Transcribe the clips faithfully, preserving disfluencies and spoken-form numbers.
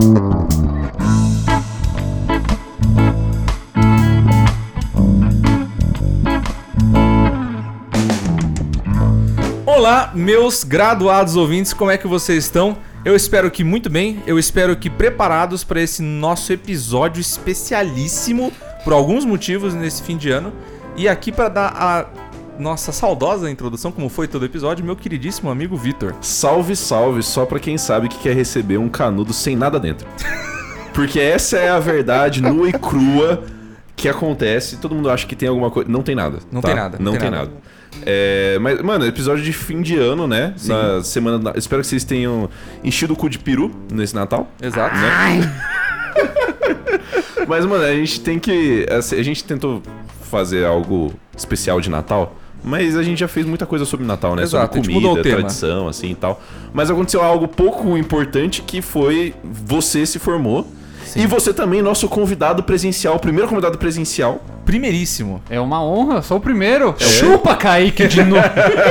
Olá, meus graduados ouvintes, como é que vocês estão? Eu espero que muito bem, eu espero que preparados para esse nosso episódio especialíssimo, por alguns motivos, nesse fim de ano. E aqui para dar a nossa saudosa introdução, como foi todo o episódio, meu queridíssimo amigo Vitor. Salve, salve, só pra quem sabe que quer receber um canudo sem nada dentro. Porque essa é a verdade nua e crua que acontece. Todo mundo acha que tem alguma coisa. Não tem nada. Não tá? tem nada. Não, não tem, tem nada. nada. É, mas, mano, episódio de fim de ano, né? Sim. Na semana da... Espero que vocês tenham enchido o cu de peru nesse Natal. Exato. Né? Mas, mano, a gente tem que... A gente tentou fazer algo especial de Natal, mas a gente já fez muita coisa sobre Natal, né? Exato, sobre comida, tradição, assim e tal. Mas aconteceu algo pouco importante, que foi você se formou. Sim. E você também, nosso convidado presencial, primeiro convidado presencial. Primeiríssimo. É uma honra, sou o primeiro. É. Chupa, Kaique, de novo.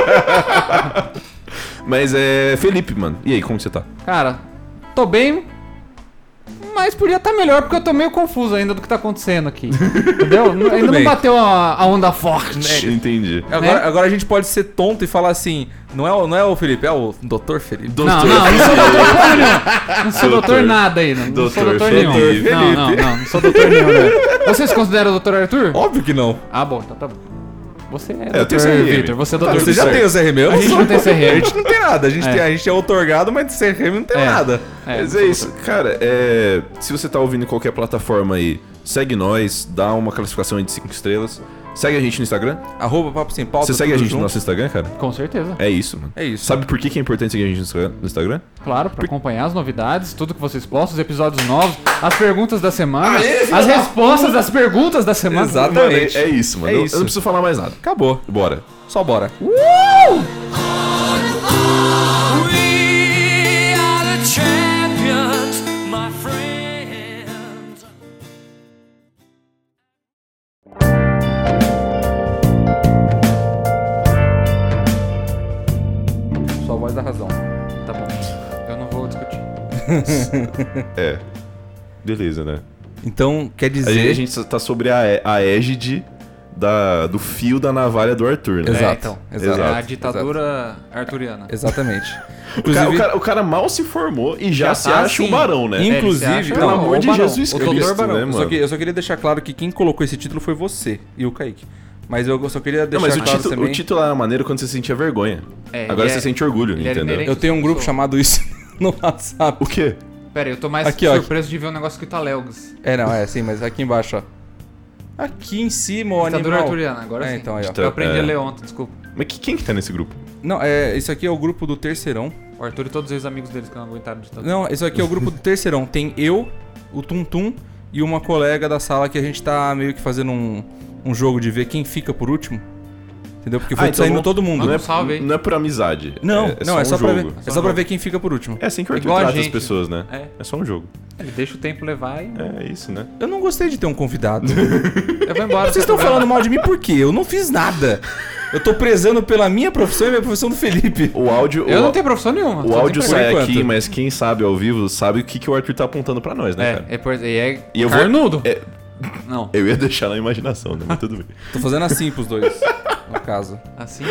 Mas é... Felipe, mano. E aí, como você tá? Cara, tô bem, mas podia estar melhor, porque eu tô meio confuso ainda do que tá acontecendo aqui. Entendeu? Ainda não bateu a, a onda forte. É, entendi. Agora, né? agora a gente pode ser tonto e falar assim, não é o, não é o Felipe, é o doutor Felipe. Doutor não, não, não sou doutor nenhum. Não sou doutor, doutor nada aí, não, não doutor sou doutor Felipe. nenhum. Não, não, não, não sou doutor nenhum. Né? Você se considera o doutor Arthur? Óbvio que não. Ah, bom, então tá bom. Você é, é doutor Vitor, você é doutor. Ah, você já tem o C R M? A gente não tem C R M. A gente não tem nada, a gente, é. tem, a gente é outorgado, mas C R M não tem é. nada. É, mas é isso, cara, é, se você tá ouvindo em qualquer plataforma aí, segue nós, dá uma classificação aí de cinco estrelas. Segue a gente no Instagram. Arroba Papo Sem Pauta. Você segue a gente junto. no nosso Instagram, cara? Com certeza. É isso, mano. É isso. Sabe por que é importante seguir a gente no Instagram? Claro, pra Por... acompanhar as novidades, tudo que vocês postam, os episódios novos, as perguntas da semana, Aê, as respostas das perguntas da semana. Exatamente. Mano, é, é isso, mano. É eu, isso. eu não preciso falar mais nada. Acabou. Bora. Só bora. Uh! Sua voz da razão. Tá bom. Eu não vou discutir. É. Beleza, né? Então, quer dizer... A gente, a gente tá sobre a, a égide da, do fio da navalha do Arthur, né? Exato. É, então. Exato. É a ditadura Exato. arturiana. Exatamente. O cara, o, cara, o cara mal se formou e já, já se tá acha assim. o barão, né? Inclusive, é, pelo amor de barão. Jesus o Cristo, barão. né, eu, mano? só que, eu só queria deixar claro que quem colocou esse título foi você e o Kaique. Mas eu só queria deixar Não, mas claro o título, também... o título era maneiro quando você sentia vergonha. É, Agora você é, sente orgulho, entendeu? Eu tenho um grupo chamado isso no WhatsApp. O quê? Pera aí, eu tô mais aqui, surpreso ó, de ver um negócio escrito Aleugos. É, não, é sim, mas aqui embaixo, ó. Aqui em cima, o ditadura animal... arturiana, agora é, sim. Então, aí, ó. Eu aprendi é. a ler ontem, desculpa. Mas que, quem que tá nesse grupo? Não, é, isso aqui é o grupo do Terceirão. O Arthur e todos os amigos deles que não aguentaram de Não, isso aqui é o grupo do Terceirão. Tem eu, o Tum Tum e uma colega da sala que a gente tá meio que fazendo um, um jogo de ver quem fica por último. Entendeu? Porque foi ah, então saindo não, todo mundo. Não é, salve, não é por amizade. Não, é, é não, só é só, um pra, jogo. ver, é só, só pra ver quem fica por último. É assim que o Arthur trata as pessoas, né? É. é só um jogo. Ele deixa o tempo levar e... É isso, né? Eu não gostei de ter um convidado. Eu vou embora. Vocês estão falando mal de mim por quê? Eu não fiz nada. Eu tô prezando pela minha profissão e minha profissão do Felipe. O áudio... Eu o, não tenho profissão nenhuma. O áudio sai aqui, mas quem sabe ao vivo sabe o que, que o Arthur tá apontando pra nós, né, é, cara? É, por, é e eu carnudo. Vou, é, não. Eu ia deixar na imaginação, né? Mas tudo bem. Tô fazendo assim pros dois, no caso. Assim?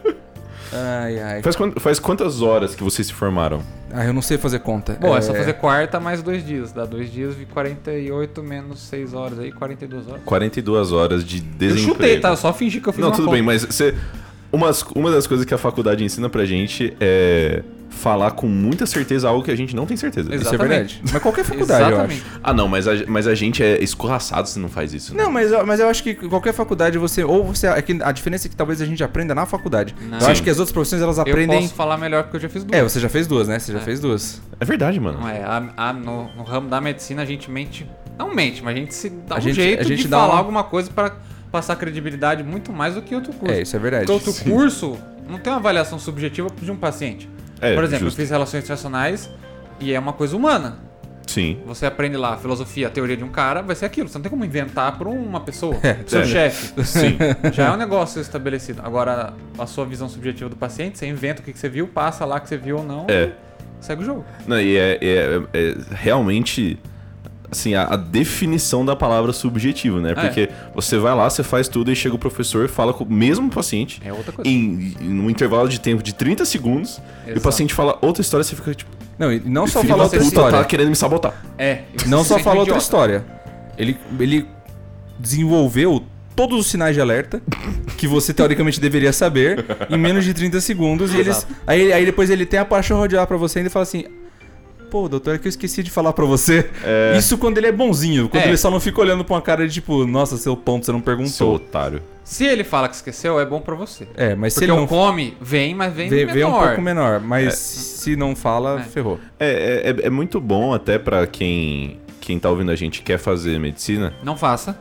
Ai, ai. Faz, faz quantas horas que vocês se formaram? Ah, eu não sei fazer conta. Bom, é, é só fazer quarta mais dois dias. Dá dois dias e quarenta e oito menos seis horas aí, quarenta e duas horas. quarenta e duas horas de desemprego. Eu chutei, tá? Eu só fingi que eu fiz Não, uma tudo conta. bem, mas você... Uma, uma das coisas que a faculdade ensina pra gente é falar com muita certeza algo que a gente não tem certeza. Exatamente. Isso é verdade. Mas qualquer faculdade, Exatamente. eu acho. Ah, não, mas a, mas a gente é escorraçado se não faz isso. Né? Não, mas, mas eu acho que qualquer faculdade você... Ou você... É que a diferença é que talvez a gente aprenda na faculdade. Não. Eu Sim. acho que as outras profissões, elas aprendem... Eu posso falar melhor porque eu já fiz duas. É, você já fez duas, né? Você já é. fez duas. É verdade, mano. Não é, a, a, no, no ramo da medicina a gente mente... Não mente, mas a gente se dá a um gente, jeito a gente de dá falar uma... alguma coisa pra passar credibilidade muito mais do que outro curso. É, isso é verdade. Porque outro Sim. curso não tem uma avaliação subjetiva de um paciente. É, Por exemplo, justo. eu fiz relações internacionais e é uma coisa humana. Sim. Você aprende lá a filosofia, a teoria de um cara, vai ser aquilo. Você não tem como inventar por uma pessoa. É, seu é. chefe. Sim. Já é um negócio estabelecido. Agora, a sua visão subjetiva do paciente, você inventa o que você viu, passa lá que você viu ou não. É. segue o jogo. Não, e é, é- é realmente, assim, a, a definição da palavra subjetivo, né? Porque É. você vai lá, você faz tudo e chega o professor e fala com o mesmo paciente É outra coisa. em, em um intervalo de tempo de trinta segundos e o Exato. paciente fala outra história, você fica tipo... Não, e não só filho fala da outra puta história. tá querendo me sabotar. É. e você Não se só sente fala um outra idiota. história. Ele, ele desenvolveu todos os sinais de alerta que você teoricamente deveria saber em menos de trinta segundos. E eles, aí, aí depois ele tem a paixão rodear pra você e ele fala assim... Pô, doutor, é que eu esqueci de falar pra você. É. Isso quando ele é bonzinho. Quando É. ele só não fica olhando pra uma cara de tipo... Nossa, seu ponto, você não Seu perguntou. otário. Se ele fala que esqueceu, é bom pra você. É, mas se Porque ele o não... come vem, mas vem, Vem, menor. vem um pouco menor. Mas se não fala, É. ferrou. É, é, é muito bom até pra quem, quem tá ouvindo a gente e quer fazer medicina. Não faça.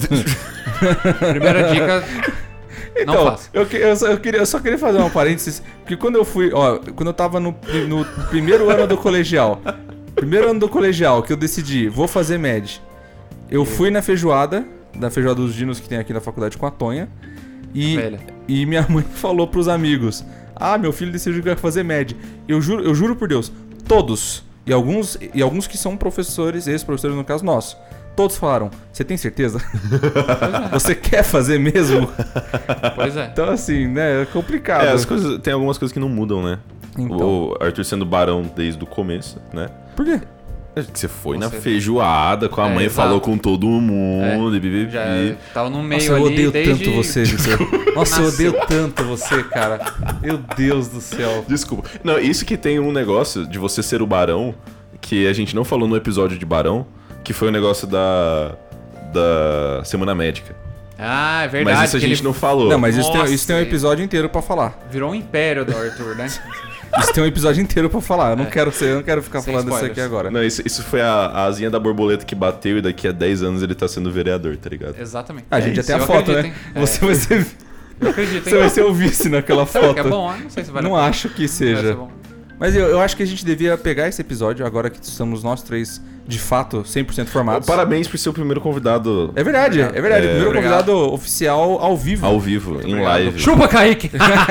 Primeira dica, não Então, faça. eu, que- eu, só, eu, queria, eu só queria fazer uma parênteses, porque quando eu fui, ó, quando eu tava no, pri- no primeiro ano do colegial, primeiro ano do colegial, que eu decidi, vou fazer med, eu fui na feijoada, da feijoada dos dinos que tem aqui na faculdade com a Tonha, e, Velha. e minha mãe falou pros amigos, ah, meu filho decidiu que vai fazer med. Eu juro, eu juro por Deus, todos, e alguns, e alguns que são professores, ex-professores no caso nosso, todos falaram, você tem certeza? Você quer fazer mesmo? Pois é. Então, assim, né, é complicado. É, as coisas, tem algumas coisas que não mudam, né? Então. O Arthur sendo barão desde o começo, né? Por quê? Que você foi na Você- feijoada com a É, mãe, exato. falou com todo mundo, e bibibi. Já tava no meio Nossa, eu ali odeio desde... tanto você, Vitor. Nossa, eu Nasceu. odeio tanto você, cara. Meu Deus do céu. Desculpa. Não, isso que tem um negócio de você ser o barão, que a gente não falou no episódio de barão, que foi o negócio da, da Semana Médica. Ah, é verdade. Mas isso a que gente ele não falou. Não, mas isso tem, Nossa, isso tem um episódio inteiro pra falar. Virou um império do Arthur, né? Isso tem um episódio inteiro pra falar. Eu não É. quero ser, eu não quero ficar Sem falando disso spoilers. aqui agora. Não, isso, isso foi a, a asinha da borboleta que bateu e daqui a dez anos ele tá sendo vereador, tá ligado? Exatamente. A gente já isso, tem a eu foto, acredito, né? hein? É. Você vai ser, Eu acredito, você hein? vai ser o vice naquela Será foto. que é bom? Ah, não sei se vai Não acho que Vai ser seja. bom. Mas eu, eu acho que a gente devia pegar esse episódio, agora que estamos nós três, de fato, cem por cento formados. Parabéns por ser o primeiro convidado É verdade, é verdade. É, Primeiro obrigado. convidado oficial ao vivo. ao vivo, em Obrigado. live. Chupa, Kaique!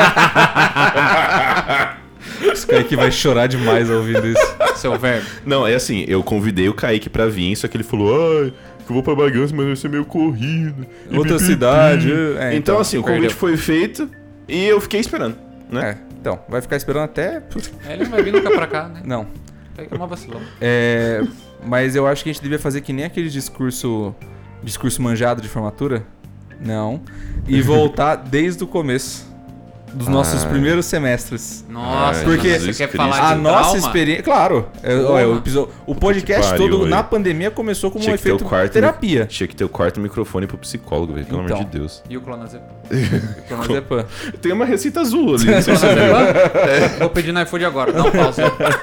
Esse cara aqui vai chorar demais ouvindo isso. Seu verbo. Não, é assim, eu convidei o Kaique pra vir, só que ele falou, ai, que eu vou pra Bragança, mas vai ser meio corrido. E Outra pipipi. cidade. É, então, assim, o convite perdeu. foi feito e eu fiquei esperando, né? É, então, vai ficar esperando até. É, ele não vai vir nunca pra cá, né? Não. Kaique é uma vacilão. É, mas eu acho que a gente devia fazer que nem aquele discurso. Discurso manjado de formatura. Não. E voltar desde o começo. Dos nossos Ah. primeiros semestres. Nossa, Ai, Porque você quer Cristo. falar A de nossa trauma? experiência. Claro. É, Porra. olha, o, episo- o podcast pariu, todo velho. na pandemia começou como Tinha um que ter o efeito quarto terapia. Tinha que ter o quarto microfone pro psicólogo, velho, pelo amor Então. de Deus. E o clonazepam? Clonazepam. Tem uma receita azul ali, não sei se você viu. Clonazepam? Vou pedir no iFood agora, dá um pause.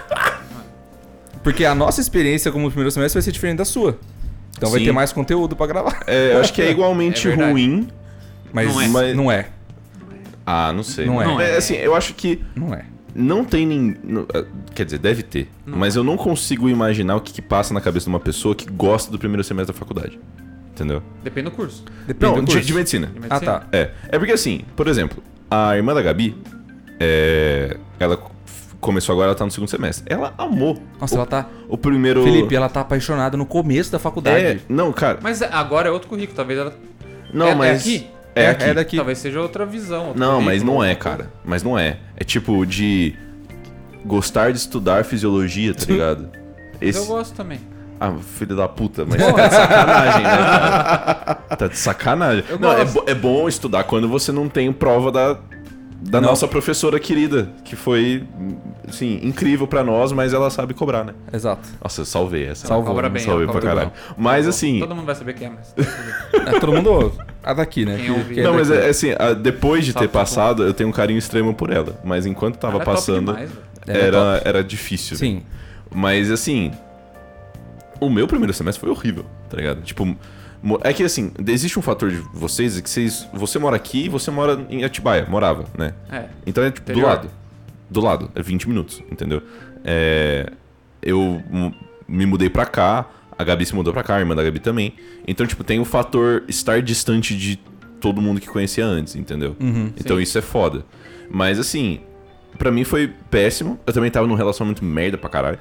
Porque a nossa experiência como primeiro semestre vai ser diferente da sua. Então vai Sim. ter mais conteúdo pra gravar. É, eu acho que é igualmente É verdade. ruim. Mas Não é. Mas- não é. Ah, não sei. Não é. Mas, assim, eu acho que Não é. não tem nem. não- ah, Quer dizer, deve ter. Mas eu não consigo imaginar o que, que passa na cabeça de uma pessoa que gosta do primeiro semestre da faculdade. Entendeu? Depende do curso. Depende Não, do de, curso. de medicina. De Ah, medicina. tá. É. É porque assim, por exemplo, a irmã da Gabi, é, ela f- começou agora, ela tá no segundo semestre. Ela amou. Nossa, o, ela tá. o primeiro. Felipe, ela tá apaixonada no começo da faculdade. É, não, cara. Mas agora é outro currículo, talvez ela... Não, é, mas. é aqui? É, aqui. é daqui. Talvez seja outra visão. outro Não, mas currículo, não é, outra coisa. cara. Mas não é. É tipo de gostar de estudar fisiologia, tá ligado? Mas eu Esse... gosto também. Ah, filho da puta, mas tá de sacanagem, né, cara? Tá de sacanagem. Eu Não, é, gosto. bo- é bom estudar quando você não tem prova da, da Não. nossa professora querida, que foi, assim, incrível pra nós, mas ela sabe cobrar, né? Exato. Nossa, eu salvei essa. Salvou, Cobra né? bem, Salvei ela pra cobra caralho. bem. Mas Bom, assim... Todo mundo vai saber quem é, mas... tudo bem. É, todo mundo. A daqui, né? Quem que- ouve. que é Não, mas daqui. é, assim, a- depois de Salve, ter passado, eu tenho um carinho extremo por ela. Mas enquanto tava Ela é top passando, demais, velho. Ela é era, era difícil. velho. Sim. Mas assim, o meu primeiro semestre foi horrível, tá ligado? Tipo, mo- é que assim, existe um fator de vocês, é que vocês, você mora aqui e você mora em Atibaia, morava, né? É. Então é tipo, do Interior. lado. Do lado, é vinte minutos, entendeu? É, eu m- me mudei pra cá, a Gabi se mudou pra cá, a irmã da Gabi também. Então, tipo, tem o fator estar distante de todo mundo que conhecia antes, entendeu? Uhum. Então Sim. isso é foda. Mas assim, pra mim foi péssimo. Eu também tava num relacionamento merda pra caralho.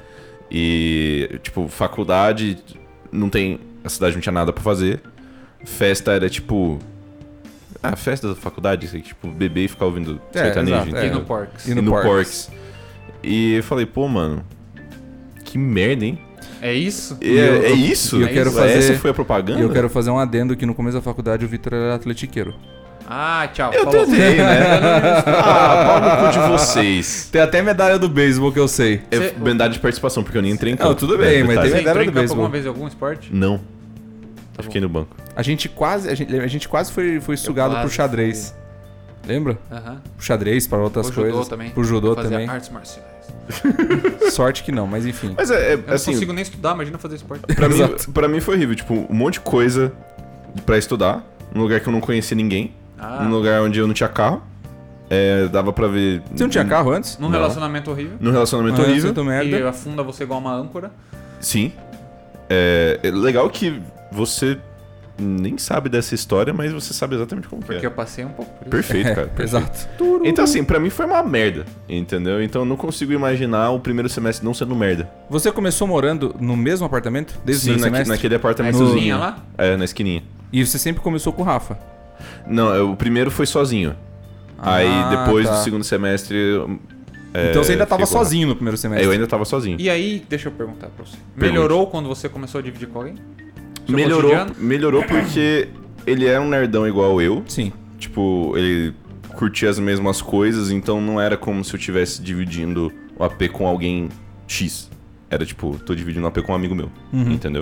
E, tipo, faculdade, não tem... A cidade não tinha nada pra fazer. Festa era, tipo... Ah, festa da faculdade, assim, tipo, beber e ficar ouvindo É, sertanejo, exato, entendeu? E no Porks. E E no no Porks. Porks. E eu falei, pô, mano, que merda, hein? É isso? É, E eu- é isso? e eu quero Essa fazer- foi a propaganda? E eu quero fazer um adendo que no começo da faculdade o Vitor era atletiqueiro. Ah, tchau. Eu falou. tentei, né? Ah, pau no cu de vocês. Tem até medalha do beisebol que eu sei. É Cê- medalha de participação, porque eu nem entrei em Não, campo. tudo É, bem, mas detalhe. tem Você entrou medalha em do campo beisebol. alguma vez em algum esporte? Não. Tá Eu fiquei no banco. A gente quase, a gente, a gente quase foi, foi sugado quase pro xadrez. Lembra? Aham. Pro xadrez, para outras O judô coisas. também. Pro judô Eu fazia também. artes marciais. Sorte que não, mas enfim. Mas é, é, Eu não assim, consigo nem estudar, imagina fazer esporte. pra, mim, Exato. pra mim foi horrível. Tipo, um monte de coisa pra estudar, num lugar que eu não conhecia ninguém, Ah, num lugar onde eu não tinha carro. É, dava pra ver... Você não tinha carro antes? num não. relacionamento horrível. Num relacionamento Ah, horrível. você tá merda. Que afunda você igual uma âncora. Sim. É, é legal que você nem sabe dessa história, mas você sabe exatamente como que Porque é. eu passei um pouco por isso. Perfeito, É, cara. Perfeito. exato. Então, assim, pra mim foi uma merda, entendeu? Então eu não consigo imaginar o primeiro semestre não sendo merda. Você começou morando no mesmo apartamento desde Sim, o primeiro naque- semestre? naquele Na apartamentozinho. esquininha lá? É, na esquininha. E você sempre começou com o Rafa? Não, é, o primeiro foi sozinho. Aí Ah, depois tá. do segundo semestre. é, Então você ainda tava fiquei com o sozinho no primeiro Rafa. semestre? É, eu ainda tava sozinho. E aí, deixa eu perguntar pra você. Pergunte. Melhorou quando você começou a dividir com alguém? Seu Melhorou, cotidiano? melhorou porque ele é um nerdão igual eu. Sim. Tipo, ele curtia as mesmas coisas, então não era como se eu estivesse dividindo o A P com alguém X. Era tipo, tô dividindo o A P com um amigo meu, Uhum. entendeu?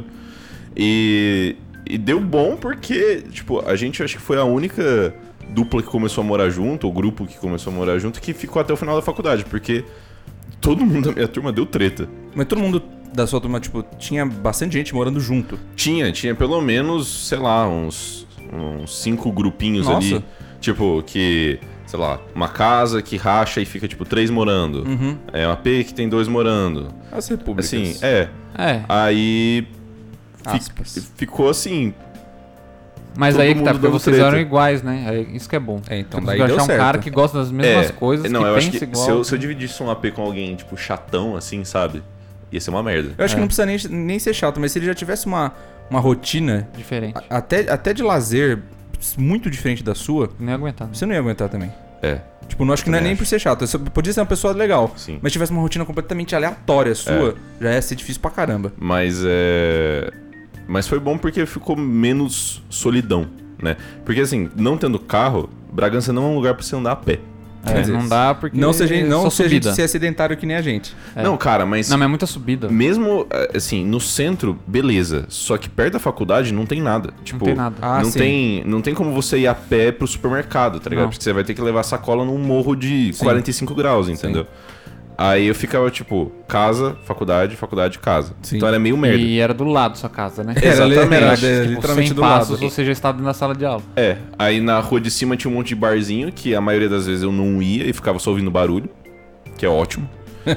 E, e deu bom porque, tipo, a gente acho que foi a única dupla que começou a morar junto, ou grupo que começou a morar junto, que ficou até o final da faculdade, porque todo mundo da minha turma deu treta. Mas todo mundo da sua turma, tipo, tinha bastante gente morando junto. Tinha, tinha pelo menos, sei lá, uns, uns cinco grupinhos Nossa. ali. Tipo, que, sei lá, uma casa que racha e fica, tipo, três morando. Uhum. É uma P que tem dois morando. As repúblicas. Assim, é. É. Aí fi- Aspas. ficou assim. Mas todo aí que tá, mundo porque dando vocês treta. eram iguais, né? É isso que é bom. É, então Você daí conseguiu deu achar certo. um cara que gosta das mesmas é, coisas, não, que eu pensa acho que igual. se eu, se eu dividisse um A P com alguém, tipo, chatão, assim, sabe? Ia ser uma merda. Eu acho que É. não precisa nem, nem ser chato, mas se ele já tivesse uma, uma rotina, Diferente. a- até, até de lazer, muito diferente da sua, Não ia aguentar, né? você não ia aguentar também. É, Tipo, não acho que não é Também nem acho. por ser chato. Você podia ser uma pessoa legal, sim. mas tivesse uma rotina completamente aleatória sua, já ia ser difícil pra caramba. Mas é. Mas foi bom porque ficou menos solidão, né? Porque assim, não tendo carro, Bragança não é um lugar pra você andar a pé. É, Quer dizer, não dá porque. Não se a gente, não só se a gente subida. se é sedentário que nem a gente. É. Não, cara, mas. Não, mas é muita subida. Mesmo, assim, no centro, beleza. Só que perto da faculdade não tem nada. Tipo, não tem nada. Ah, não, sim. tem, não tem como você ir a pé pro supermercado, tá ligado? Não. Porque você vai ter que levar sacola num morro de Sim. quarenta e cinco graus, entendeu? Aí eu ficava, tipo, casa, faculdade, faculdade, casa. Sim. Então era meio merda. E era do lado sua casa, né? Era, Exatamente. era, Tipo, era literalmente cem do passos lado. você já estava na sala de aula. É, aí na rua de cima tinha um monte de barzinho, que a maioria das vezes eu não ia e ficava só ouvindo barulho, que é ótimo.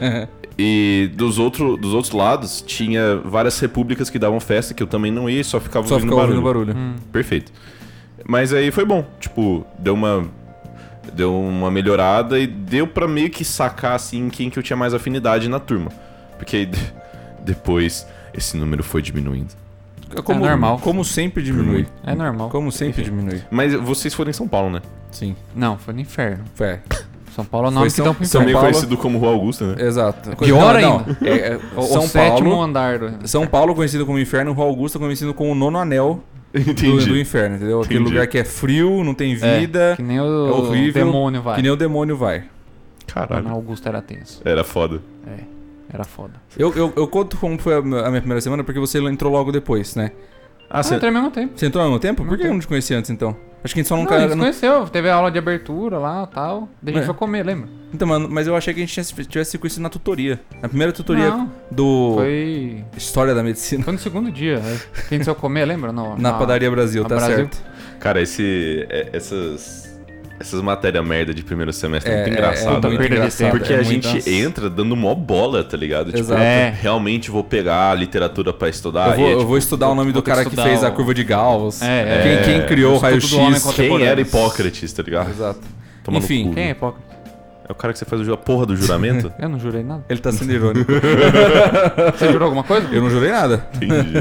E dos, outro, dos outros lados tinha várias repúblicas que davam festa, que eu também não ia e só ficava Só ouvindo ficava barulho. ouvindo barulho. Hum. Perfeito. Mas aí foi bom, tipo, deu uma deu uma melhorada e deu pra meio que sacar assim quem que eu tinha mais afinidade na turma. Porque aí, de- depois esse número foi diminuindo. Como, É normal. Como sempre diminui. É normal. Como sempre diminui. Mas vocês foram em São Paulo, né? Sim. Não, foi no inferno. É. São Paulo é o nome Foi que São- dão pro São Também inferno. Paulo- conhecido como Rua Augusta, né? Exato. Pior Não, ainda. não. É, é, O, São o sétimo Paulo. andar do... São Paulo conhecido como Inferno, Rua Augusta conhecido como o nono anel do, Entendi. do inferno, entendeu? Aquele Entendi. lugar que é frio, não tem É, vida, que nem o, é horrível, demônio vai. que nem o demônio vai. Caralho. Na Augusta era tenso. Era foda. É, era foda. Eu, eu, eu conto como foi a minha a minha primeira semana, porque você entrou logo depois, né? Ah, Ah, você... entrei ao mesmo tempo. Você entrou ao mesmo tempo? Por Mesmo que eu tempo. não te conhecia antes, então? Acho que a gente só Não, nunca... a gente se não- conheceu. Teve a aula de abertura lá e tal. Daí a gente É. foi comer, lembra? Então, mano, mas eu achei que a gente tinha- tivesse se conhecido na tutoria. Na primeira tutoria Não, do foi... História da Medicina. Foi no segundo dia. né? Que a gente foi comer, lembra? No, Na Padaria Brasil, na tá Brasil. certo. Cara, esse, é- essas, essas matérias merda de primeiro semestre é, É, muito é, engraçado. Puta né? perda de engraçado. tempo. Porque é a muito- gente entra dando mó bola, tá ligado? Tipo, Exato. É. realmente vou pegar a literatura pra estudar. Eu vou, e é, eu tipo, vou estudar o nome vou do ter que cara que estudar fez a o- curva de Gauss. É, Quem, é. quem criou o O Estudo do Homem raio-x. Contemporâneo. quem era Hipócrates, tá ligado? Exato. Toma no Enfim, cu, Quem é né? hipócrita? É o cara que você faz a porra do juramento? Eu não jurei nada. Ele tá sendo irônico. Você jurou alguma coisa? Eu não jurei nada. Entendi.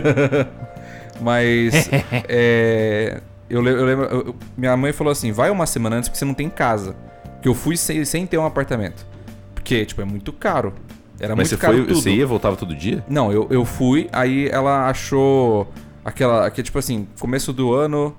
Mas, é, eu, le- eu lembro, eu- eu- minha mãe falou assim, vai uma semana antes porque você não tem casa. Porque eu fui sem, sem ter um apartamento. Porque, tipo, é muito caro. Era Mas muito você caro foi, tudo. você ia e voltava todo dia? Não, eu, eu fui, aí ela achou aquela, que tipo assim, começo do ano,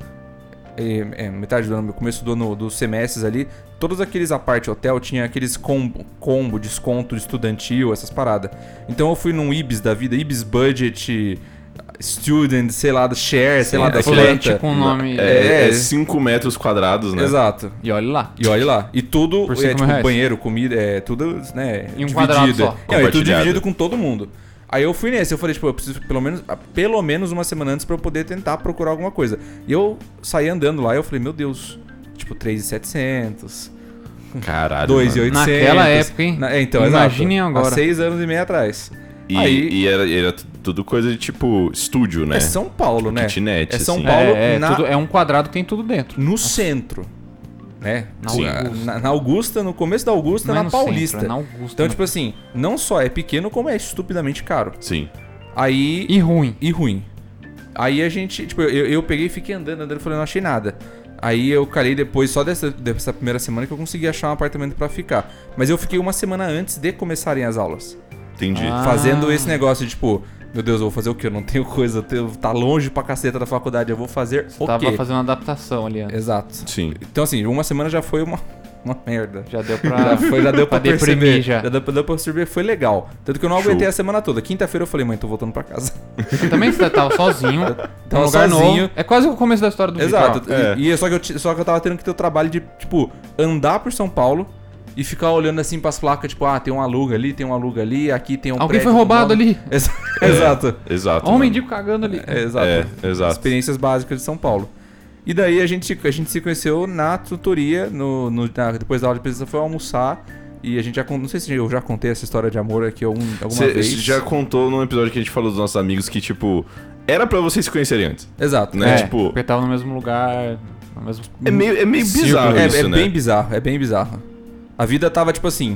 é, é, metade do ano, começo do ano, dos semestres ali, todos aqueles apart hotel tinha aqueles combo, combo, desconto estudantil, essas paradas. Então eu fui num Ibis da vida, Ibis Budget, Student, sei lá, do Share, sei Sim, lá, da Flat Atlanta. com o nome... É É, 5 metros quadrados, né? Exato. E olha lá. E olha lá. E tudo, Por é, cinco tipo, reais. banheiro, comida, é tudo, né, Em um quadrado só. Não, é tudo Compartilhado. dividido com todo mundo. Aí eu fui nesse, eu falei, tipo, eu preciso pelo menos, pelo menos uma semana antes pra eu poder tentar procurar alguma coisa. E eu saí andando lá e eu falei, meu Deus, tipo, três mil e setecentos, Caralho. dois mil e mano. oitocentos. Naquela época, hein? Na- é, então, Imaginem exato. agora. Há seis anos e meio atrás. E, Aí- e era, era tudo coisa de tipo estúdio, né? É São Paulo, né? Kitnet, É São assim. Paulo É, é, na- tudo- é um quadrado que tem tudo dentro. no centro, né? Na Sim. Augusta. Na, na Augusta, no começo da Augusta, Não é na no Paulista. centro, é na Augusta, Então, né? tipo assim, não só é pequeno, como é estupidamente caro. Sim. Aí... E ruim. E ruim. Aí a gente, tipo, eu, eu peguei e fiquei andando, andando, falei, não achei nada. Aí eu calhei depois, só dessa, dessa primeira semana, que eu consegui achar um apartamento pra ficar. Mas eu fiquei uma semana antes de começarem as aulas. Entendi. Ah. Fazendo esse negócio de, tipo, meu Deus, eu vou fazer o quê? Eu não tenho coisa, eu tenho- tá longe pra caceta da faculdade, eu vou fazer Você o tava quê? fazendo uma adaptação ali antes. Exato. Sim. Então, assim, uma semana já foi uma, uma merda. Já deu pra... Já, foi, já deu pra, pra perceber. deprimir já. Já deu, deu pra perceber, foi legal. Tanto que eu não Show. aguentei a semana toda. Quinta-feira eu falei, mãe, tô voltando pra casa. Eu também você tava sozinho. Tava num lugar sozinho. novo. É quase o começo da história do Exato. Vitor. É. E, e só, que eu, ti- só que eu tava tendo que ter o trabalho de, tipo, andar por São Paulo e ficar olhando assim pras placas, tipo, ah, tem um aluga ali, tem um aluga ali, aqui tem um Alguém prédio foi com roubado nome. ali. Ex- É, Exato. Exato. Ó, um mano. mendigo cagando ali. É, exato. É, exato. Experiências básicas de São Paulo. E daí a gente, a gente se conheceu na tutoria, no, no- na- depois da aula de pesquisa foi almoçar. E a gente já con- não sei se eu já contei essa história de amor aqui algum, alguma Você vez. já contou num episódio que a gente falou dos nossos amigos que, tipo, era pra vocês se conhecerem antes. Exato. Né? É, Tipo- porque tava no mesmo lugar, no mesmo... É meio, é meio Círculo. bizarro É, isso, é né? bem bizarro, é bem bizarro. A vida tava tipo assim.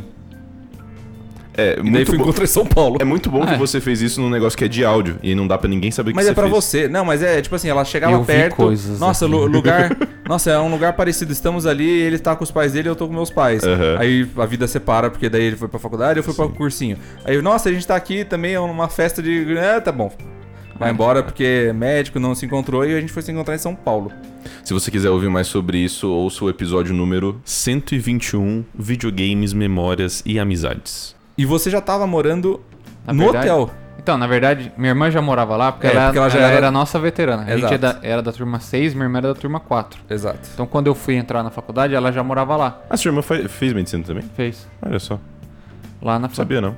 É E daí muito fui bom. encontrar em São Paulo. É muito bom Ah, que é. você fez isso num negócio que é de áudio e não dá pra ninguém saber o que Mas você é pra fez. você. Não, mas é tipo assim, ela chegava Eu vi perto. coisas Nossa, aqui. lu- lugar. Nossa, é um lugar parecido. Estamos ali, ele tá com os pais dele, eu tô com meus pais. Aham. Aí a vida separa, porque daí ele foi pra faculdade, eu fui pra cursinho. Aí, nossa, a gente tá aqui também, é uma festa de. É, tá bom. Vai embora porque médico não se encontrou e a gente foi se encontrar em São Paulo. Se você quiser ouvir mais sobre isso, ouça o episódio número cento e vinte e um, Videogames, Memórias e Amizades. E você já tava morando Na no verdade- hotel. Então, na verdade, minha irmã já morava lá, porque, É, ela, porque ela já ela era- era nossa veterana. A gente Exato. é da- era da turma seis, minha irmã era da turma quatro. Exato. Então, quando eu fui entrar na faculdade, ela já morava lá. Ah, sua irmã fa- fez medicina também? Fez. Olha só, Lá na não sabia não.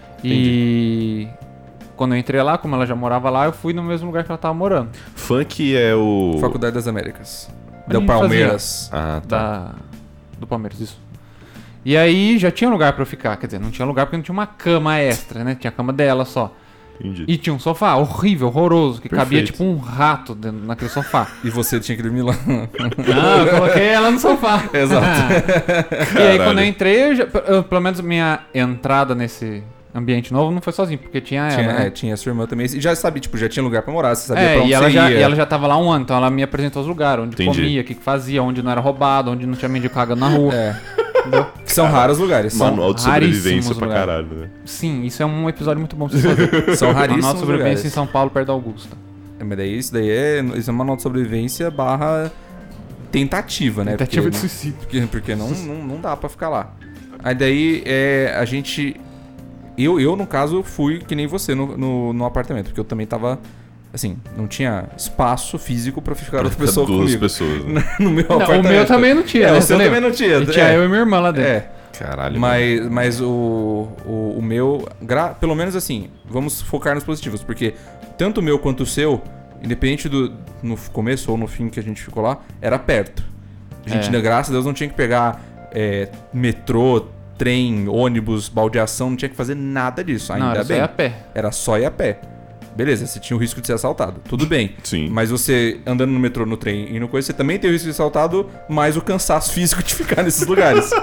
E quando eu entrei lá, como ela já morava lá, eu fui no mesmo lugar que ela tava morando. Funk é o... Faculdade das Américas. A Do gente Palmeiras. Ah, tá. Da... Do Palmeiras, isso. E aí já tinha lugar pra eu ficar. Quer dizer, não tinha lugar porque não tinha uma cama extra, né? Tinha a cama dela só. Entendi. E tinha um sofá horrível, horroroso, que cabia Perfeito. tipo um rato dentro, naquele sofá. E você tinha que dormir lá. Não, eu coloquei ela no sofá. Exato. E aí Caralho. quando eu entrei, eu já- eu- pelo menos minha entrada nesse ambiente novo não foi sozinho, porque tinha ela, Tinha, né? é, tinha a sua irmã também. E já sabia, tipo, já tinha lugar pra morar, você sabia pra É, onde e ela, você já, ia. e ela já tava lá um ano, então ela me apresentou os lugares, onde Entendi. comia, o que, que fazia, onde não era roubado, onde não tinha mendigo cagando na rua. É. Que são raros lugares. São, Manual de raríssimos sobrevivência pra lugares. caralho, né? Sim, isso é um episódio muito bom pra vocês fazerem. são Manual raríssimos de sobrevivência em lugares. São Paulo, perto da Augusta. É, mas daí isso daí é, isso é manual de sobrevivência barra tentativa, né? Tentativa porque, de suicídio. Porque, porque não, não, não dá pra ficar lá. Aí daí é, a gente... Eu, eu, no caso, fui que nem você no, no, no apartamento, porque eu também tava... Assim, não tinha espaço físico pra ficar outra Pra pessoa duas comigo. pessoas. Né? No meu Não, apartamento. o meu também não tinha, É, né? o Você seu lembra? também não tinha. E tinha é. eu e minha irmã lá dentro. É. Caralho. Mas, mas o, o, o meu, gra- pelo menos assim, vamos focar nos positivos, porque tanto o meu quanto o seu, independente do no começo ou no fim que a gente ficou lá, era perto. A gente, É. graças a Deus, não tinha que pegar é, metrô, trem, ônibus, baldeação, não tinha que fazer nada disso. Ainda Não, era só bem. ir a pé. Era só ir a pé. Beleza, você tinha o risco de ser assaltado. Tudo bem. Sim. Mas você andando no metrô, no trem e no coisa, você também tem o risco de ser assaltado, mais o cansaço físico de ficar nesses lugares.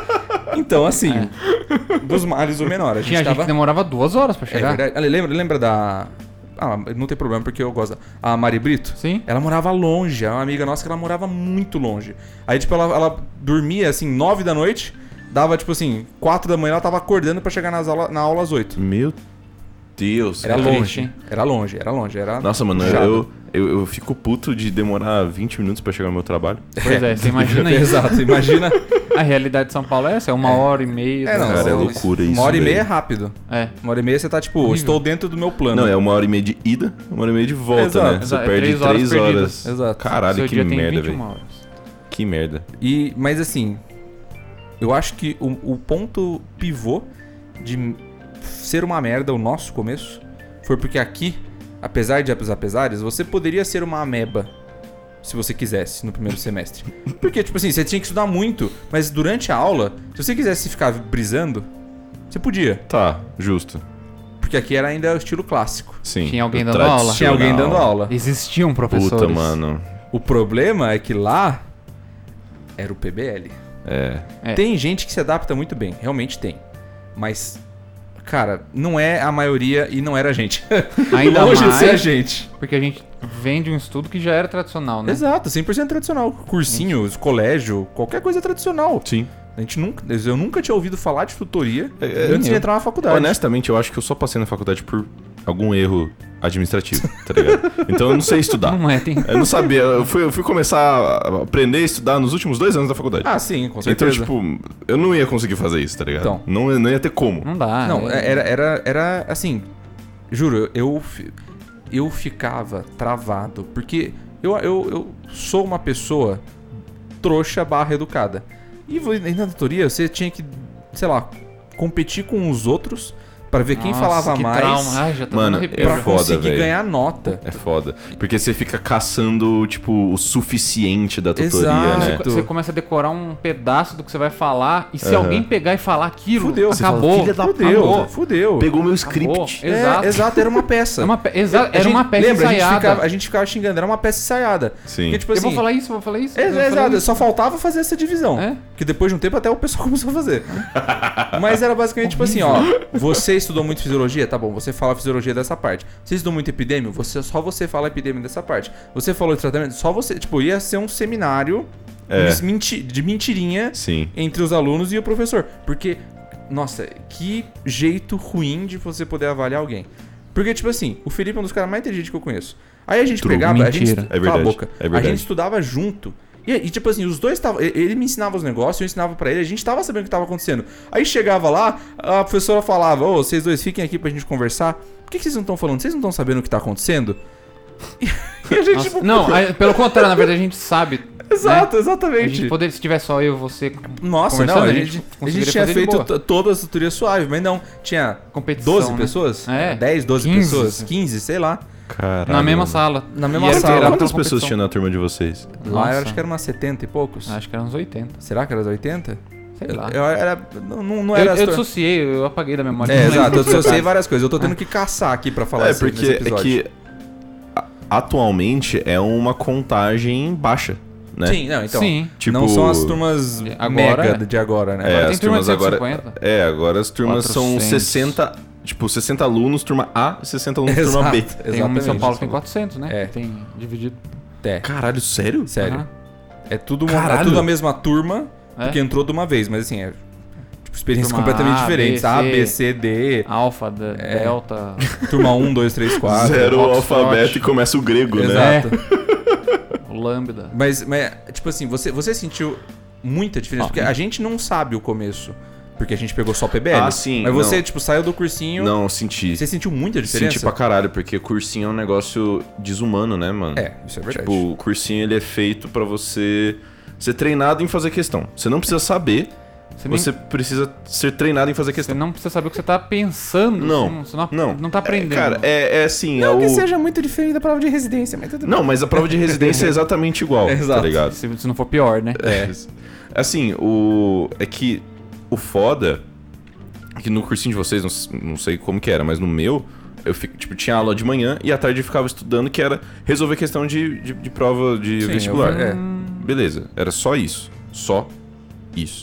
Então, assim, dos males o menor. A gente Tinha gente tava... que demorava duas horas pra É chegar. verdade. Ale, Lembra, lembra da... Ah, não tem problema, porque eu gosto. A Mari Brito? Sim. Ela morava longe. É uma amiga nossa que ela morava muito longe. Aí, tipo, ela, ela dormia, assim, nove da noite. Dava, tipo assim, quatro da manhã ela tava acordando pra chegar nas aula, na aula às oito. Meu Deus. Era É longe. triste, hein? Era longe, era longe. Era Nossa, mano, puxado. eu, eu, eu fico puto de demorar vinte minutos pra chegar no meu trabalho. Pois é, você imagina isso. Exato, imagina. A realidade de São Paulo é essa, é uma hora e meia. É, não, duas Cara, é horas. loucura isso, Uma hora e meia é velho. rápido. É. Uma hora e meia você tá, tipo, Horrível. estou dentro do meu plano. Não, é uma hora e meia de ida, uma hora e meia de volta, Exato, né? Você exato, é perde três horas três perdidas. horas. Exato. Caralho, Seu que dia tem merda, vinte e uma velho. horas. Que merda. E, mas assim, eu acho que o, o ponto pivô de ser uma merda o nosso começo foi porque aqui, apesar de apesares, você poderia ser uma ameba se você quisesse no primeiro semestre. Porque, tipo assim, você tinha que estudar muito, mas durante a aula, se você quisesse ficar brisando, você podia. Tá, justo. Porque aqui era ainda o estilo clássico. Sim. Tinha alguém o dando aula? Tinha alguém dando tradicional. aula. Existiam professores. Puta, mano. O problema é que lá era o P B L. É. É. Tem gente que se adapta muito bem, realmente tem. Mas, cara, não é a maioria e não era a gente. Ainda Longe de mais ser a gente. porque a gente vem de um estudo que já era tradicional, né? Exato, cem por cento tradicional. Cursinhos, colégio, qualquer coisa tradicional. Sim. A gente nunca, eu nunca tinha ouvido falar de tutoria É, é, antes de eu. entrar na faculdade. Honestamente, eu acho que eu só passei na faculdade por algum erro administrativo, tá ligado? Então eu não sei estudar. Não é, tem... Eu não sabia. Eu fui, eu fui começar a aprender a estudar nos últimos dois anos da faculdade. Ah, sim, com então, certeza. tipo, eu não ia conseguir fazer isso, tá ligado? Então. Não, não ia ter como. Não dá. Não, é- era, era, era assim, juro, eu, fi- eu ficava travado, porque eu, eu, eu sou uma pessoa trouxa barra educada. E vo- e na tutoria você tinha que, sei lá, competir com os outros pra ver quem Nossa, falava que mais trauma. Ai, já tô Mano, dando arrepio. é pra já. foda, conseguir velho. ganhar nota. É foda. Porque você fica caçando, tipo, o suficiente da tutoria, Exato. né? Você começa a decorar um pedaço do que você vai falar e se Aham. alguém pegar e falar aquilo, Fudeu. Você acabou. fala, filha da Fudeu, acabou. fudeu. Pegou meu Acabou. script. É, Exato. exato, era uma peça. É uma pe- exa- A Era gente- uma peça lembra, a gente, ensaiada. ficava, a gente ficava xingando, era uma peça ensaiada. Sim. Porque, tipo Eu assim, vou falar isso, eu vou falar isso. É, eu vou é, falar exato, isso. só faltava fazer essa divisão. É? Que depois de um tempo até o pessoal começou a fazer. Mas era basicamente tipo assim, ó. Você estudou muito fisiologia? Tá bom, você fala fisiologia dessa parte. Você estudou muito epidêmio? Você, só você fala epidêmio dessa parte. Você falou de tratamento? Só você. Tipo, ia ser um seminário É. de menti- de mentirinha Sim. entre os alunos e o professor. Porque, nossa, que jeito ruim de você poder avaliar alguém. Porque, tipo assim, o Felipe é um dos caras mais inteligentes que eu conheço. Aí a gente True. pegava, a gente, Mentira. estu- É cala a verdade, boca. é verdade. A gente estudava junto. E, e, tipo assim, os dois estavam. Ele me ensinava os negócios, eu ensinava pra ele, a gente tava sabendo o que tava acontecendo. Aí chegava lá, a professora falava: Ô, vocês dois fiquem aqui pra gente conversar. Por que, que vocês não estão falando? Vocês não estão sabendo o que tá acontecendo? E, e a gente, Nossa, tipo. não, aí, pelo contrário, na verdade a gente sabe. Exato, né? exatamente. A gente poderia, se tiver só eu e você Nossa, conversando, não, a a gente, gente a conseguiria gente tinha fazer de feito boa. t- todas as tutorias suaves, mas não, tinha competição, doze né? pessoas? É. dez, doze quinze. pessoas? quinze, sei lá. Caralho. Na mesma sala. Na mesma E era- sala. era Quantas uma pessoas competição. tinham na turma de vocês? Lá eu Nossa. acho que era umas setenta e poucos. Acho que era uns oitenta. Será que era das oitenta? Sei lá. Eu, eu era, não, não não Eu, era... as eu tor- dissociei, eu apaguei da memória. É, Não lembro exato, eu dos só sei detalhes. várias coisas. Eu tô tendo que caçar aqui pra falar É, esse- porque nesse é episódio. que a- atualmente é uma contagem baixa, né? Sim, não, então. Sim. Tipo, Não são as turmas Agora mega é. de agora, né? É, Agora tem as turma turmas de agora. cento e cinquenta. É, agora as turmas são quatrocentos. sessenta. Tipo, sessenta alunos, turma A e sessenta alunos, turma B. Exato, Tem uma em São exatamente. Paulo que tem quatrocentos, né? É. Que tem dividido. É, Caralho, sério? sério. Aham. É tudo, uma, é Caralho. tudo a mesma turma, É. porque entrou de uma vez, mas assim, é tipo, experiências Turma completamente A, diferentes. B, A, C. B, C, D, Alfa, de- É. Delta. turma um, dois, três, quatro. Zero o Foxtrot. alfabeto e começa o grego, né? Exato. o Lambda. Mas, mas, tipo assim, você, você sentiu muita diferença? Ó, Porque a gente não sabe o começo, porque a gente pegou só P B L. Ah, sim, Mas você, não. tipo, saiu do cursinho, Não, senti. você sentiu muita diferença? Senti pra caralho, porque cursinho é um negócio desumano, né, mano? É, isso é verdade. Tipo, o cursinho ele é feito pra você ser treinado em fazer questão. Você não precisa saber, Você, nem- você precisa ser treinado em fazer você questão. não precisa saber o que você tá pensando. Não, Você não, não. não tá aprendendo. É, cara, é, é assim, é não o... que seja muito diferente da prova de residência, mas tudo Não, mas a prova de residência é exatamente igual, Exato. tá ligado? Se, se não for pior, né? É. Assim, o... É que o foda... é que no cursinho de vocês, não, s- não sei como que era, mas no meu... Eu fico, tipo, tinha aula de manhã e à tarde eu ficava estudando, que era resolver questão de, de, de prova de Sim, vestibular. eu- é. Beleza, era só isso. Só isso.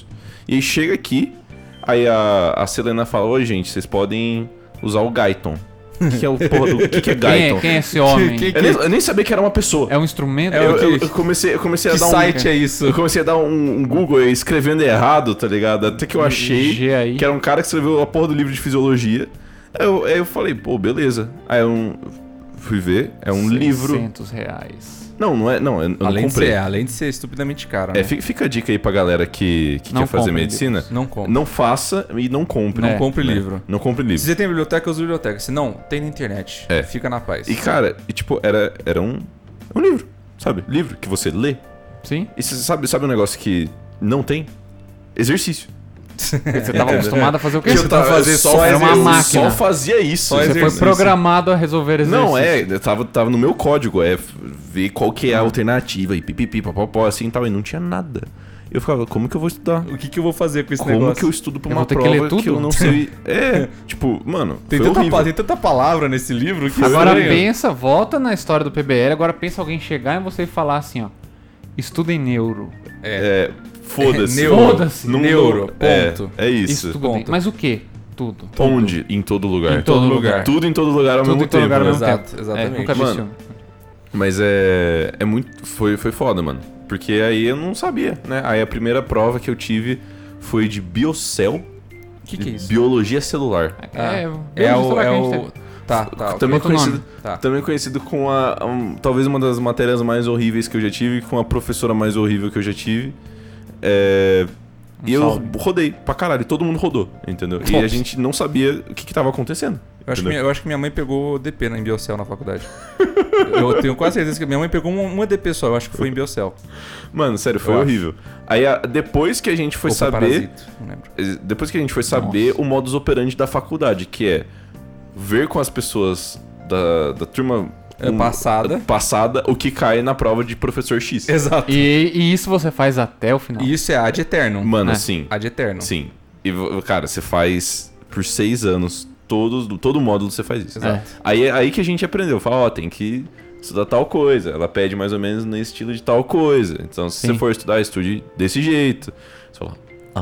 E aí chega aqui, aí a, a Selena fala, ô gente, vocês podem usar o Gaiton. Que é o porra do... O que, que é Quem é, Gaiton? quem é esse homem? Que- que- Eu, nem, eu nem sabia que era uma pessoa. É um instrumento? É eu, o eu, que- eu comecei, eu comecei a Que dar um... site é isso? Eu comecei a dar um, um Google aí, escrevendo errado, tá ligado? Até que eu achei G aí. que era um cara que escreveu a porra do livro de fisiologia. Aí eu, aí eu falei, pô, beleza. Aí eu um, fui ver, é um livro... seiscentos reais. Não, não é, não, eu, eu não Além de, comprei. ser, além de ser estupidamente caro, É, né? fica, fica a dica aí pra galera que, que Não quer fazer comprem medicina. livros. Não compre. Não faça e não compre. Não É, compre né? livro. Não compre Se livro. você tem biblioteca, use biblioteca. Se não, tem na internet. É. Fica na paz. E cara, e, tipo, era, era um, um livro, sabe? Livro que você lê. Sim? E você sabe, sabe um negócio que não tem? Exercício. Você tava acostumado a fazer o quê? Que Você eu tava fazer só era uma exercício. máquina. Só fazia isso. Só Você foi exercício. programado a resolver exercícios. Não, é, eu tava, tava no meu código, é f- ver qual que é a alternativa e pipipi, papapó, assim e tal, e não tinha nada. Eu ficava, como que eu vou estudar? O que, que eu vou fazer com esse Como negócio? que eu estudo pra Eu uma vou ter que prova ler tudo? eu não sei? É, tipo, mano, Tem foi tanta, horrível. pa- tem tanta palavra nesse livro que Agora estranho. pensa, volta na história do P B L, agora pensa alguém chegar em você e falar assim, ó. Estuda em neuro. É, foda-se. Neuro. Foda-se. Não- Neuro, é, ponto. É isso. Estuda em... ponto. Mas o quê? Tudo. Onde? Em todo lugar. Em todo lugar. Tudo em todo lugar ao Tudo mesmo em todo tempo. lugar ao né? mesmo Exato, tempo. exatamente. É, nunca vi Mano, esse filme. Mas é, é muito. Foi, foi foda, mano. Porque aí eu não sabia, né? Aí a primeira prova que eu tive foi de Biocel, O que, que é isso? Biologia Celular. É, É é o. celular É que a gente o... teve. Tá, tá. também, outro nome. conhecido, Tá. também conhecido com a. um, talvez uma das matérias mais horríveis que eu já tive, com a professora mais horrível que eu já tive. É. Um E eu salve. rodei pra caralho, todo mundo rodou, entendeu? E a gente não sabia o que, que tava acontecendo. Eu acho, que entendeu? minha, eu acho que minha mãe pegou D P na, em Biocel na faculdade. Eu tenho quase certeza que minha mãe pegou uma, uma D P só, eu acho que foi em Biocel. Mano, sério, foi Eu acho. horrível. Aí a- depois que a gente foi Ou foi saber. Parasito, não lembro. Depois que a gente foi saber o modus operandi da faculdade, que é ver com as pessoas da, da turma É, passada. passada o que cai na prova de professor X. Exato. E, e isso você faz até o final. E isso é ad eterno. Mano, É. sim. Ad eterno. Sim. E, vo- cara, você faz por seis anos, todos, todo módulo você faz isso. Exato. É. Aí é aí que a gente aprendeu. Fala, ó, tem que estudar tal coisa. Ela pede mais ou menos no estilo de tal coisa. Então, se Sim. você for estudar, estude desse jeito. Você fala,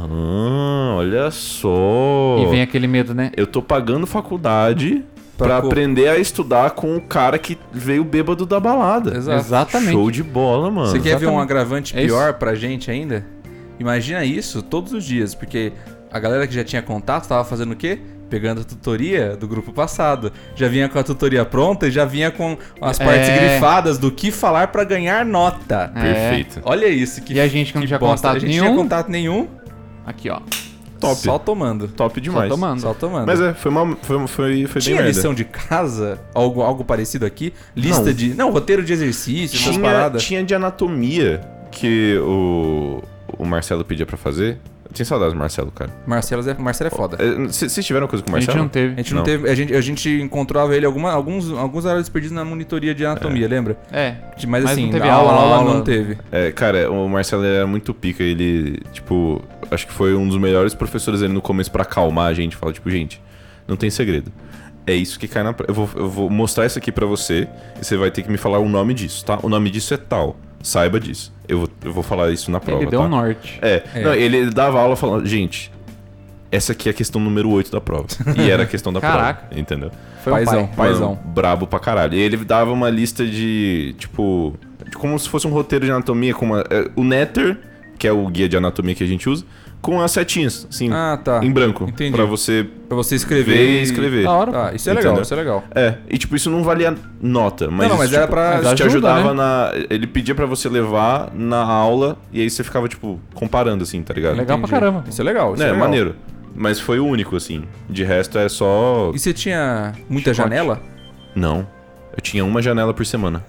ah, olha só. E vem aquele medo, né? Eu tô pagando faculdade pra, Pra co- aprender a estudar com o cara que veio bêbado da balada. Exato. Exatamente. Show de bola, mano. Você quer ver um Exatamente. agravante É isso. pior pra gente ainda? Imagina isso todos os dias, porque a galera que já tinha contato tava fazendo o quê? Pegando a tutoria do grupo passado. Já vinha com a tutoria pronta e já vinha com as É. partes grifadas do que falar pra ganhar nota. É. Perfeito. Olha isso, que E a gente que não tinha bosta. contato A gente nenhum. tinha contato nenhum, Aqui, ó. Top. só tomando. Top demais. Só tomando. Só tomando. Mas é, foi, uma, foi, foi, foi bem Tinha merda. lição de casa? Algo, algo parecido aqui? Lista Não. de... Não, roteiro de exercício, essas Tinha, paradas. tinha de anatomia que o, o Marcelo pedia pra fazer. Eu tinha saudades do Marcelo, cara. Marcelo é, Marcelo é foda. É, Vocês vocês tiveram coisa com o A gente Marcelo? não teve. A gente não, Não. teve. A gente, a gente encontrava ele alguma, alguns, alguns horários perdidos na monitoria de anatomia, lembra? É. Mas, Mas assim, não teve na aula, aula, aula aula. não teve. É, cara, o Marcelo era muito pica. Ele, tipo, acho que foi um dos melhores professores ali no começo pra acalmar a gente. Falar, tipo, gente, não tem segredo. É isso que cai na prova. Eu vou, eu vou mostrar isso aqui pra você e você vai ter que me falar o nome disso, tá? O nome disso é tal. Saiba disso. Eu vou, eu vou falar isso na prova, Ele deu tá? um norte. É, É. Não, ele dava aula falando, gente, essa aqui é a questão número oito da prova. E era a questão da Caraca. prova, entendeu? Foi o Paizão. pai. Paizão. Mano, brabo pra caralho. E ele dava uma lista de, tipo, de como se fosse um roteiro de anatomia, com uma, é, o Netter, que é o guia de anatomia que a gente usa, com as setinhas, assim, Ah, tá. em branco, Entendi. pra você Pra você escrever ver e e escrever. Da hora. Ah, isso é legal, Entendeu? isso é legal. É, e tipo, isso não valia nota, mas não, não, isso, mas era tipo, pra... mas isso te ajuda, ajudava né? na... Ele pedia pra você levar na aula e aí você ficava, tipo, comparando, assim, tá ligado? Legal pra caramba. Isso é legal, isso é, É, legal. maneiro. Mas foi o único, assim. De resto é só... E você tinha muita Chicote. janela? Não. Eu tinha uma janela por semana.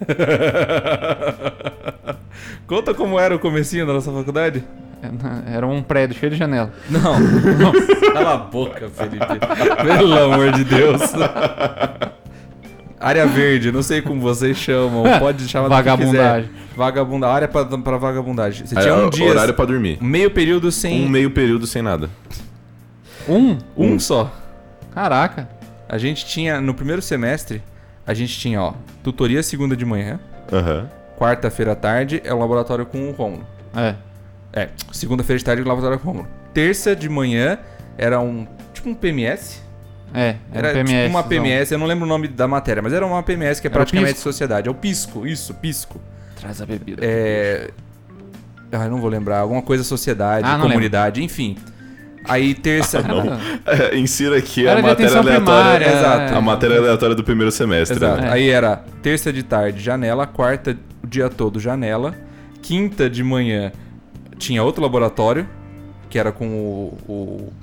Conta como era o comecinho da nossa faculdade. Era um prédio cheio de janela. Não. Cala a boca, Felipe. Pelo amor de Deus. Área verde, não sei como vocês chamam. Pode chamar do que Vagabundagem. quiser. Vagabunda, área pra, pra vagabundagem. Você Aí, tinha um ó, dia, horário pra dormir. meio período sem... Um meio período sem nada. Um? um só. Caraca. A gente tinha, no primeiro semestre, a gente tinha, ó, tutoria segunda de manhã, Aham. quarta-feira à tarde é o laboratório com o Rômulo. É. É, segunda-feira de tarde é o laboratório com o Rômulo. terça de manhã era um, tipo um P M S. É, era, Era um P M S. tipo uma P M S, eu não lembro o nome da matéria, mas era uma P M S que é Era o praticamente pisco. sociedade. É o pisco, isso, pisco. Traz a bebida. É... Ah, eu não vou lembrar. Alguma coisa sociedade, Ah, não comunidade, enfim. Aí terça... Ah, não. É, insira aqui Era a de matéria atenção aleatória. primária. Exato. é. A matéria aleatória do primeiro semestre. Exato. né? É. Aí era terça de tarde, janela. Quarta, o dia todo, janela. Quinta de manhã tinha outro laboratório, que era com o... o-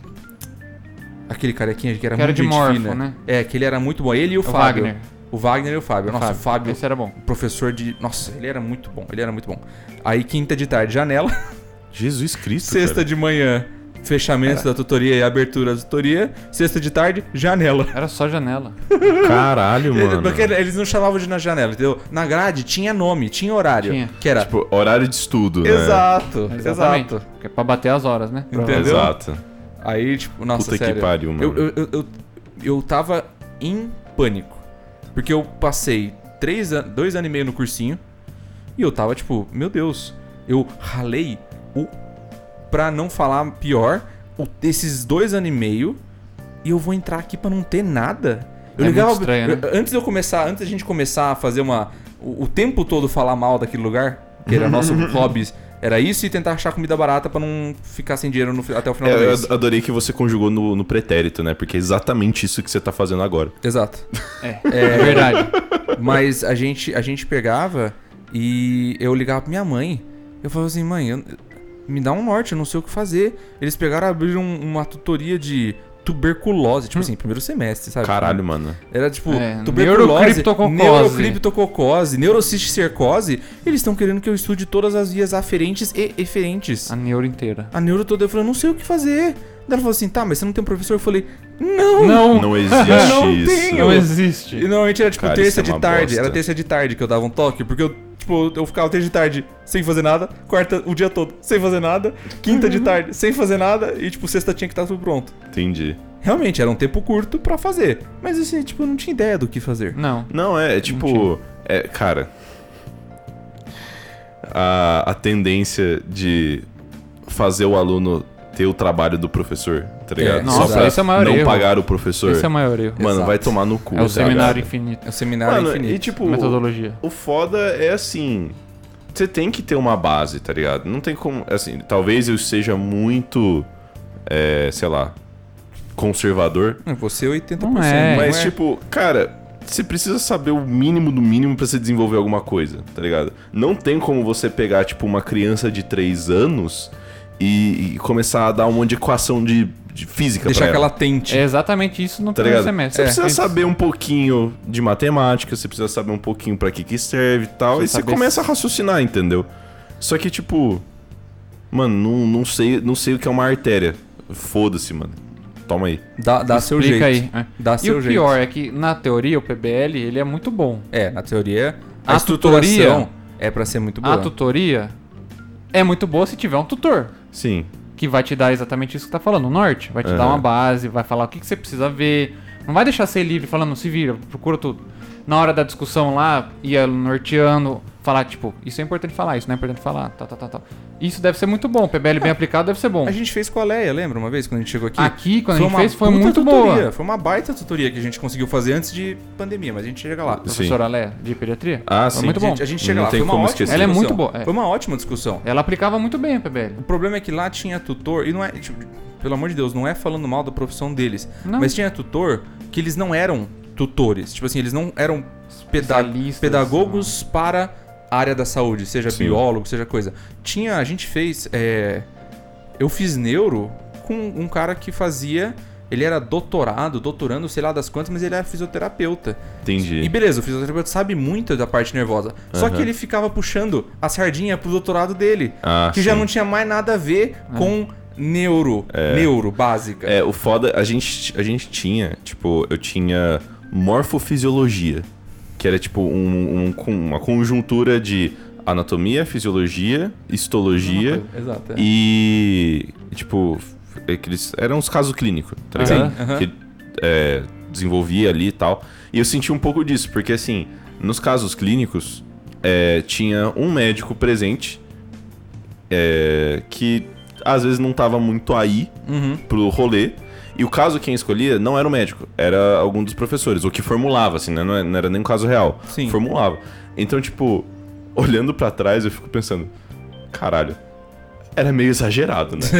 Aquele carequinha que era Que era muito de gente morfo, fina. né? É, que ele era muito bom. Ele e o, O Fábio. Wagner. O Wagner e o Fábio. Nossa, o Fábio, Esse era bom. professor de... Nossa, ele era muito bom. Ele era muito bom. Aí quinta de tarde, janela. Jesus Cristo, Sexta cara. de manhã, fechamento da tutoria e abertura da tutoria. Sexta de tarde, janela. Era só janela. Caralho, mano. Porque eles não chamavam de na janela, entendeu? Na grade tinha nome, tinha horário. Tinha. Que era... Tipo, horário de estudo, né? Exato, Exatamente. exato. Que é pra bater as horas, né? Entendeu? Exato. Aí, tipo, nossa, Puta que sério. pariu, mano. Eu, eu, eu, eu, eu tava em pânico. Porque eu passei três an- dois anos e meio no cursinho. E eu tava, tipo, meu Deus. Eu ralei o... Pra não falar pior, o, esses dois anos e meio. E eu vou entrar aqui pra não ter nada. Eu É ligava... muito estranho, né? eu- antes de eu começar... Antes da gente começar a fazer uma... O, o tempo todo falar mal daquele lugar. Que era nosso hobby. Era isso e tentar achar comida barata pra não ficar sem dinheiro no fi- até o final É, do eu mês. ad- adorei que você conjugou no, no pretérito, né? Porque é exatamente isso que você tá fazendo agora. Exato. É, é verdade. Mas a gente, a gente pegava e eu ligava pra minha mãe. Eu falava assim, mãe, eu- me dá um norte, eu não sei o que fazer. Eles pegaram e abriram uma tutoria de tuberculose, tipo assim, primeiro semestre, sabe? Caralho, mano. Era tipo, É, tuberculose, neurocriptococose. neurocriptococose, neurocisticercose. Eles estão querendo que eu estude todas as vias aferentes e eferentes. A neuro inteira. A neuro toda, eu falei, eu não sei o que fazer. Daí ela falou assim, tá, mas você não tem um professor? Eu falei, não! Não, Não existe Não isso. tenho. não existe. E normalmente era tipo Cara, terça isso é de uma tarde. bosta. Era terça de tarde que eu dava um toque, porque eu, tipo, eu ficava terça de tarde sem fazer nada, quarta o dia todo sem fazer nada, quinta de tarde sem fazer nada, e tipo, sexta tinha que estar tudo pronto. Entendi. Realmente, era um tempo curto pra fazer. Mas assim, tipo, eu não tinha ideia do que fazer. Não. Não, é, é tipo... É, cara... A, a tendência de fazer o aluno ter o trabalho do professor, tá ligado? É, nossa, Só pra esse é o maior não erro. pagar o professor. Esse é o maior erro. Mano, Exato. vai tomar no cu. É o tá seminário ligado? infinito. É o seminário Mano, infinito. e tipo... Metodologia. O foda é assim... Você tem que ter uma base, tá ligado? Não tem como... Assim, talvez eu seja muito... É, sei lá... Conservador. Você é oitenta por cento. Não é. Mas, não é? tipo, cara... Você precisa saber o mínimo do mínimo pra você desenvolver alguma coisa, tá ligado? Não tem como você pegar, tipo, uma criança de três anos e, e começar a dar um monte de equação de, de física Deixar pra que ela. ela tente. É exatamente isso no Tá primeiro ligado? semestre. Você É. precisa Isso. saber um pouquinho de matemática, você precisa saber um pouquinho pra que que serve e tal, Precisa e você saber começa a se- raciocinar, entendeu? Só que, tipo... Mano, não, não, sei, não sei o que é uma artéria. Foda-se, mano. Toma aí. Dá, dá seu Explica jeito. aí. é. Dá E seu o jeito. pior é que, na teoria, o P B L, ele é muito bom. É, na teoria, a, A estruturação tutoria- é pra ser muito boa. A tutoria é muito boa se tiver um tutor. Sim. Que vai te dar exatamente isso que tá falando, o norte. Vai te Aham. dar uma base, vai falar o que, que você precisa ver. Não vai deixar ser livre falando, se vira, procura tudo. Na hora da discussão lá, ia norteando, falar, tipo, isso é importante falar, isso não é importante falar, tal, tal, tal, tal. Isso deve ser muito bom, P B L bem aplicado deve ser bom. A gente fez com a Leia, lembra uma vez quando a gente chegou aqui? Aqui, quando a gente uma fez, foi puta muito tutoria, boa. Foi uma baita tutoria que a gente conseguiu fazer antes de pandemia, mas a gente chega lá. Professora Léa, de pediatria. Ah, foi sim. muito bom. A gente, a gente chega Não lá, tem foi uma como ótima esquecer. Ela é discussão. muito boa, é. Foi uma ótima discussão. Ela aplicava muito bem a P B L. O problema é que lá tinha tutor, e não é, tipo, pelo amor de Deus, não é falando mal da profissão deles, Não. mas tinha tutor que eles não eram tutores. Tipo assim, eles não eram peda Especialistas, pedagogos para a área da saúde, seja Sim. biólogo, seja coisa. Tinha, a gente fez, é, eu fiz neuro com um cara que fazia, ele era doutorado, doutorando, sei lá das quantas, mas ele era fisioterapeuta. Entendi. E beleza, o fisioterapeuta sabe muito da parte nervosa. Só Aham. que ele ficava puxando a sardinha pro doutorado dele. Ah, que já sim. não tinha mais nada a ver com neuro. Neuro, básica. É, o foda, a gente, a gente tinha, tipo, eu tinha morfofisiologia, que era tipo um, um- uma conjuntura de anatomia, fisiologia, histologia Exato. É. e, tipo, aqueles, eram os casos clínicos, tá ligado? Sim, aham. Que é, desenvolvia ali e tal. E eu senti um pouco disso, porque assim, nos casos clínicos, é, tinha um médico presente é, que às vezes não tava muito aí Uhum. pro rolê. E o caso quem escolhia não era o médico, era algum dos professores, ou que formulava, assim, né? Não não era nem um caso real. Sim. Formulava. Então, tipo, olhando pra trás, eu fico pensando, caralho, era meio exagerado, né?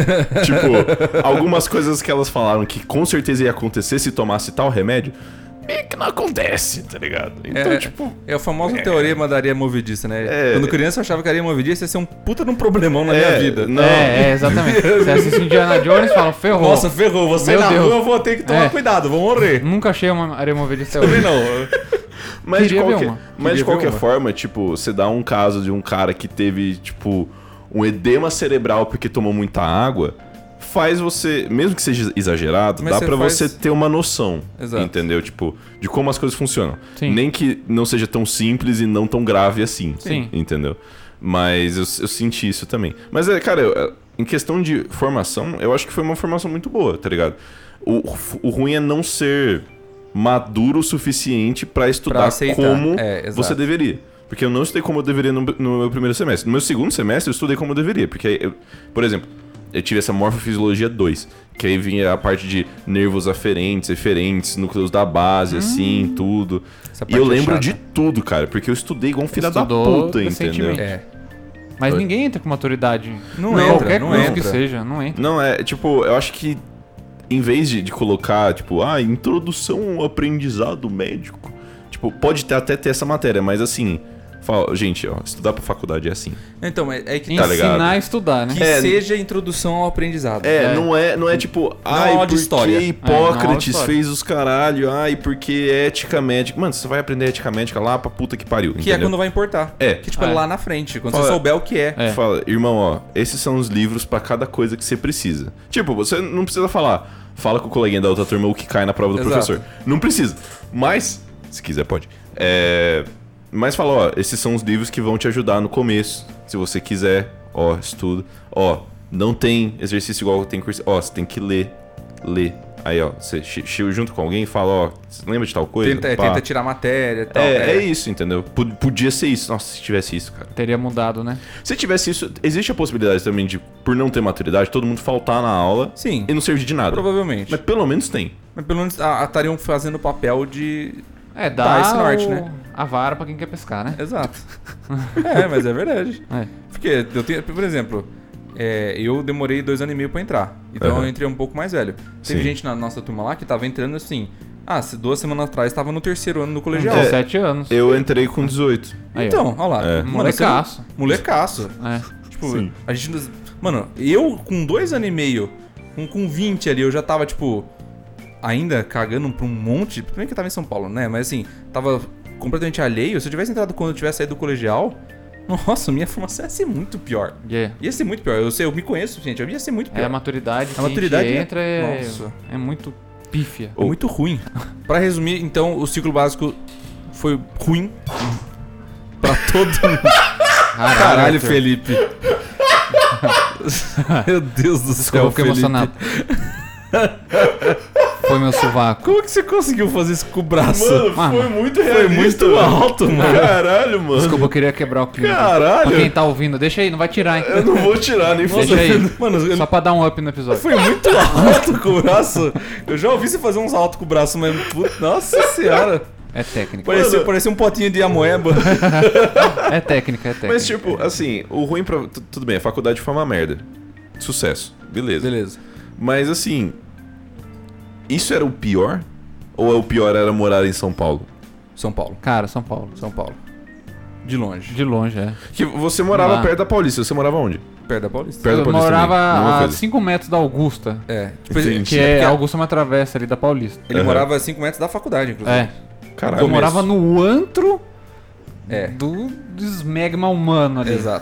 Tipo, algumas coisas que elas falaram que com certeza ia acontecer se tomasse tal remédio, meio que não acontece, tá ligado? Então, É, tipo... é a famosa teoria da areia movediça, né? É. Quando criança eu achava que a areia movediça ia ser um puta de um problemão na É, minha vida. não. É, é, exatamente. Você assiste Indiana Jones e fala, ferrou. Nossa, ferrou. Você Meu na Deus. rua eu vou ter que tomar É. cuidado, vou morrer. Nunca achei uma areia movediça até Também hoje. não. Mas de Queria ver qualquer, uma. mas de Queria qualquer ver uma. forma, tipo, você dá um caso de um cara que teve, tipo, um edema cerebral porque tomou muita água, faz você, mesmo que seja exagerado, Mas dá você pra faz- você ter uma noção, Exato. entendeu? Tipo, de como as coisas funcionam. Sim. Nem que não seja tão simples e não tão grave assim, Sim. entendeu? Mas eu, eu senti isso também. Mas, é, cara, eu- em questão de formação, eu acho que foi uma formação muito boa, tá ligado? O, o ruim é não ser maduro o suficiente pra Pra estudar aceitar. como É, exato. você deveria. Porque eu não estudei como eu deveria no, no meu primeiro semestre. No meu segundo semestre eu estudei como eu deveria. Porque, aí eu, por exemplo, eu tive essa morfofisiologia dois. Que aí vinha a parte de nervos aferentes, eferentes, núcleos da base, assim, tudo. Essa E eu parte é lembro chata. de tudo, cara. Porque eu estudei igual um filho da Estudou puta, entendeu? recentemente. É. Mas Oi. ninguém entra com maturidade. Não Em entra, Qualquer não coisa entra. que seja, não entra. Não, é, tipo, eu acho que em vez de, de colocar, tipo, ah, introdução ao aprendizado médico, tipo, pode ter, até ter essa matéria, mas assim, fala, gente, ó, estudar pra faculdade é assim. Então, é, é que Tá tá ligado? Ensinar a estudar, né? que É. seja introdução ao aprendizado. É, É. não é, não é tipo, ai, aula de porque história. É, não Hipócrates aula de história. fez os caralho, ai, porque ética médica. Mano, você vai aprender ética médica lá pra puta que pariu, Que é entendeu? quando vai importar. É. Que tipo, é É. lá na frente, quando Fala- você souber o que é. É. Fala, irmão, ó, esses são os livros pra cada coisa que você precisa. Tipo, você não precisa falar, fala com o coleguinha da outra turma o que cai na prova do Exato. professor. Não precisa. Mas, se quiser, pode. É... Mas fala, ó, esses são os livros que vão te ajudar no começo. Se você quiser, ó, estuda. Ó, não tem exercício igual tem curso. Ó, você tem que ler. Ler. Aí, ó, você che- chega junto com alguém e fala, ó, você lembra de tal coisa? Tenta, é, Pá. tenta tirar matéria e tal. É, é isso, entendeu? P- Podia ser isso. Nossa, se tivesse isso, cara. Teria mudado, né? Se tivesse isso, existe a possibilidade também de, por não ter maturidade, todo mundo faltar na aula Sim, e não servir de nada. provavelmente. Mas pelo menos tem. Mas pelo menos ah, estariam fazendo o papel de... É, Dá dá esse norte, o- né? a vara pra quem quer pescar, né? Exato. É, mas é verdade. É. Porque eu tenho, por exemplo, é, eu demorei dois anos e meio pra entrar. Então Aham. eu entrei um pouco mais velho. Teve Sim. gente na nossa turma lá que tava entrando assim. Ah, se duas semanas atrás tava no terceiro ano do Com colegial. É. dezessete anos. Eu entrei com dezoito. Aí, ó. Então, olha lá. É. Mano, Molecaço. você- Molecaço. É. Tipo, Sim. a gente. não- Mano, eu com dois anos e meio, com, com vinte ali, eu já tava, tipo, ainda cagando pra um monte. Primeiro que eu tava em São Paulo, né? Mas assim, tava completamente alheio. Se eu tivesse entrado quando eu tivesse saído do colegial, nossa, minha formação ia ser muito pior. Yeah. Ia ser muito pior. Eu sei, eu me conheço, gente. Eu ia ser muito pior. É a maturidade que A maturidade a gente é- entra é, Nossa. é muito pífia. É muito ruim. Pra resumir, então, o ciclo básico foi ruim pra todo mundo. Caralho, Arthur. Felipe. Meu Deus do céu, Desculpa, fiquei Felipe. emocionado. Foi meu sovaco. Como que você conseguiu fazer isso com o braço? Ah, foi muito Foi muito alto, mano. Caralho, mano. Desculpa, eu queria quebrar o clima. Caralho. Pra quem tá ouvindo, deixa aí, não vai tirar, hein? Eu não vou tirar nem Deixa fazer. aí. Mano, eu- Só pra dar um up no episódio. foi muito alto com o braço. Eu já ouvi você fazer uns altos com o braço, mas... puta- Nossa senhora. É técnica. Parecia, Mano. parecia um potinho de amoeba. É técnica, é técnica. Mas, tipo, assim, o ruim pra. tu- Tudo bem, a faculdade foi uma merda. Sucesso. Beleza. Beleza. Mas, assim. Isso era o pior? Ou o pior era morar em São Paulo? São Paulo. Cara, São Paulo. São Paulo. De longe. De longe, é. Que você morava Lá. perto da Paulista. Você morava onde? Perto da Paulista. Perto da Eu Paulista também, mesma morava a coisa. cinco metros da Augusta. É. Tipo, Entendi. ele, Que é, porque a Augusta é uma travessa ali da Paulista. ele Aham. morava a cinco metros da faculdade, inclusive. É. Caralho. Eu morava no antro É. do desmegma humano ali. Exato.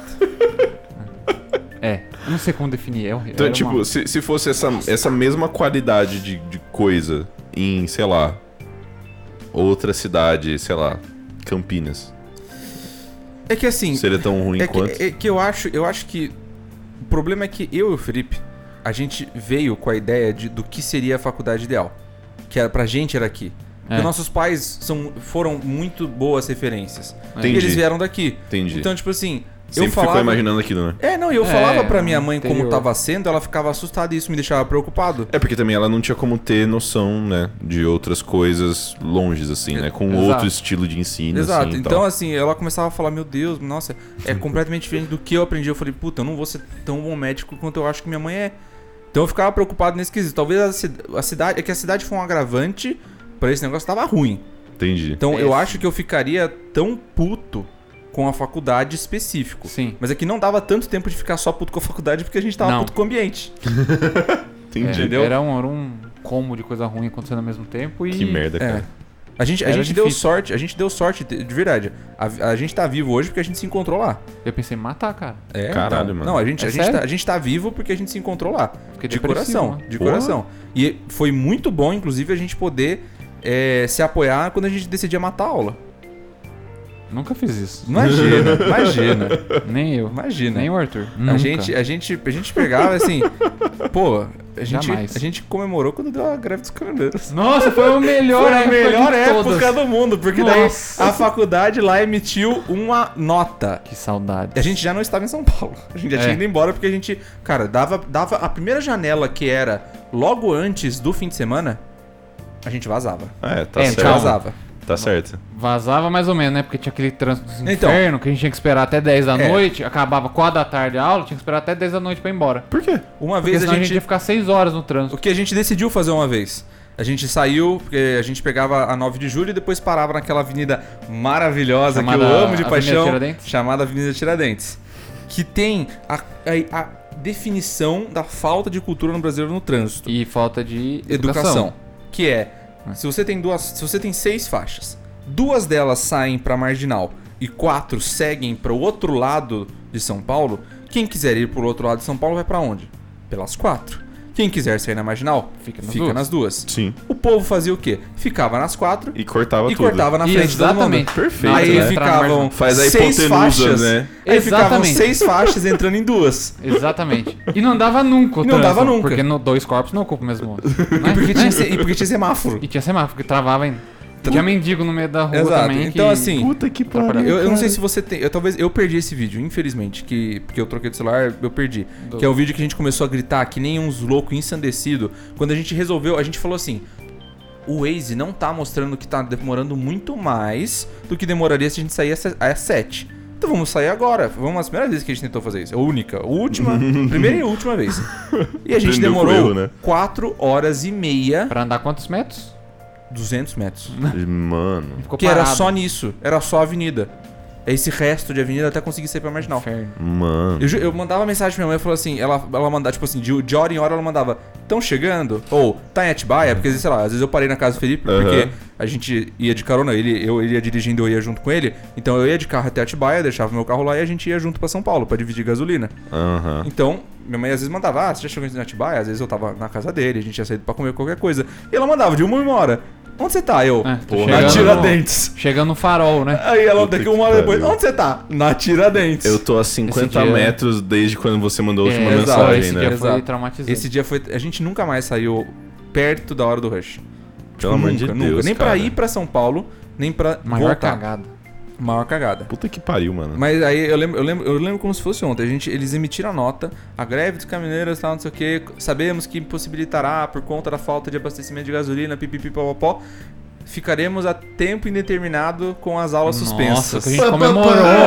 É. Eu não sei como definir. É horrível. Então, Era tipo, uma- se, se fosse essa, essa mesma qualidade de, de coisa em, sei lá, outra cidade, sei lá, Campinas, É que assim... seria tão ruim É quanto? que, é que eu acho, eu acho que o problema é que eu e o Felipe, a gente veio com a ideia de, do que seria a faculdade ideal. Que era, pra gente era aqui. Porque É. nossos pais são, foram muito boas referências. É. E Entendi. eles vieram daqui. Entendi. Então, tipo assim, Sempre falava- ficou imaginando aquilo, né? É, não, e eu É, falava pra minha mãe como interior. tava sendo, ela ficava assustada e isso me deixava preocupado. É porque também ela não tinha como ter noção, né, de outras coisas longes, assim, né? Com Exato. outro estilo de ensino, Exato. assim, e Então, tal. assim, ela começava a falar, meu Deus, nossa, é completamente diferente do que eu aprendi. Eu falei, puta, eu não vou ser tão bom médico quanto eu acho que minha mãe é. Então eu ficava preocupado nesse quesito. Talvez a, ci- a cidade. É que a cidade foi um agravante pra esse negócio, tava ruim. Entendi. Então eu Péssimo. acho que eu ficaria tão puto com a faculdade específico. Sim. Mas é que não dava tanto tempo de ficar só puto com a faculdade porque a gente tava Não. puto com o ambiente. Entendi. É, Entendeu? era, um, era um combo de coisa ruim acontecendo ao mesmo tempo e... Que merda, É. cara. A gente, a Era gente deu difícil. sorte, a gente deu sorte, de de verdade. A, a gente tá vivo hoje porque a gente se encontrou lá. Eu pensei em matar, cara. É, Caralho, então. mano. Não, a gente, É a, gente sério? tá, a gente tá vivo porque a gente se encontrou lá. Fiquei De depressivo, coração, né? de Porra. coração. E foi muito bom, inclusive, a gente poder é, se apoiar quando a gente decidia matar a aula. Nunca fiz isso. Imagina, imagina, Nem eu. imagina. Nem o Arthur. A Nunca. gente, a, gente, a gente pegava assim, pô, a gente, Jamais. a gente comemorou quando deu a greve dos caminhoneiros. Nossa, foi o melhor Foi a época melhor de época todas. do mundo, porque Nossa. daí a faculdade lá emitiu uma nota. Que saudade. A gente já não estava em São Paulo. A gente já É. tinha ido embora porque a gente, cara, dava, dava a primeira janela que era logo antes do fim de semana, a gente vazava. É, tá É, A gente certo. calma. vazava. Tá certo. Vazava mais ou menos, né? Porque tinha aquele trânsito dos Então. inferno que a gente tinha que esperar até dez da É. noite, acabava quatro da tarde a aula, tinha que esperar até dez da noite pra ir embora. Por quê? Uma Porque vez a senão a gente... gente, ia ficar seis horas no o trânsito. que a gente decidiu fazer uma vez. A gente saiu, porque a gente pegava a nove de julho e depois parava naquela avenida maravilhosa Chamada que eu amo de Avenida paixão, Tiradentes? chamada Avenida Tiradentes. Que tem a, a, a definição da falta de cultura no brasileiro no trânsito. E falta de Educação. educação. Que é, se você tem duas, se você tem seis faixas, duas delas saem pra Marginal e quatro seguem para o outro lado de São Paulo, quem quiser ir pro outro lado de São Paulo vai pra onde? Pelas quatro. Quem quiser sair na Marginal, Fica nas fica duas. nas duas. Sim. O povo fazia o quê? Ficava nas quatro E cortava e tudo. cortava na frente de todo mundo. Exatamente. Perfeito, Aí né? ficavam Faz a seis hipotenusa, faixas, né? Aí ficavam Exatamente. seis faixas entrando em duas. Exatamente. E não dava nunca o Não trânsito, dava nunca. Porque no dois corpos não ocupa o mesmo. Né? E porque tinha, se- e porque tinha semáforo. E tinha semáforo, porque travava ainda. Tinha mendigo no meio da rua Exato. também. Então, que... assim, Puta que pariu. Eu, eu não cara. sei se você tem. Eu, talvez eu perdi esse vídeo, infelizmente, que porque eu troquei de celular, eu perdi. Do- Que é o vídeo que a gente começou a gritar que nem uns loucos ensandecidos. Quando a gente resolveu, a gente falou assim: o Waze não tá mostrando que tá demorando muito mais do que demoraria se a gente sair às se- às sete. Então vamos sair agora. Vamos as primeiras vezes que a gente tentou fazer isso. A única, a última, primeira e última vez. E a gente Aprendeu com demorou erro, né? quatro horas e meia, Pra andar quantos metros? duzentos metros. Mano. Ficou Que era parado. só nisso, era só avenida. Esse resto de avenida até conseguir sair pra Marginal. Inferno. Mano. Eu, ju- eu mandava mensagem pra minha mãe e falava assim, ela, ela mandava, tipo assim, de, de hora em hora ela mandava, tão chegando? Ou, tá em Atibaia? Porque, sei lá, às vezes eu parei na casa do Felipe, Aham. porque a gente ia de carona, ele, eu, ele ia dirigindo, eu ia junto com ele, então eu ia de carro até Atibaia, deixava meu carro lá e a gente ia junto pra São Paulo, pra dividir gasolina. Aham. Então, minha mãe às vezes mandava, ah, você já chegou em Atibaia? Às vezes eu tava na casa dele, a gente ia sair pra comer qualquer coisa. E ela mandava, de uma em uma hora, onde você tá? Eu, É, tô Porra. na chegando Tiradentes. no- Chegando no farol, né? Aí ela, Puta daqui que uma hora depois, pariu. onde você tá? Na Tiradentes. Eu tô a cinquenta dia- metros desde quando você mandou a última É, exato, mensagem, esse né? dia foi Exato. traumatizante. Esse dia foi. A gente nunca mais saiu perto da hora do rush. Pelo amor nunca, de nunca. Deus, Nem cara. pra ir pra São Paulo, nem pra Maior voltar. cagada. Maior cagada. Puta que pariu, mano. Mas aí eu lembro, eu lembro, eu lembro como se fosse ontem. A gente, eles emitiram a nota, a greve dos caminhoneiros, tal, não sei o que. Sabemos que impossibilitará por conta da falta de abastecimento de gasolina, pipipi, popopó. Ficaremos a tempo indeterminado com as aulas Nossa, suspensas. que a gente comemorou.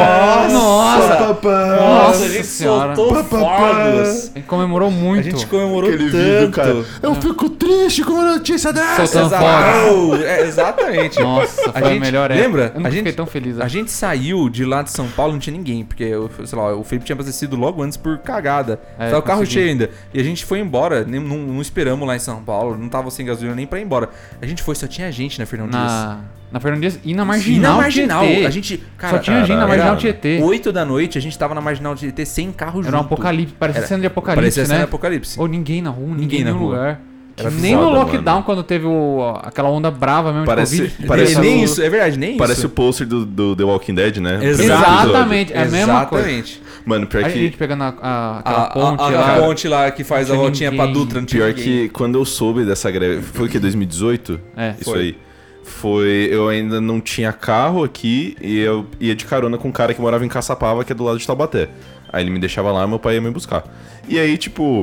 Nossa! papá. Nossa, a gente Senhora. soltou fogos. A gente comemorou muito. A gente comemorou Aquele tanto. vídeo, cara. Eu fico triste com uma notícia dessa. Soltando Exato. fogos. É, exatamente. Nossa, foi A a, gente- melhor lembra? época. Eu nunca A gente- fiquei tão feliz. A gente saiu de lá de São Paulo, não tinha ninguém, porque, eu- sei lá, o Felipe tinha abastecido logo antes por cagada. É, Tava o carro consegui. cheio ainda. E a gente foi embora, nem, não, não esperamos lá em São Paulo, não tava sem gasolina nem pra ir embora. A gente foi, só tinha gente na Fernão Dias. Na, na Fernando Dias e na E Marginal na Marginal, Tietê. a gente, cara, Só tinha gente na caralho. Marginal era Tietê. oito da noite, a gente tava na Marginal Tietê sem carro junto. Era um apocalipse, parecia Era- cena de apocalipse, Parecia cena né? de apocalipse. Ou ninguém na rua, ninguém, Ninguém em na nenhum rua. lugar. Era Nem foda, no lockdown, mano. quando teve o, aquela onda brava mesmo Parece- de Covid. parece- nem o- isso, é verdade, nem Parece isso. o pôster do, do The Walking Dead, né? O Exato. primeiro episódio. Exatamente, é a mesma coisa. Exatamente. Mano, pior A que... gente pegando a, a, aquela A, ponte a, a, lá. a ponte lá que faz a Não tinha voltinha pra ninguém. Dutra, não tinha Pior ninguém. que quando eu soube dessa greve... Foi o que, dois mil e dezoito? É. Isso Foi. aí. foi... Eu ainda não tinha carro aqui e eu ia de carona com um cara que morava em Caçapava, que é do lado de Taubaté. Aí ele me deixava lá e meu pai ia me buscar. E aí, tipo...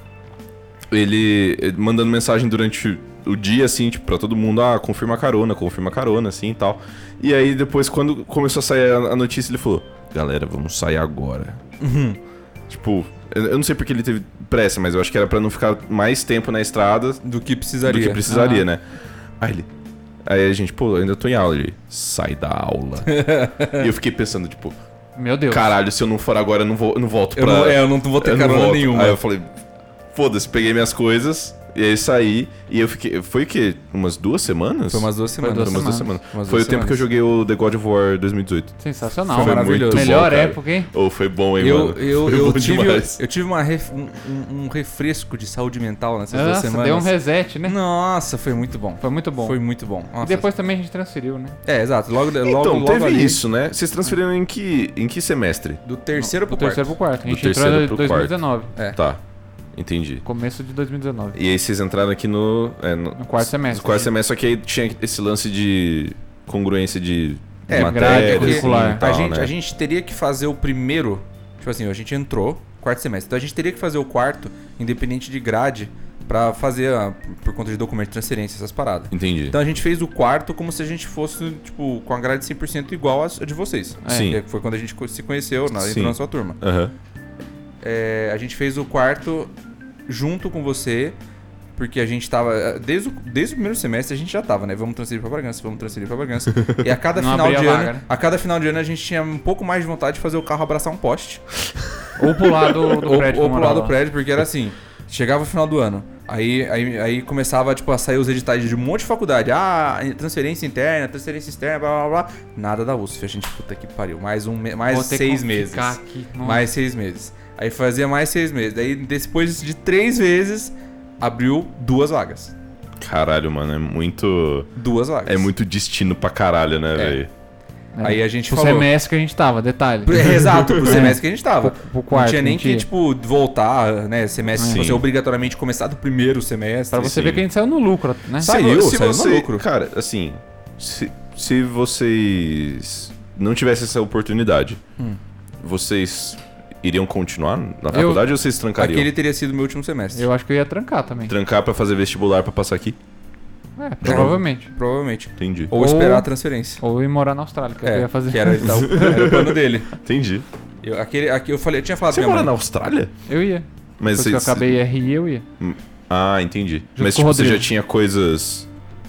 Ele, ele mandando mensagem durante o dia, assim, tipo, pra todo mundo. Ah, confirma a carona, confirma a carona, assim, e tal. E aí, depois, quando começou a sair a, a notícia, ele falou... Galera, vamos sair agora. Uhum. Tipo... Eu não sei porque ele teve pressa, mas eu acho que era pra não ficar mais tempo na estrada Do que precisaria. do que precisaria, Ah. né? Aí ele... Aí a gente, pô, eu ainda tô em aula. Ele, sai da aula. E eu fiquei pensando, tipo... Meu Deus. Caralho, se eu não for agora, eu não, vou, eu não volto Eu pra... não, é, eu não vou ter eu não carona volto. nenhuma. Aí eu falei... Foda-se, peguei minhas coisas... E aí saí, e eu fiquei... Foi o quê? Umas duas semanas? Foi umas duas Foi semanas. duas Foi umas duas semanas. semanas. Umas Foi duas o tempo que eu semanas. joguei o The God of War dois mil e dezoito. Sensacional. Foi maravilhoso. muito Melhor bom, cara. época, hein? Ou foi bom, hein, Eu, mano? eu, Foi eu, bom tive, demais. eu tive uma ref- um, um- um refresco de saúde mental nessas duas Nossa, semanas. deu um reset, né? Nossa, foi muito bom. Foi muito bom. Foi muito bom. Nossa. E depois também a gente transferiu, né? É, exato. Logo, logo, Então, logo teve ali, isso, né? Vocês transferiram em que, em que semestre? do terceiro pro Do quarto. terceiro pro quarto. A Do gente terceiro entrou em pro dois mil e dezenove. É. Tá, entendi. Começo de dois mil e dezenove. E aí vocês entraram aqui no... É, no, No quarto semestre. no quarto semestre, só que aí tinha esse lance de congruência de, de É, grade matéria, assim, curricular. e tal, a, gente, né? a gente teria que fazer o primeiro... Tipo assim, a gente entrou quarto semestre. Então a gente teria que fazer o quarto, independente de grade, pra fazer, a, por conta de documento de transferência, essas paradas. Entendi. Então a gente fez o quarto como se a gente fosse, tipo, com a grade cem por cento igual a de vocês. Sim. Que foi quando a gente co- se conheceu, na, Sim. entrou na sua turma. Aham. É, a gente fez o quarto junto com você, porque a gente tava... Desde o, desde o primeiro semestre a gente já tava, né? Vamos transferir pra Bragança, vamos transferir pra Bragança. E a cada Não final abria de vaga, ano... né? A cada final de ano a gente tinha um pouco mais de vontade de fazer o carro abraçar um poste. Ou pular do, do ou prédio. ou que eu pular do morava. prédio, porque era assim... Chegava o final do ano, aí, aí, aí começava tipo, a sair os editais de um monte de faculdade. Ah, transferência interna, transferência externa, blá blá blá. Nada da U S F. A gente, puta que pariu. Mais, um, me- mais Vou ter seis que meses. ficar aqui. Nossa. Mais seis meses. Aí fazia mais seis meses. Daí depois de três vezes, abriu duas vagas. Caralho, mano, é muito... Duas vagas. É muito destino pra caralho, né, velho? É. Aí a gente Pro falou... semestre que a gente tava, detalhe. É, exato, pro semestre que a gente tava. Pro- pro quarto, não tinha nem mentira. que, tipo, voltar, né? Semestre, Sim. você obrigatoriamente começar do primeiro semestre. Pra você sim. ver que a gente saiu no lucro, né? Sa- Saiu, se saiu no você, lucro. Cara, assim, se, se vocês não tivessem essa oportunidade, Hum. vocês iriam continuar na faculdade ou vocês trancariam? Aquele teria sido meu último semestre. Eu acho que eu ia trancar também. Trancar pra fazer vestibular pra passar aqui? É, provavelmente. Provavelmente. Entendi. Ou, Ou- esperar a transferência. Ou ir morar na Austrália, que é o que eu ia fazer. que era, então, era o plano dele. Entendi. Eu, aquele, aqui, eu, falei, eu tinha falado Você pra minha mora mãe. na Austrália? Eu ia. Mas Depois que eu vocês- acabei R I, eu ia. Ah, entendi. Junto Mas com o tipo, você já Rodrigo. tinha coisas...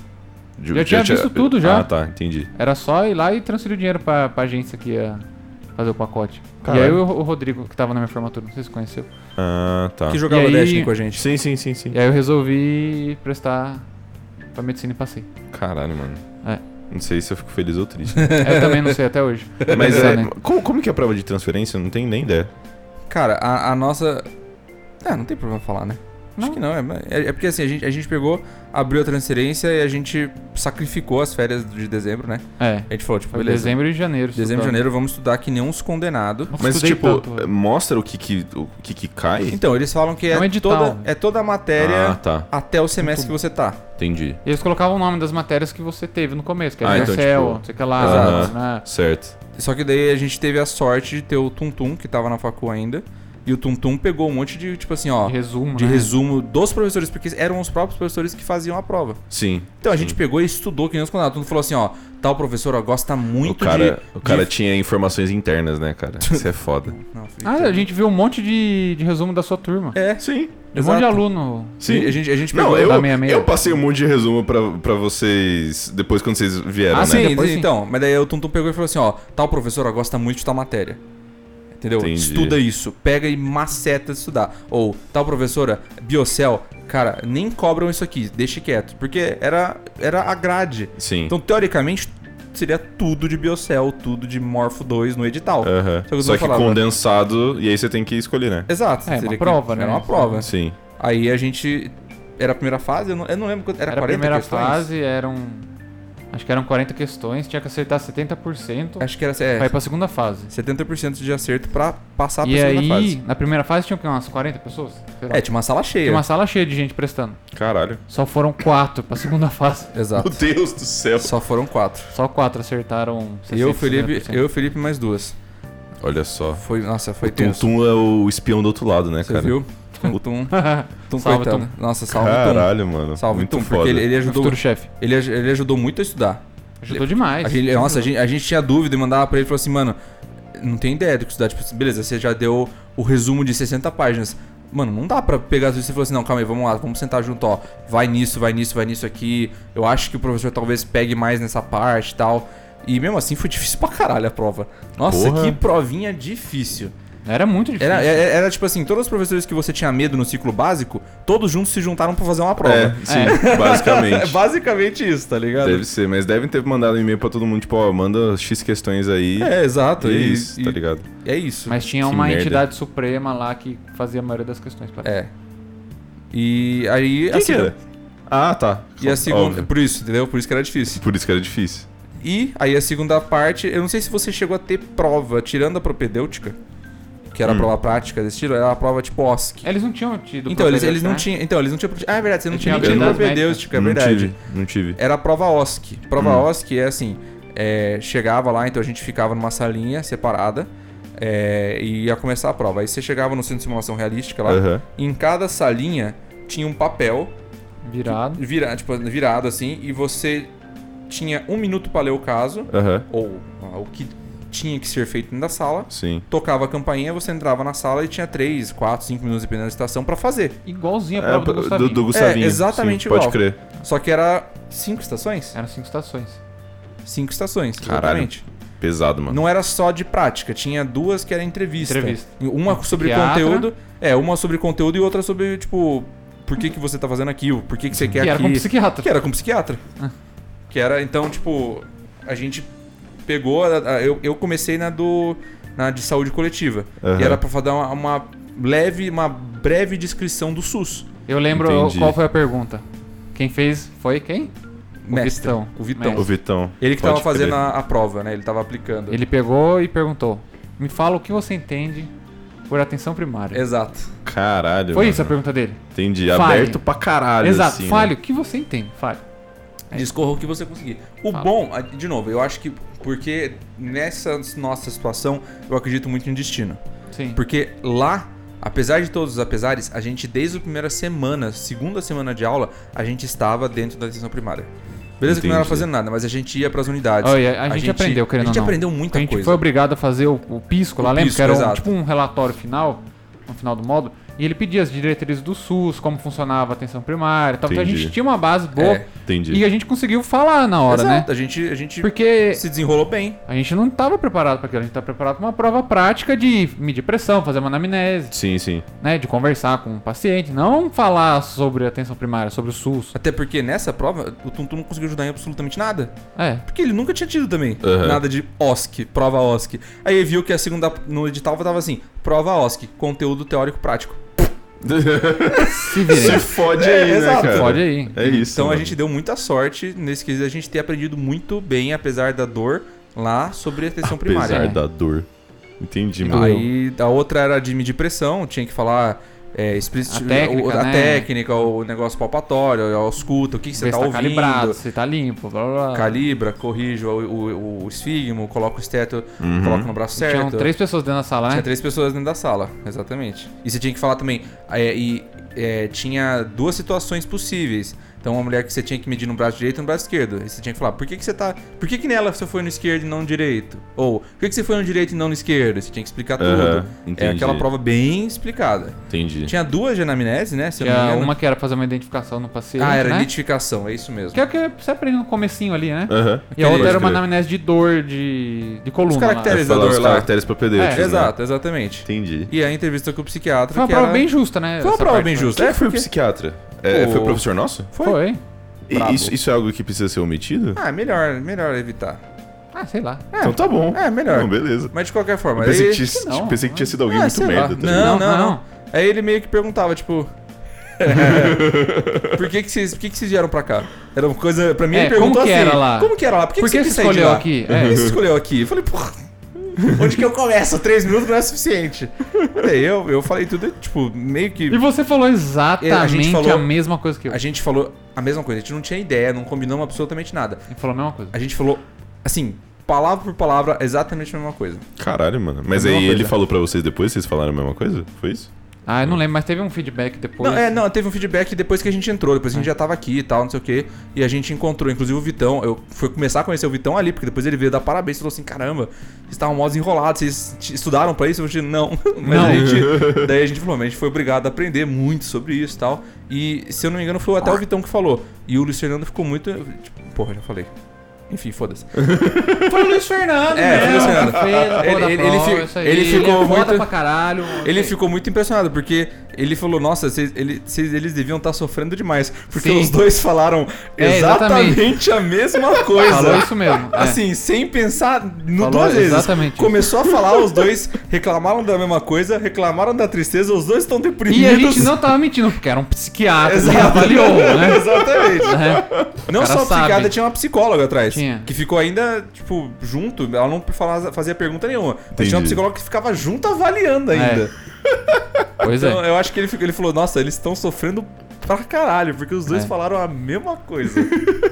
de- Já tinha visto tudo, já. Ah, tá, entendi. Era só ir lá e transferir o dinheiro pra, pra agência que ia fazer o pacote. Caralho. E aí o, o Rodrigo, que tava na minha formatura, não sei se você conheceu. Ah, tá. Que jogava E aí- Destiny com a gente. Sim, sim, sim, sim. E aí eu resolvi prestar pra medicina e passei. Caralho, mano. É. Não sei se eu fico feliz ou triste. Eu também não sei até hoje. Mas Só, é, né? como, como que é a prova de transferência? Eu não tenho nem ideia. Cara, a, a nossa... É, não tem problema falar, né? Acho Não. que não. É, é, é porque assim, a gente, a gente pegou, abriu a transferência e a gente sacrificou as férias de dezembro, né? É. A gente falou, tipo, Foi beleza. dezembro e janeiro. Dezembro e estudando. janeiro vamos estudar que nem uns condenados. Nossa, Mas, estudei tipo, tanto, velho. mostra o que que, o que que cai? Então, eles falam que É é, um edital. toda, é toda a matéria Ah, tá. até o semestre que você tá. Entendi. E eles colocavam o nome das matérias que você teve no começo, que era Ah, então, Excel, tipo, não sei o que lá. Exato. Né? Certo. Só que daí a gente teve a sorte de ter o Tum Tum, que tava na facu ainda. E o Tum Tum pegou um monte de, tipo assim, ó... De resumo, de né? resumo dos professores, porque eram os próprios professores que faziam a prova. Sim. Então a Sim. gente pegou e estudou que nem os condenados. Todo mundo falou assim, ó, tal professor ó, gosta muito o cara, de... o cara de... tinha informações internas, né, cara? Isso é foda. Não, filho, Ah, a gente viu um monte de, de resumo da sua turma. É, Sim. De um monte de exato. aluno. Sim. A gente, a gente Não, pegou... eu, da meia meia. eu passei um monte de resumo pra, pra vocês depois quando vocês vieram, Ah, né? sim, Depois sim, sim. então. Mas daí o Tum Tum pegou e falou assim, ó, tal professor ó, gosta muito de tal matéria. Entendeu? Entendi. Estuda isso. Pega e maceta de estudar. Ou, tal professora, Biocel, cara, nem cobram isso aqui, deixe quieto. Porque era, era a grade. Sim. Então, teoricamente, seria tudo de Biocel, tudo de Morpho dois no edital. Aham. Só que eu Só não que falava. condensado, e aí você tem que escolher, né? Exato. É, seria uma que- prova, né? Era uma prova. Sim. Aí a gente... Era a primeira fase? Eu não, eu não lembro quanto... Era, Era a quarenta primeira questões? fase, eram Acho que eram quarenta questões, tinha que acertar setenta por cento Acho que era pra é, ir pra segunda fase. setenta por cento de acerto pra passar E pra segunda aí, fase. na primeira fase tinha o quê? Umas quarenta pessoas? Sei lá. É, tinha uma sala cheia. Tinha uma sala cheia de gente prestando. Caralho. Só foram quatro pra segunda fase. Exato. Meu Deus do céu. Só foram quatro. Só quatro acertaram E eu, sessenta, Felipe, setenta por cento. eu, Felipe mais duas. Olha só. Foi, nossa, foi O Tum tenso. Tum é o espião do outro lado, né, Você cara? viu? Tum, tum, tum, Salve, coitado. Tum. Nossa, salve Caralho, mano. Tum. Salve Muito Tum, foda. porque ele, ele Meu ajudou. futuro chefe. Ele, aj- ele ajudou muito a estudar. Ajudou demais. A gente- nossa, a gente, a gente tinha dúvida e mandava pra ele e falou assim, mano, não tem ideia do que estudar. Tipo assim, beleza, você já deu o resumo de sessenta páginas. Mano, não dá pra pegar tudo isso e falar assim, não, calma aí, vamos lá, vamos sentar junto, ó. Vai nisso, vai nisso, vai nisso aqui. Eu acho que o professor talvez pegue mais nessa parte e tal. E mesmo assim foi difícil pra caralho a prova. Nossa, Porra. que provinha difícil. Era muito difícil. Era, era, era tipo assim, todos os professores que você tinha medo no ciclo básico, todos juntos se juntaram pra fazer uma prova. É, sim, É. basicamente. É basicamente isso, tá ligado? Deve ser, mas devem ter mandado um e-mail pra todo mundo, tipo, ó, manda X questões aí. É, exato. E é e- isso, e- tá ligado? É isso. Mas tinha Que uma merda. entidade suprema lá que fazia a maioria das questões. Parece. É. E aí... Quem a que segu- era? Ah, tá. E a segunda... Óbvio. Por isso, entendeu? Por isso que era difícil. Por isso que era difícil. E aí a segunda parte, eu não sei se você chegou a ter prova, tirando a propedêutica, que era a Hum. prova prática desse estilo, era a prova tipo O S C. Eles não tinham tido. Então, eles, propedêutica, eles não né? tinham... Então, eles não tinham... Ah, é verdade, você não Eu tinha tinha nem tido habilidades propedêutica, é não verdade. tive, não tive. Era a prova O S C. Prova Hum. O S C é assim, é, chegava lá, então a gente ficava numa salinha separada é, e ia começar a prova. Aí você chegava no centro de simulação realística lá, Aham. e em cada salinha tinha um papel Virado. vira, tipo, virado assim, e você tinha um minuto pra ler o caso, Aham. ou ah, o que tinha que ser feito dentro da sala, Sim. tocava a campainha, você entrava na sala e tinha três, quatro, cinco minutos dependendo da estação pra fazer. Igualzinho a É, prova do do, Gustavinho. do Gustavinho. É, exatamente sim, igual. Pode crer. Só que era cinco estações? Eram cinco estações. Cinco estações, Caralho. exatamente. Pesado, mano. Não era só de prática, tinha duas que era entrevista. Entrevista. Uma sobre Psiquiatra. conteúdo, é, uma sobre conteúdo e outra sobre, tipo, por que, que você tá fazendo aquilo, por que, que você quer Que era aqui. com psiquiatra. Que era com psiquiatra. Ah. Que era, então, tipo, a gente pegou, a- a- eu, eu comecei na do na de saúde coletiva. Aham. E era pra fazer uma, uma leve, uma breve descrição do SUS. Eu lembro Entendi. qual foi a pergunta. Quem fez foi quem? O Mestre, Vitão. O Vitão. O Vitão. Ele que Pode tava fazendo crer. a, a prova, né? Ele tava aplicando. Ele pegou e perguntou: me fala o que você entende por atenção primária. Exato. Caralho, Foi mano. isso a pergunta dele. Entendi. Fale. Aberto pra caralho, Exato. assim, Fale né? o que você entende. Fale. É. Discorra o que você conseguir. O Fala. bom, a- de novo, eu acho que porque nessa nossa situação eu acredito muito em destino. Sim. Porque lá, apesar de todos os apesares, a gente desde a primeira semana, segunda semana de aula, a gente estava dentro da atenção primária. Beleza que não era Entendi. fazendo nada, mas a gente ia pras unidades. Olha, a, gente aprendeu, querendo A gente ou não. aprendeu muita A gente coisa. foi obrigado a fazer o, o pisco lá, O lembra? pisco, Que era um, exato. tipo um relatório final, no final do módulo. E ele pedia as diretrizes do SUS, como funcionava a atenção primária. Então a Entendi. gente tinha uma base boa É, Entendi. e a gente conseguiu falar na hora, exato, né? a gente, a gente Porque se desenrolou bem. a gente não estava preparado para aquilo. A gente tá preparado para uma prova prática de medir pressão, fazer uma anamnese, Sim, sim. né? De conversar com o paciente. Não falar sobre a atenção primária, sobre o SUS. Até porque nessa prova, o Tuntum não conseguiu ajudar em absolutamente nada. É. Porque ele nunca tinha tido também Aham. nada de O S C, prova O S C. Aí ele viu que a segunda, no edital tava assim, prova O S C, conteúdo teórico prático. Se virem. Se fode É, aí, né, exato. cara? Fode aí. É isso. Então a mano. gente deu muita sorte nesse quesito, a gente ter aprendido muito bem, apesar da dor, lá sobre a atenção primária. Apesar É. da dor. Entendi, mano. Aí a outra era de medir pressão, tinha que falar é, explicit- A técnica, o, a né? técnica, o negócio palpatório, a ausculta, o que, que você Ver tá se tá ouvindo. calibrado, se tá limpo, blá blá blá. Calibra, corrige o, o, o esfigmo, coloca o esteto, Uhum. coloca no braço certo. Tinham três pessoas dentro da sala, Tinha né? três pessoas dentro da sala, exatamente. E você tinha que falar também. é, e é, tinha duas situações possíveis. Então, uma mulher que você tinha que medir no braço direito e no braço esquerdo. Aí você tinha que falar, por que, que você tá. Por que, que nela você foi no esquerdo e não no direito? Ou, por que, que você foi no direito e não no esquerdo? Você tinha que explicar tudo. Aham, É entendi. aquela prova bem explicada. Entendi. Tinha duas de anamnese, né? Se eu não me Tinha engano. uma que era fazer uma identificação no paciente, Ah, era né? identificação, é isso mesmo. Que é o que você aprende no comecinho ali, né? Aham. E a outra Pode era uma crer. anamnese de dor de, de coluna. Os lá. caracteres. É falar os Realizador lá. caracteres propedêuticos, É, né? Exato, exatamente. Entendi. E a entrevista com o psiquiatra. Foi uma que prova era... bem justa, né? Foi uma essa prova parte, bem né? justa. Quem É, foi o porque- psiquiatra? É, O- Foi o professor nosso? Foi. Foi. E Brabo. Isso, isso é algo que precisa ser omitido? Ah, melhor, melhor evitar. Ah, sei lá. É, Então tá bom. É, melhor. Não, beleza. Mas de qualquer forma. Eu pensei, aí- que tinha, que não. pensei que tinha sido alguém Ah, muito sei lá. merda. Tá Não, ligado? não, Não, não, não. Aí ele meio que perguntava, tipo... É. Por que que vocês, por que que vocês vieram pra cá? Era uma coisa... Pra mim, É, ele perguntou como que assim... era lá? Como que era lá? Por que, Por que, que você você quis sair de escolheu lá? aqui? Por que É. você escolheu aqui? Eu falei, porra... Onde que eu começo? Três minutos não é suficiente. Daí eu, eu falei tudo, tipo, meio que... E você falou exatamente É, a gente falou- a mesma coisa que eu. A gente falou a mesma coisa. A gente não tinha ideia, não combinamos absolutamente nada. Ele falou a mesma coisa. A gente falou, assim, palavra por palavra, exatamente a mesma coisa. Caralho, mano. Mas É a aí mesma ele coisa. falou pra vocês depois, vocês falaram a mesma coisa? Foi isso? Ah, eu não lembro, mas teve um feedback depois. Não, é, não, teve um feedback depois que a gente entrou, depois que a gente já tava aqui e tal, não sei o quê. E a gente encontrou, inclusive o Vitão, eu fui começar a conhecer o Vitão ali, porque depois ele veio dar parabéns e falou assim, caramba, vocês estavam mó desenrolados, vocês t- estudaram pra isso? Eu falei, não. Mas Não. A gente, daí a gente falou, mas a gente foi obrigado a aprender muito sobre isso e tal. E, se eu não me engano, foi até o Vitão que falou. E o Luiz Fernando ficou muito, tipo, porra, já falei. Enfim, foda-se. Foi o Luiz Fernando, É, foi o Luiz Fernando. Fez a Ele- porra da ele- ele prova, fi- isso aí. ele ficou é foda muito- pra caralho. Ele Ok. ficou muito impressionado, porque ele falou, nossa, vocês, ele, vocês- eles deviam estar sofrendo demais. Porque Sim. os dois falaram É, exatamente, exatamente. a mesma coisa. Falou isso mesmo. é. Assim, sem pensar no Falou duas vezes. exatamente isso. Começou a falar, os dois reclamaram da mesma coisa, reclamaram da tristeza, os dois estão deprimidos. E a gente não tava mentindo, porque era um psiquiatra que Exato. avaliou, né? Exatamente. É. Não O cara só o psiquiatra, sabe. tinha uma psicóloga atrás. Tinha. Que ficou ainda, tipo, junto. Ela não falava- fazia pergunta nenhuma. Mas Entendi. tinha uma psicóloga que ficava junto avaliando ainda. Pois Então, é. eu acho que ele, ficou- ele falou, nossa, eles estão sofrendo pra caralho, porque os dois É. falaram a mesma coisa.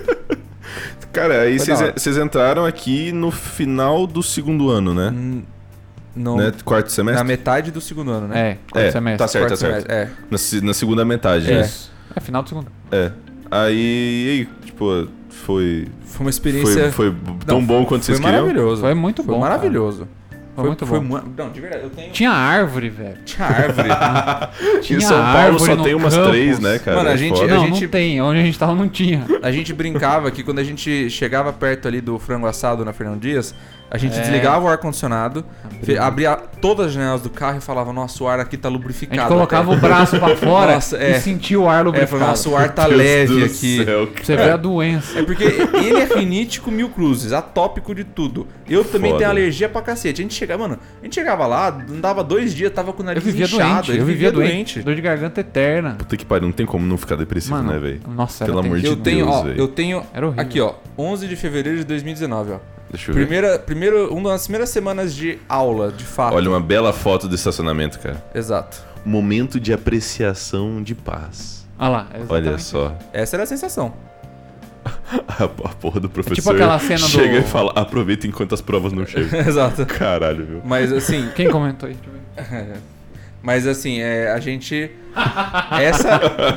Cara, aí Foi vocês da hora. vocês entraram aqui no final do segundo ano, né? Hum, Não, né? Quarto semestre? na metade do segundo ano, né? É, quarto É, semestre. tá certo, tá Quarto certo. semestre, É. Na, se- na segunda metade, É. né? Isso. É final do segundo. É. Aí, e aí, tipo, foi. Foi uma experiência... Foi, foi tão Não, bom quanto foi vocês queriam? maravilhoso. Foi muito Foi bom. maravilhoso. Foi muito bom. mu- Não, de verdade, eu tenho... Tinha árvore, velho. Tinha árvore. Tinha Em São Paulo árvore só no tem umas campus. três, né, cara? Mano, a É gente- foda. Não, gente- não tem. Onde a gente tava não tinha. A gente brincava que quando a gente chegava perto ali do frango assado na Fernando Dias, a gente É. desligava o ar-condicionado, fe- abria todas as janelas do carro e falava, nossa, o ar aqui tá A lubrificado. gente colocava até. o braço pra fora Nossa, é. e sentia o ar É, lubrificado. falava, nossa, o ar tá Deus leve do aqui. céu, Pra você ver a doença. É porque ele é rinítico mil cruzes, atópico de tudo. Eu também Foda. tenho alergia pra cacete. A gente chegava, mano, a gente chegava lá, não dava dois dias, tava com o Eu nariz vivia inchado. doente. ele Eu vivia doente. Dor de garganta eterna. Puta que pariu, não tem como não ficar depressivo, Mano, né, velho? nossa, Pelo era amor de terrível. Eu tenho, Deus, ó, velho. eu tenho Era horrível. aqui, ó, onze de fevereiro de dois mil e dezenove, ó. Deixa eu ver. Primeira, primeiro, uma das primeiras semanas de aula, de fato. Olha uma bela foto do estacionamento, cara. Exato. Momento de apreciação de paz. Olha lá. exatamente Olha só. Essa era a sensação. A, a porra do professor tipo aquela cena do- chega e fala, aproveita enquanto as provas não chegam. Exato. Caralho, viu? Mas assim, Quem comentou aí? Deixa eu ver. mas assim, é, a gente essa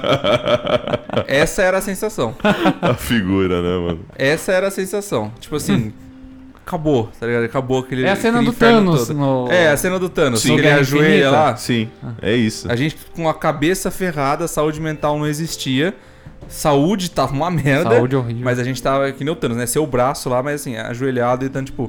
essa era a sensação. A figura, né, mano? Essa era a sensação. Tipo assim, acabou, tá ligado? Acabou aquele É a cena aquele do inferno Thanos todo. no... É, a cena do Thanos, Sim. que ele Guerra ajoelha Infinita. lá. Sim, é isso. A gente com a cabeça ferrada, saúde mental não existia. Saúde tava uma merda. Saúde horrível. Mas a gente tava que nem o Thanos, né? Seu braço lá, mas assim, ajoelhado e dando tipo.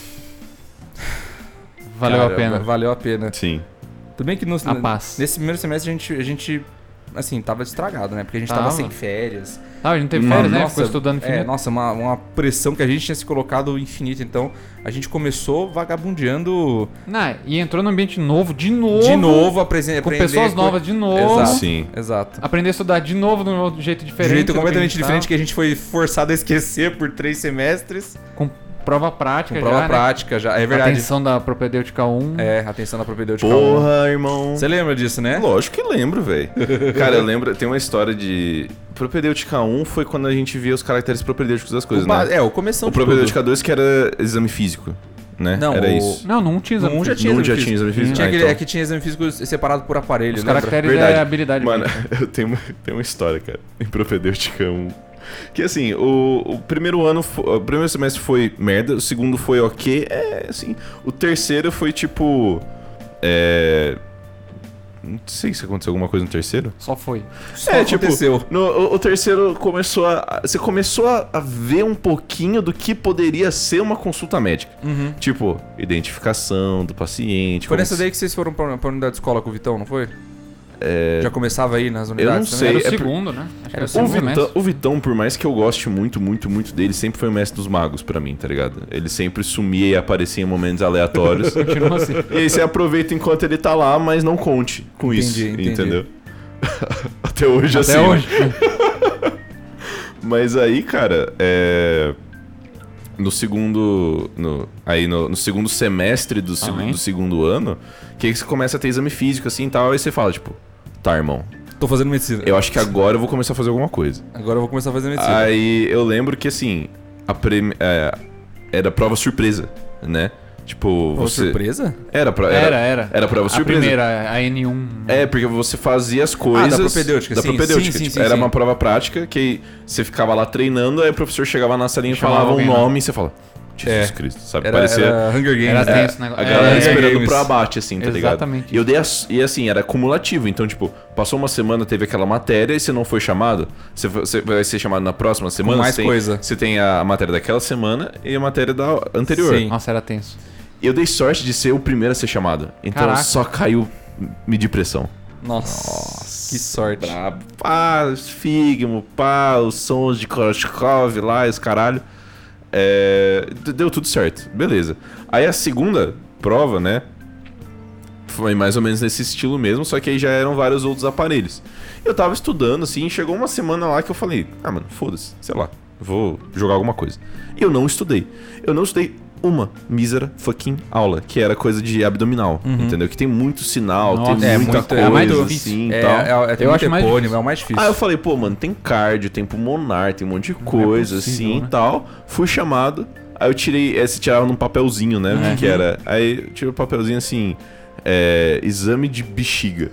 Valeu cara, a pena. Valeu a pena. Sim. Tudo bem que no, A paz. nesse primeiro semestre a gente, a gente, assim, tava estragado, né? Porque a gente tava, Tava. sem férias. Ah, a gente não teve Hum, férias, né? Nossa, Ficou estudando É, infinito. nossa, uma, uma pressão que a gente tinha se colocado infinita. Então, a gente começou vagabundeando Não, e entrou num ambiente novo, de novo. de novo, apresen- Com aprender pessoas co- novas de novo. Exato. Sim. Exato. Aprender a estudar de novo de um outro jeito De diferente. jeito do que completamente a gente diferente tava. que a gente foi forçado a esquecer por três semestres. Com prova prática Com prova já, né? prática já. É verdade. Atenção da propedêutica um. É, atenção na propedêutica. Porra, irmão. Você lembra disso, né? Lógico que lembro, velho. Cara, eu lembro, tem uma história de... Propedêutica um foi quando a gente via os caracteres propedêuticos das coisas, O ba- né? É, o começo O propedêutica dois que era exame físico, né? Não, era o- isso. Não, não tinha exame Um já físico. tinha Não exame já físico. tinha exame físico? Tinha Ah, aquele, então. é que tinha exame físico separado por aparelho, Os lembra? caracteres Verdade. é habilidade. Mano, mesmo. eu tenho, uma- tenho uma história, cara, em propedêutica um. Que assim, o, o primeiro ano, fo- o primeiro semestre foi merda, o segundo foi ok, é assim, o terceiro foi tipo, é... Não sei se aconteceu alguma coisa no terceiro. Só foi. Só é, tipo, aconteceu. no, o, o terceiro começou a... Você começou a, a ver um pouquinho do que poderia ser uma consulta médica. Uhum. Tipo, identificação do paciente. Foi como nessa se- daí que vocês foram pra, pra unidade de escola com o Vitão, não foi? Já começava aí nas unidades não também? sei. Era o é por- segundo, né? Acho que Era era o o O segundo Vitão, semestre. o Vitão, por mais que eu goste muito, muito, muito dele, sempre foi o mestre dos magos pra mim, tá ligado? Ele sempre sumia e aparecia em momentos aleatórios. Continua assim. E aí você aproveita enquanto ele tá lá, mas não conte com Entendi, isso, entendi. entendeu? Até hoje, Até assim. hoje. Mas aí, cara, é... no segundo. No... Aí no, no segundo semestre do, seg... Amém. do segundo ano, que aí você começa a ter exame físico assim e tal, aí você fala, tipo, tá, irmão, Tô fazendo medicina. eu acho que agora eu vou começar a fazer alguma coisa. Agora eu vou começar a fazer medicina. Aí eu lembro que assim, a premi... é, era prova surpresa, né? Tipo, Pô, você. surpresa? Era, pra... Era, era. Era prova A surpresa. primeira, a N um. É, porque você fazia as coisas... Ah, da propedêutica, da sim. propedêutica. Sim, sim, Tipo, sim, era sim. uma prova prática que você ficava lá treinando, aí o professor chegava na salinha e Chamava falava um alguém lá. nome e você fala... Jesus É. Cristo, sabe? Era, Parecia... era Hunger Games. Era né? tenso esse negócio. A galera É, esperando Games. pro abate, assim, tá ligado? Exatamente E eu dei as- E assim, era cumulativo. Então, tipo, passou uma semana, teve aquela matéria e você não foi chamado. Você, foi- você vai ser chamado na próxima semana. mais você tem, coisa. Você tem a matéria daquela semana e a matéria da anterior. Sim. Nossa, era tenso. E eu dei sorte de ser o primeiro a ser chamado. Então Caraca. só caiu medir pressão. Nossa, que sorte. Brabo. Pá, Figmo, pá, os sons de Korotchkov lá, e os caralho. É, d- deu tudo certo, beleza. Aí a segunda prova, né? Foi mais ou menos nesse estilo mesmo, só que aí já eram vários outros aparelhos. Eu tava estudando, assim, chegou uma semana lá que eu falei, ah, mano, foda-se, sei lá, vou jogar alguma coisa. E eu não estudei. Eu não estudei uma mísera fucking aula, que era coisa de abdominal, entendeu? Que tem muito sinal, Nossa, tem é muita muito- coisa, é mais assim, difícil. e É, tal. é, é, tem Eu muito acho mais epônimo, difícil. é o mais difícil. Aí eu falei, pô, mano, tem cardio, tem pulmonar, tem um monte de coisa, possível, assim né? e tal. Fui chamado, aí eu tirei, é, você tirava num papelzinho, né? O que que era? Aí eu tirei o papelzinho assim, é, exame de bexiga.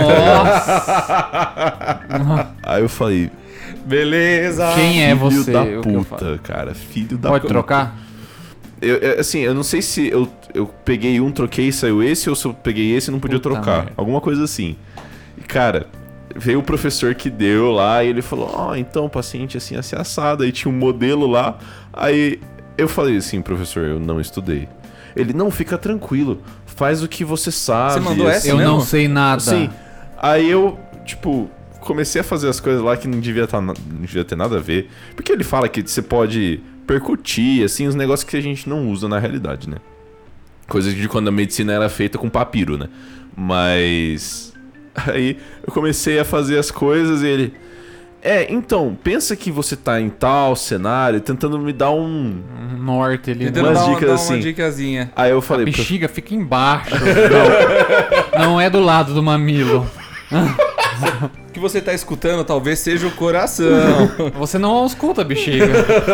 Nossa! Aí eu falei, Beleza. Quem é filho você? da O que eu falo? puta, cara, filho da Pode puta. trocar? Eu, eu- assim, eu não sei se eu, eu peguei um, troquei e saiu esse, ou se eu peguei esse e não podia Puta trocar. merda. Alguma coisa assim. E, cara, veio o professor que deu lá e ele falou, ó, então, paciente assim, assim, assado. Aí tinha um modelo lá. Aí eu falei assim, professor, eu não estudei. Ele, não, fica tranquilo, faz o que você sabe. Você mandou essa assim, Eu mesmo? não sei nada. Sim. Aí eu, tipo, comecei a fazer as coisas lá que não devia, tá, na- não devia ter nada a ver. Porque ele fala que você pode percutir, assim, os negócios que a gente não usa na realidade, né? Coisas de quando a medicina era feita com papiro, né? Mas... Aí eu comecei a fazer as coisas e ele... É, então, pensa que você tá em tal cenário, tentando me dar um... Um norte ali. Tentando né? umas dar, uma- dicas dar assim. uma dicasinha. Aí eu falei... "Prof- Bexiga fica embaixo. Não, não é do lado do mamilo. O que você tá escutando talvez seja o coração. Você não ausculta a bexiga.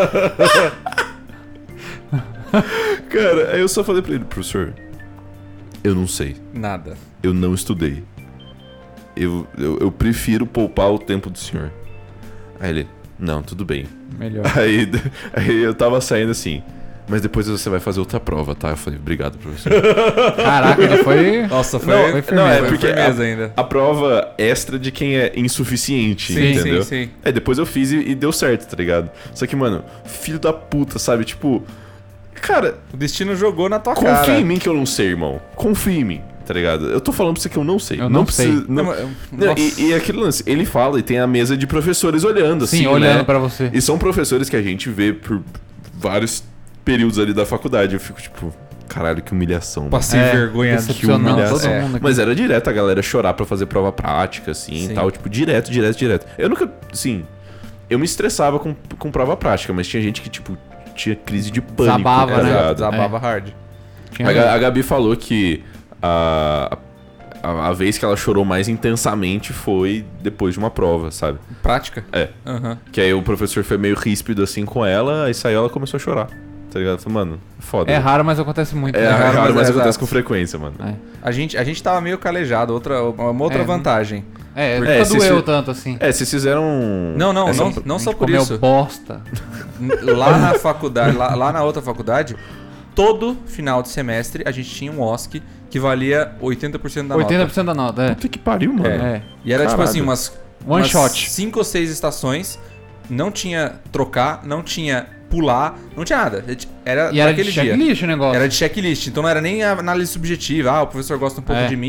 Cara, aí eu só falei pra ele, professor, eu não sei. Nada. Eu não estudei. Eu, eu, eu prefiro poupar o tempo do senhor. Aí ele, não, tudo bem. Melhor. Aí, aí eu tava saindo assim, mas depois você vai fazer outra prova, tá? Eu falei, obrigado, professor. Caraca, ele foi. Nossa, foi, Não, foi foi não, é foi porque firmeza ainda. A prova extra de quem é insuficiente, Sim, entendeu? sim, sim. É, depois eu fiz e, e deu certo, tá ligado? Só que, mano, filho da puta, sabe? Tipo, cara, O destino jogou na tua confia cara. em mim que eu não sei, irmão. Confia em mim, tá ligado? Eu tô falando pra você que eu não sei. Eu não precisa- sei. não- Não, mas- Não, nossa. e, e aquele lance, ele fala e tem a mesa de professores olhando, Sim, assim, olhando né? pra você. E são professores que a gente vê por vários períodos ali da faculdade. Eu fico tipo, caralho, que humilhação. mano. Passei É, vergonha. decepcionando humilhação. todo É, mundo aqui. Mas era direto a galera chorar pra fazer prova prática, assim, Sim. e tal. Tipo, direto, direto, direto. Eu nunca, assim, eu me estressava com, com prova prática, mas tinha gente que, tipo, tinha crise de pânico. Desabava, tá né? ligado? Desabava hard. Tinha- A, Ga- a Gabi falou que a, a, a vez que ela chorou mais intensamente foi depois de uma prova, sabe? Prática? É. Aham. Que aí o professor foi meio ríspido assim com ela, aí saiu ela começou a chorar. Tá ligado? Falei, mano, foda. É raro, mas acontece muito. É, né? raro, raro, mas, mas é acontece exato. com frequência, mano. É. A gente, a gente tava meio calejado, outra, uma outra É, vantagem. É, É, nunca se doeu isso- tanto assim. É, vocês fizeram. Não, não, essa- não, não A só gente por comeu isso. bosta. Lá na faculdade, lá, lá na outra faculdade, todo final de semestre a gente tinha um O S C que valia oitenta por cento da oitenta por nota. cento da nota, é. Puta que pariu, mano. É. E era tipo Caralho. assim, umas, One umas shot. cinco ou seis estações, não tinha trocar, não tinha pular, não tinha nada. Era E era naquele de dia. checklist o negócio. Era de checklist, então não era nem a análise subjetiva, ah, o professor gosta um pouco É. de mim.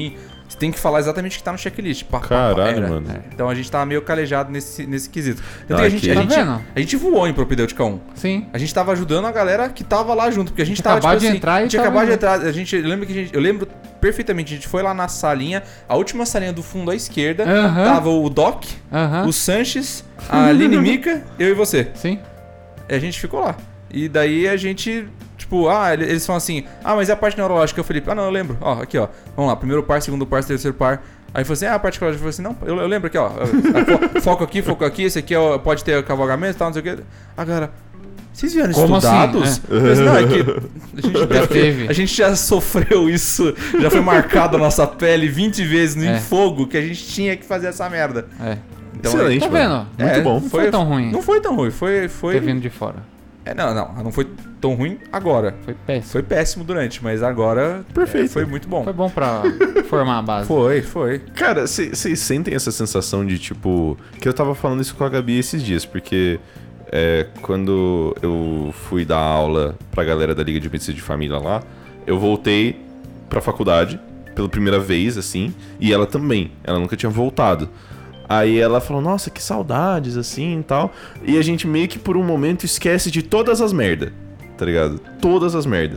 Você tem que falar exatamente o que tá no checklist. Pá, pá, pá, Caralho, era. mano. Então a gente tava meio calejado nesse, nesse quesito. Tanto Ah, que a gente, que- a, Tá gente, vendo? a gente voou em Propedêutica um. Sim. A gente tava ajudando a galera que tava lá junto, porque a gente Tinha tava, acabado tipo de assim, entrar e a gente tinha tava acabado de junto. entrar, a gente, eu lembro que a gente, eu lembro perfeitamente, a gente foi lá na salinha, a última salinha do fundo à esquerda, Aham. tava o Doc, Aham. o Sanches, a Aline Mica, eu e você. Sim. E a gente ficou lá. E daí a gente, tipo, ah, ele- eles falam assim, ah, mas e a parte neurológica? Eu falei, ah, não, eu lembro. Ó, aqui, ó. Vamos lá, primeiro par, segundo par, terceiro par. Aí falou assim, ah, a parte neurológica. Eu falei assim, não, eu, eu lembro aqui, ó. Fo- Foco aqui, foco aqui, esse aqui é, o- pode ter cavalgamento e tal, não sei o quê. Ah, galera, vocês vieram Como assim? estudados? Eu falei assim, não, é que a gente, Já deve- teve. a gente já sofreu isso, já foi marcado a nossa pele vinte vezes no É. em fogo que a gente tinha que fazer essa merda. É. Então, Excelente, Tá mano. vendo? Muito É, bom. Não foi tão ruim. Não foi tão ruim, foi... foi... Ter vindo de fora. É, não, não, não foi tão ruim agora. Foi péssimo. Foi péssimo durante, mas agora Perfeito. é, foi muito bom. Foi bom pra formar a base. Foi, foi. Cara, vocês sentem essa sensação de, tipo... Que eu tava falando isso com a Gabi esses dias, porque... É, quando eu fui dar aula pra galera da Liga de Medicina de Família lá, eu voltei pra faculdade pela primeira vez, assim, e ela também. Ela nunca tinha voltado. Aí ela falou, nossa, que saudades, assim, e tal. E a gente meio que por um momento esquece de todas as merda, tá ligado? Todas as merda.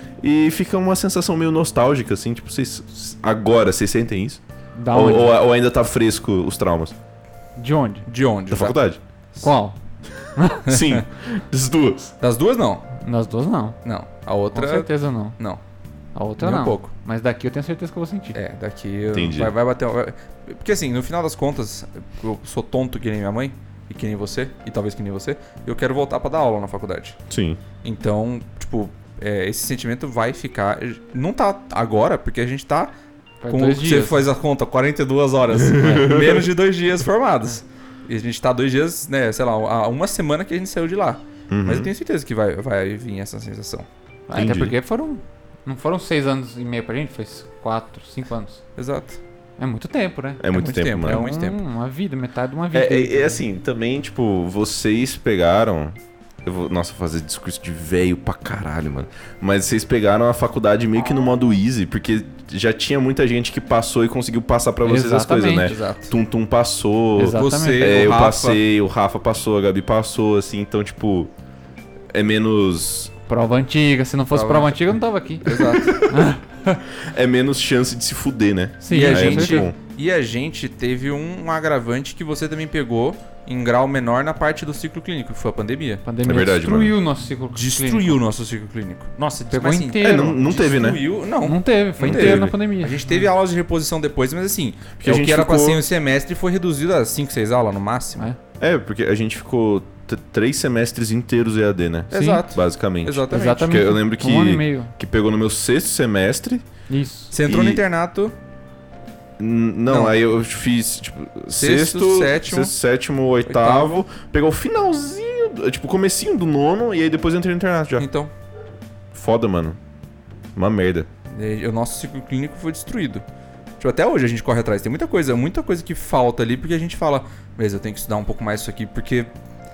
E fica uma sensação meio nostálgica, assim, tipo, vocês... Agora, vocês sentem isso? Da Ou, onde? ou, ou ainda tá fresco os traumas? De onde? De onde? Da faculdade? Qual? Sim, das duas. Das duas, não. Nas duas não. Não. A Com outra, certeza não. não. A outra Nem um não. pouco. Mas daqui eu tenho certeza que eu vou sentir. É, daqui eu- Entendi. vai, vai bater... vai- Porque assim, no final das contas, eu sou tonto que nem minha mãe, e que nem você, e talvez que nem você, eu quero voltar pra dar aula na faculdade. Sim. Então, tipo, é, esse sentimento vai ficar... Não tá agora, porque a gente tá... Faz Com, dois você dias. faz a conta, quarenta e duas horas. Menos de dois dias formados. E a gente tá dois dias, né, sei lá, há uma semana que a gente saiu de lá. Uhum. Mas eu tenho certeza que vai, vai vir essa sensação. Até Entendi. porque foram... Não foram seis anos e meio pra gente, foi quatro, cinco anos. Exato. É muito tempo, né? É muito tempo, mano. É É muito tempo. uma vida, metade de uma vida. É, é, é assim, também, tipo, vocês pegaram... Eu vou, nossa, fazer discurso de velho pra caralho, mano. Mas vocês pegaram a faculdade meio que no modo easy, porque já tinha muita gente que passou e conseguiu passar pra vocês as coisas, né? Exato. Tum Tum passou, Exatamente. Você, é, o eu Rafa. passei, o Rafa passou, a Gabi passou, assim, então, tipo, é menos... Prova antiga. Se não fosse Prova prova antiga, eu não tava aqui. Exato. É menos chance de se fuder, né? Sim, E a com Aí é gente- certeza. muito bom. E a gente teve um agravante que você também pegou em grau menor na parte do ciclo clínico, que foi a pandemia. A pandemia É verdade, destruiu o nosso ciclo Destruiu clínico. o nosso ciclo clínico. Nossa, Pegou mas, assim, inteiro. É, não, não teve, né? destruiu- Não, Não teve, foi Não inteiro teve. na pandemia. A gente teve aulas de reposição depois, mas assim, Porque é a o gente que era pra ficou- ser um semestre foi reduzido a cinco, seis aulas no máximo. É. É, porque a gente ficou t- três semestres inteiros E A D, né? Sim. Exato. Basicamente. Exatamente. Exatamente. Porque eu lembro que- Um ano e meio. Que pegou no meu sexto semestre. Isso. Você entrou E- no internato, N- Não, Não. aí eu fiz, tipo, Sexto, sexto, sétimo, sexto, sétimo, oitavo, pegou o finalzinho, do- tipo, comecinho do nono, e aí depois eu entrei no internato já. então, Foda, mano. Uma merda. e o nosso ciclo clínico foi destruído. Tipo, até hoje a gente corre atrás. Tem muita coisa, muita coisa que falta ali, porque a gente fala, mas eu tenho que estudar um pouco mais isso aqui, porque,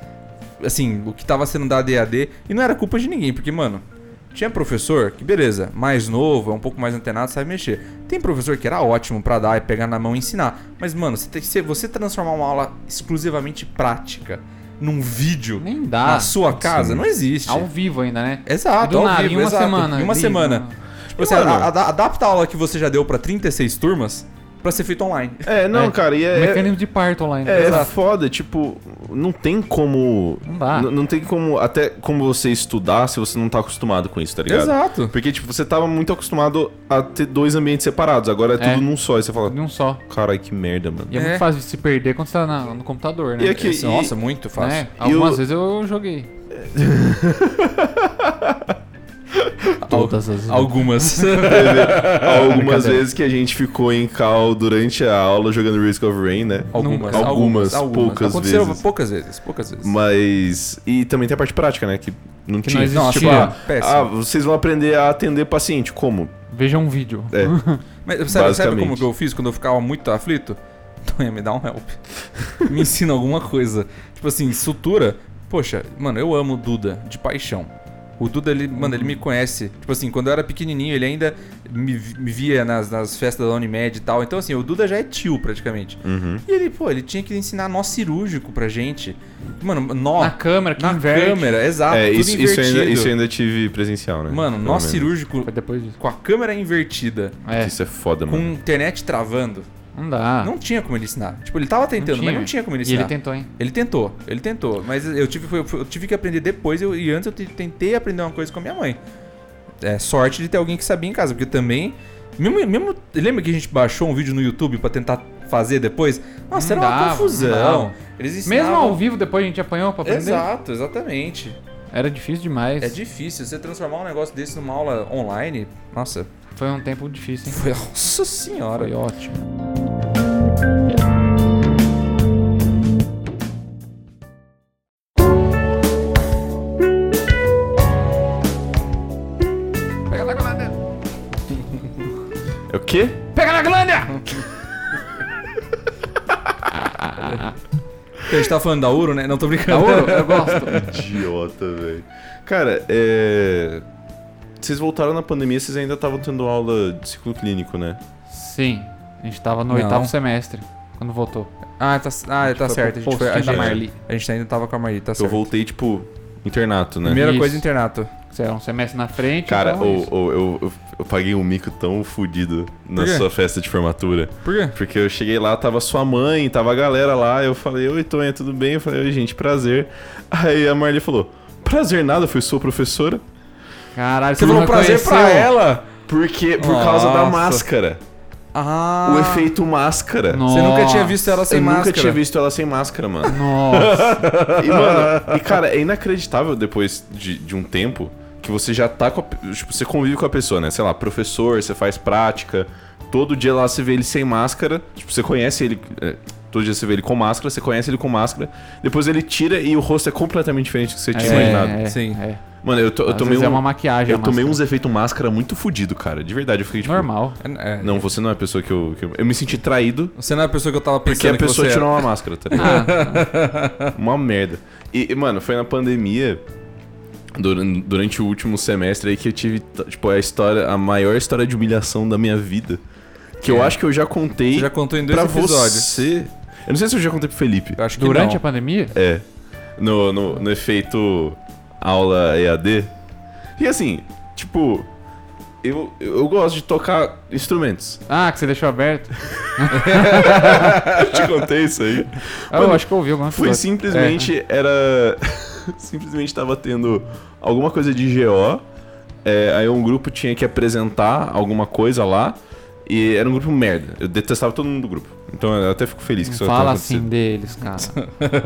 assim, o que tava sendo dado E A D, e não era culpa de ninguém, porque, mano, tinha professor que, beleza, mais novo, é um pouco mais antenado, sabe mexer. Tem professor que era ótimo pra dar e pegar na mão e ensinar. Mas, mano, você, tem que ser, você transformar uma aula exclusivamente prática num vídeo Nem dá. na sua casa, Sim. não existe. Ao vivo ainda, né? Exato, Do ao nada, vivo, em uma exato. semana. Em uma vivo. semana. Tipo assim, Mano. a- a- adapta a aula que você já deu pra trinta e seis turmas pra ser feito online. É, não, É. cara, e Um é, é, mecanismo de parto online. é, é Exato. foda, tipo, não tem como... Não dá. n- Não tem como, até como você estudar se você não tá acostumado com isso, tá ligado? Exato. Porque, tipo, você tava muito acostumado a ter dois ambientes separados, agora é tudo É. num só, e você fala, De um só. carai, que merda, mano. E é, É. muito fácil de se perder quando você tá na- no computador, né? E aqui- Esse- Nossa, muito fácil. Né? Algumas o- vezes eu joguei. Todas as vezes. Algumas. Algumas Brincadeira. vezes que a gente ficou em cal durante a aula jogando Risk of Rain, né? algumas, Algumas, poucas Aconteceram vezes. poucas vezes, poucas vezes. Mas... E também tem a parte prática, né? Que não Que tinha. não Não, existia. tipo, ah, Ah, péssimo. vocês vão aprender a atender paciente. Como? Veja um vídeo. É. Mas sabe, sabe basicamente. como que eu fiz quando eu ficava muito aflito? Tonha, me dá um help. Me ensina alguma coisa. Tipo assim, sutura. Poxa, mano, eu amo Duda de paixão. O Duda, ele, mano, ele me conhece. Tipo assim, quando eu era pequenininho, ele ainda me, me via nas, nas festas da Unimed e tal. Então, assim, o Duda já é tio, praticamente. Uhum. E ele, pô, ele tinha que ensinar nó cirúrgico pra gente. Mano, nó... Na câmera, que na inverte. câmera, exato, É, tudo isso, isso, invertido. eu ainda, isso eu ainda tive presencial, né? Mano, Pelo nó menos. cirúrgico Foi depois disso. com a câmera invertida, É, Isso é foda, com mano. internet travando. não dá. Não tinha como ele ensinar. Tipo, ele tava tentando, mas não tinha como ele E ensinar. ele tentou, hein? Ele tentou, ele tentou. Mas eu tive, eu, eu tive que aprender depois eu, e antes eu te- tentei aprender uma coisa com a minha mãe. É sorte de ter alguém que sabia em casa, porque também... Mesmo, mesmo, lembra que a gente baixou um vídeo no YouTube pra tentar fazer depois? Nossa, Não era uma dava, não confusão. dava. Eles ensinavam... Mesmo ao vivo, depois a gente apanhou pra aprender. Exato, exatamente. Era difícil demais. É difícil. Você transformar um negócio desse numa aula online, nossa, Foi um tempo difícil, hein? foi... Nossa senhora. Foi ótimo. Pega na Glândia! É o quê? Pega na Glândia! A gente tava falando da Uro, né? Não, tô Da brincando. ouro? Eu gosto. Idiota, velho. Cara, é... Vocês voltaram na pandemia, vocês ainda estavam tendo aula de ciclo clínico, né? Sim, a gente tava no Não. oitavo semestre, quando voltou. Ah, tá, ah, tá foi certo. A pro gente, foi, a, postinho da gente, Marli. a gente ainda tava com a Marli, tá Eu certo. voltei, tipo, internato, né? Primeira Isso. coisa, internato. Você é um semestre na frente. Cara, então é ô, isso. ô, eu, eu, eu paguei um mico tão fudido na Por quê? sua festa de formatura. Por quê? Porque eu cheguei lá, tava sua mãe, tava a galera lá, eu falei, oi, Tonha, tudo bem? Eu falei, oi, gente, prazer. Aí a Marli falou, prazer nada, foi sua professora. Caralho, Você não falou prazer reconheceu? pra ela? Porque, por causa da Nossa. máscara. Ah. O efeito máscara. Nossa. Você nunca tinha visto ela sem eu máscara? nunca tinha visto ela sem máscara, mano. Nossa. E, mano, e cara, é inacreditável depois de, de um tempo que você já tá com a, tipo, você convive com a pessoa, né? Sei lá, professor, você faz prática, todo dia lá você vê ele sem máscara, tipo, você conhece ele, é, todo dia você vê ele com máscara, você conhece ele com máscara, depois ele tira e o rosto é completamente diferente do que você tinha imaginado. É, Sim. é. Mano, eu, to, eu Às tomei vezes um, é uma maquiagem. eu a tomei máscara. uns efeitos máscara muito fudido, cara. De verdade, eu fiquei tipo, Normal. É, não, você não é a pessoa que eu, que eu... Eu me senti traído Você não é a pessoa que eu tava porque pensando a pessoa que você tirou era. uma máscara, tá ligado? Ah, Uma merda. E, e, mano, foi na pandemia, durante, durante o último semestre aí, que eu tive, t- tipo, a história, a maior história de humilhação da minha vida. Que eu É. acho que eu já contei Você já contou em dois pra episódios. você. Eu não sei se eu já contei pro Felipe. Eu acho que durante não. a pandemia? É. No, no, no efeito aula E A D. E assim, tipo, eu, eu gosto de tocar instrumentos. Ah, que você deixou aberto. Eu te contei isso aí. Ah, eu Mano, acho que eu ouvi alguma Foi coisa. simplesmente, era... simplesmente tava tendo alguma coisa de G O. É, aí um grupo tinha que apresentar alguma coisa lá. E era um grupo merda. Eu detestava todo mundo do grupo. Então eu até fico feliz que isso Não fala tenha assim acontecido. deles, cara.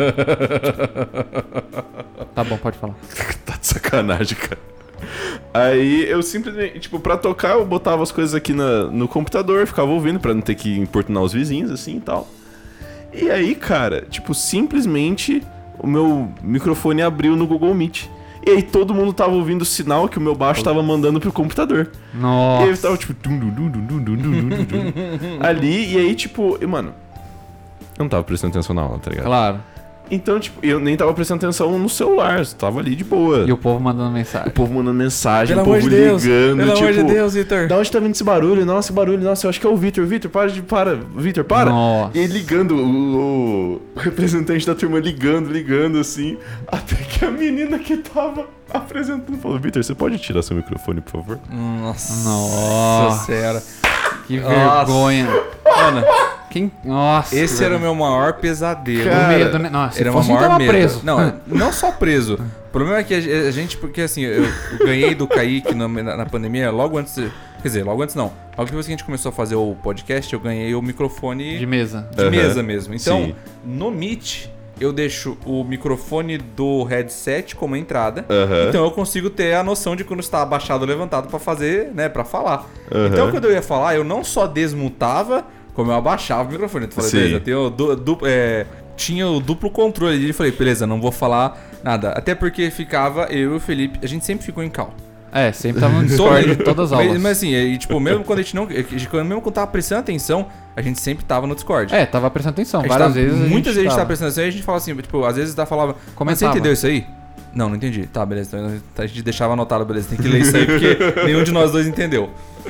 Tá bom, pode falar. Tá de sacanagem, cara. Aí eu simplesmente, tipo, pra tocar, eu botava as coisas aqui na, no computador, ficava ouvindo pra não ter que importunar os vizinhos, assim e tal. E aí, cara, tipo, simplesmente o meu microfone abriu no Google Meet. E aí todo mundo tava ouvindo o sinal que o meu baixo tava mandando pro computador. E aí eu Nossa. tava, tipo, dum, dum, dum, dum, dum, dum, dum, dum, dum, ali, e aí, tipo, e, mano, eu não tava prestando atenção na aula, tá ligado? Claro. Então, tipo, eu nem tava prestando atenção no celular, eu tava ali de boa. E o povo mandando mensagem. O povo mandando mensagem, Pelo o amor povo de Deus. ligando, Pelo tipo... amor de Deus, Vitor. Da onde tá vindo esse barulho? Nossa, que barulho. Nossa, eu acho que é o Vitor. Vitor, para de... Para. Vitor, para. Nossa. E aí ligando, o, o representante da turma ligando, ligando, assim. Até que a menina que tava apresentando falou, Vitor, você pode tirar seu microfone, por favor? Nossa, Nossa. senhora. Que Nossa. vergonha. Mano, Quem... Nossa. esse que era o vergonha. meu maior pesadelo. Cara, O medo, né? Nossa, se Era o fosse meu um maior tava medo. preso. Não, não só preso. O problema é que a gente, porque assim, eu ganhei do Kaique na, na pandemia logo antes. Quer dizer, logo antes não. Logo depois que a gente começou a fazer o podcast, eu ganhei o microfone De mesa. de Aham. mesa mesmo. Então, Sim. no Meet, eu deixo o microfone do headset como entrada. Aham. Então eu consigo ter a noção de quando está abaixado ou levantado pra fazer, né, pra falar. Aham. Então quando eu ia falar, eu não só desmutava, como eu abaixava o microfone. Eu falei, Sim. beleza, eu tenho du- du- é, tinha o duplo controle. E eu falei, beleza, não vou falar nada. Até porque ficava eu e o Felipe, a gente sempre ficou em cal. É, sempre tava no Discord de todas as aulas. Mas, mas assim, e, tipo, mesmo quando a gente não. Mesmo quando tava prestando atenção, a gente sempre tava no Discord. É, tava prestando atenção. A gente Várias tava- vezes a muitas gente vezes a gente tava. tava prestando atenção e a gente fala assim, tipo, às vezes tá falava, mas você Comentava. entendeu isso aí? Não, não entendi. Tá, beleza. Então a gente deixava anotado, beleza. Tem que ler isso aí, porque nenhum de nós dois entendeu.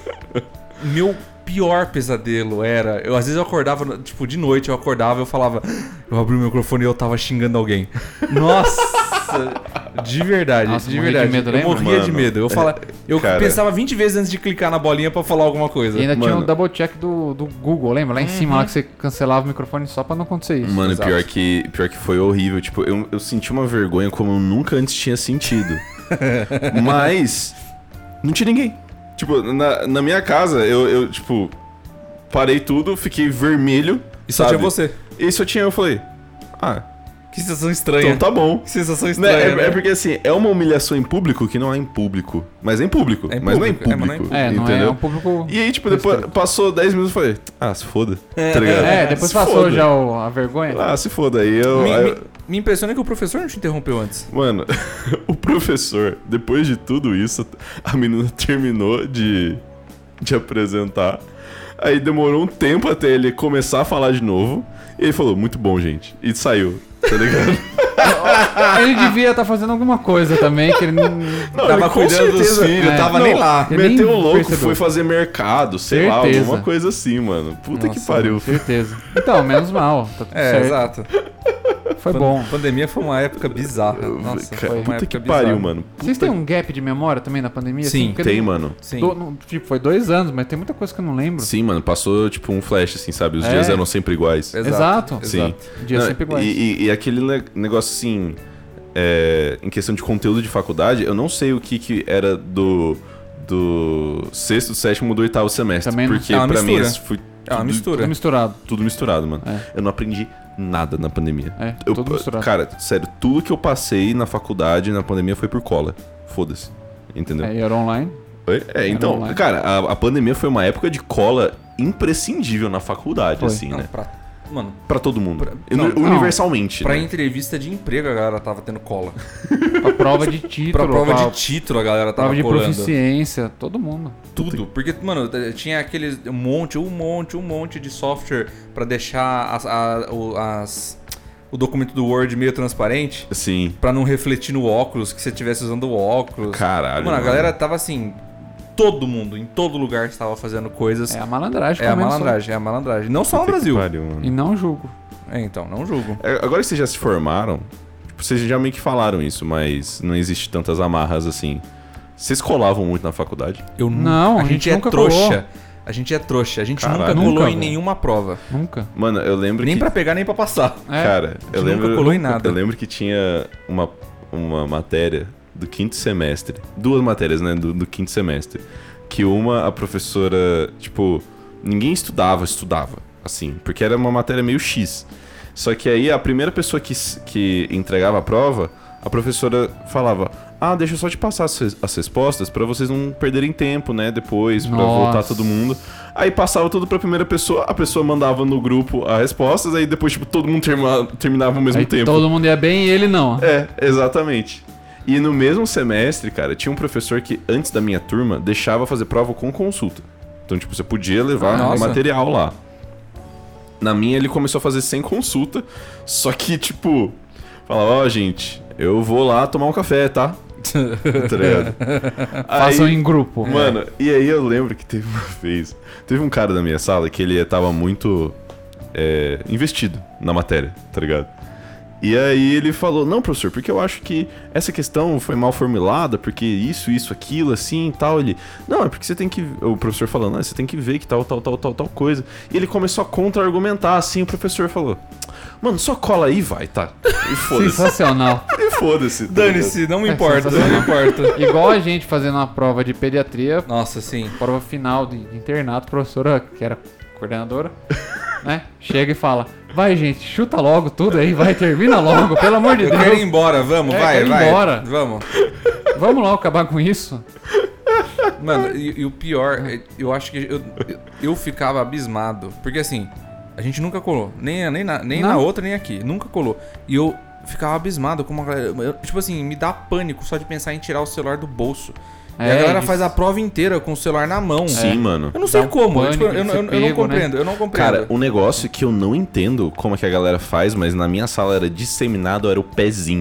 Meu pior pesadelo era... Eu, às vezes eu acordava, tipo, de noite eu acordava e eu falava... Eu abri o microfone e eu tava xingando alguém. Nossa! De verdade, Nossa, de morria de verdade. medo, eu lembra? morria de Mano, medo. Eu, fala, eu cara. pensava vinte vezes antes de clicar na bolinha pra falar alguma coisa. E ainda tinha Mano. o double check do, do Google, lembra? Lá em cima, lá que você cancelava o microfone só pra não acontecer isso. Mano, Exato. pior que, pior que foi horrível. Tipo, eu, eu senti uma vergonha como eu nunca antes tinha sentido. Mas não tinha ninguém. Tipo, na, na minha casa, eu, eu, tipo, parei tudo, fiquei vermelho. E só sabe? tinha você. E só tinha eu, falei, ah, Que sensação estranha. então tá bom. Que sensação Né, estranha, é, né? é porque assim, é uma humilhação em público que não é em público. Mas é em público. É em mas não é em público, é, mas não é em público. É, não entendeu? é um público... E aí, tipo, depois Respeito. passou dez minutos e falei, ah, se foda. Tá ligado? É, depois Se passou foda. já o- a vergonha. Ah, se foda. Aí eu. Me, aí me, eu- me impressiona que o professor não te interrompeu antes. Mano, o professor, depois de tudo isso, a menina terminou de, de apresentar. Aí demorou um tempo até ele começar a falar de novo. E ele falou, muito bom, gente. E saiu, tá ligado? Ele devia estar fazendo alguma coisa também, que ele não... Não, Tava ele com cuidando dos certeza- filhos, É. tava Não, nem lá. Ele nem Meteu o louco, percebeu. foi fazer mercado, sei lá, Certeza. alguma coisa assim, mano. Puta que Nossa, pariu. Certeza. Então, menos mal. Tá tudo É, certo. exato. Foi Pan- bom. Pandemia foi uma época bizarra. Nossa, Cara, foi uma puta época que bizarra. pariu, mano. Vocês têm um gap de memória também na pandemia? Sim, Porque Tem, não- mano. Sim. do- não- tipo, foi dois anos, mas tem muita coisa que eu não lembro. Sim, mano, passou tipo um flash, assim, sabe? Os É. dias eram sempre iguais. Exato. Sim. Dias Não, sempre iguais. E, e- e aquele ne- negócio assim, é, em questão de conteúdo de faculdade, eu não sei o que, que era do, do sexto, sétimo, do oitavo semestre. Também não porque sei. É uma pra mim mistura. isso foi É uma tudo- mistura. Tudo misturado. tudo misturado, mano. É. Eu não aprendi nada na pandemia. É, Eu, tudo misturado. Cara, sério, tudo que eu passei na faculdade, na pandemia, foi por cola. Foda-se. Entendeu? É, e era online. Oi? É, então, online. cara, a, a pandemia foi uma época de cola imprescindível na faculdade, Foi. assim, Não, né? pra, mano, Pra todo mundo. Pra- E não, no- não. universalmente. pra né? entrevista de emprego a galera tava tendo cola. Pra prova de título. Pra prova pra de título a galera tava prova de colando. proficiência. Todo mundo. Tudo. Porque, mano, tinha aqueles um monte, um monte, um monte de software pra deixar as, a- o, as- o documento do Word meio transparente. Sim. Pra não refletir no óculos, que você estivesse usando o óculos. Caralho. Mano, a galera tava assim... Todo mundo, em todo lugar, estava fazendo coisas. É a malandragem. É a comendo malandragem, é a malandragem. Não só no Puta que Brasil. pariu, mano. solto. E não julgo. É, então, não julgo. É, Agora que vocês já se formaram, tipo, vocês já meio que falaram isso, mas não existe tantas amarras assim. Vocês colavam muito na faculdade? Eu nu- Não, a, a gente, gente é nunca trouxa. colou. A gente é trouxa. A gente Caralho. nunca colou Nunca, em velho. nenhuma prova. Nunca. Mano, eu lembro Nem que... pra pegar, nem pra passar. É. Cara, eu nunca lembro... colou em nada. Eu lembro que tinha uma, uma matéria do quinto semestre. Duas matérias, né? Do, do quinto semestre. Que uma, a professora... Tipo, ninguém estudava, estudava. Assim, porque era uma matéria meio X. Só que aí a primeira pessoa que, s- que entregava a prova, a professora falava: ah, deixa eu só te passar as, res- as respostas pra vocês não perderem tempo, né? Depois, pra Nossa. voltar todo mundo. Aí passava tudo pra primeira pessoa, a pessoa mandava no grupo as respostas, aí depois, tipo, todo mundo terma- terminava ao mesmo Aí tempo. todo mundo ia bem e ele não. É, exatamente. E no mesmo semestre, cara, tinha um professor que, antes da minha turma, deixava fazer prova com consulta. Então, tipo, você podia levar Ah, o nossa. material lá. Na minha, ele começou a fazer sem consulta, só que, tipo, falava: ó, gente, eu vou lá tomar um café, tá? Tá ligado? Façam Aí- em grupo. Mano, e aí eu lembro que teve uma vez. Teve um cara da minha sala que ele tava muito é, investido na matéria, tá ligado? E aí ele falou: não, professor, porque eu acho que essa questão foi mal formulada, porque isso, isso, aquilo, assim e tal. Ele: não, é porque você tem que. O professor falando: ah, você tem que ver que tal, tal, tal, tal, tal coisa. E ele começou a contra-argumentar, assim. O professor falou: mano, só cola aí, vai, tá? E foda-se. Sensacional. E foda-se. tá Dane-se, não me É importa, não me sensacional. importa. Igual a gente fazendo uma prova de pediatria, Nossa, sim. prova final de de internato, a professora, que era coordenadora, né? Chega e fala: vai, gente, chuta logo tudo aí, vai, termina logo, pelo amor de Eu Deus. quero ir embora, vamos, É, vai, quero ir vai. embora. Vamos. Vamos logo acabar com isso. Mano, e, e o pior, é, eu acho que eu, eu, eu ficava abismado. Porque assim, a gente nunca colou. Nem, nem, na, nem Não. na outra, nem aqui. Nunca colou. E eu ficava abismado como a galera. eu- tipo assim, me dá pânico só de pensar em tirar o celular do bolso. e a É, galera isso. faz a prova inteira com o celular na mão. Sim, mano. Eu não sei Dá um como. pânico tipo, eu, de eu- ser eu não pego, compreendo, eu não compreendo. Cara, um negócio que eu não entendo como é que a galera faz, mas na minha sala era disseminado, era o pezinho.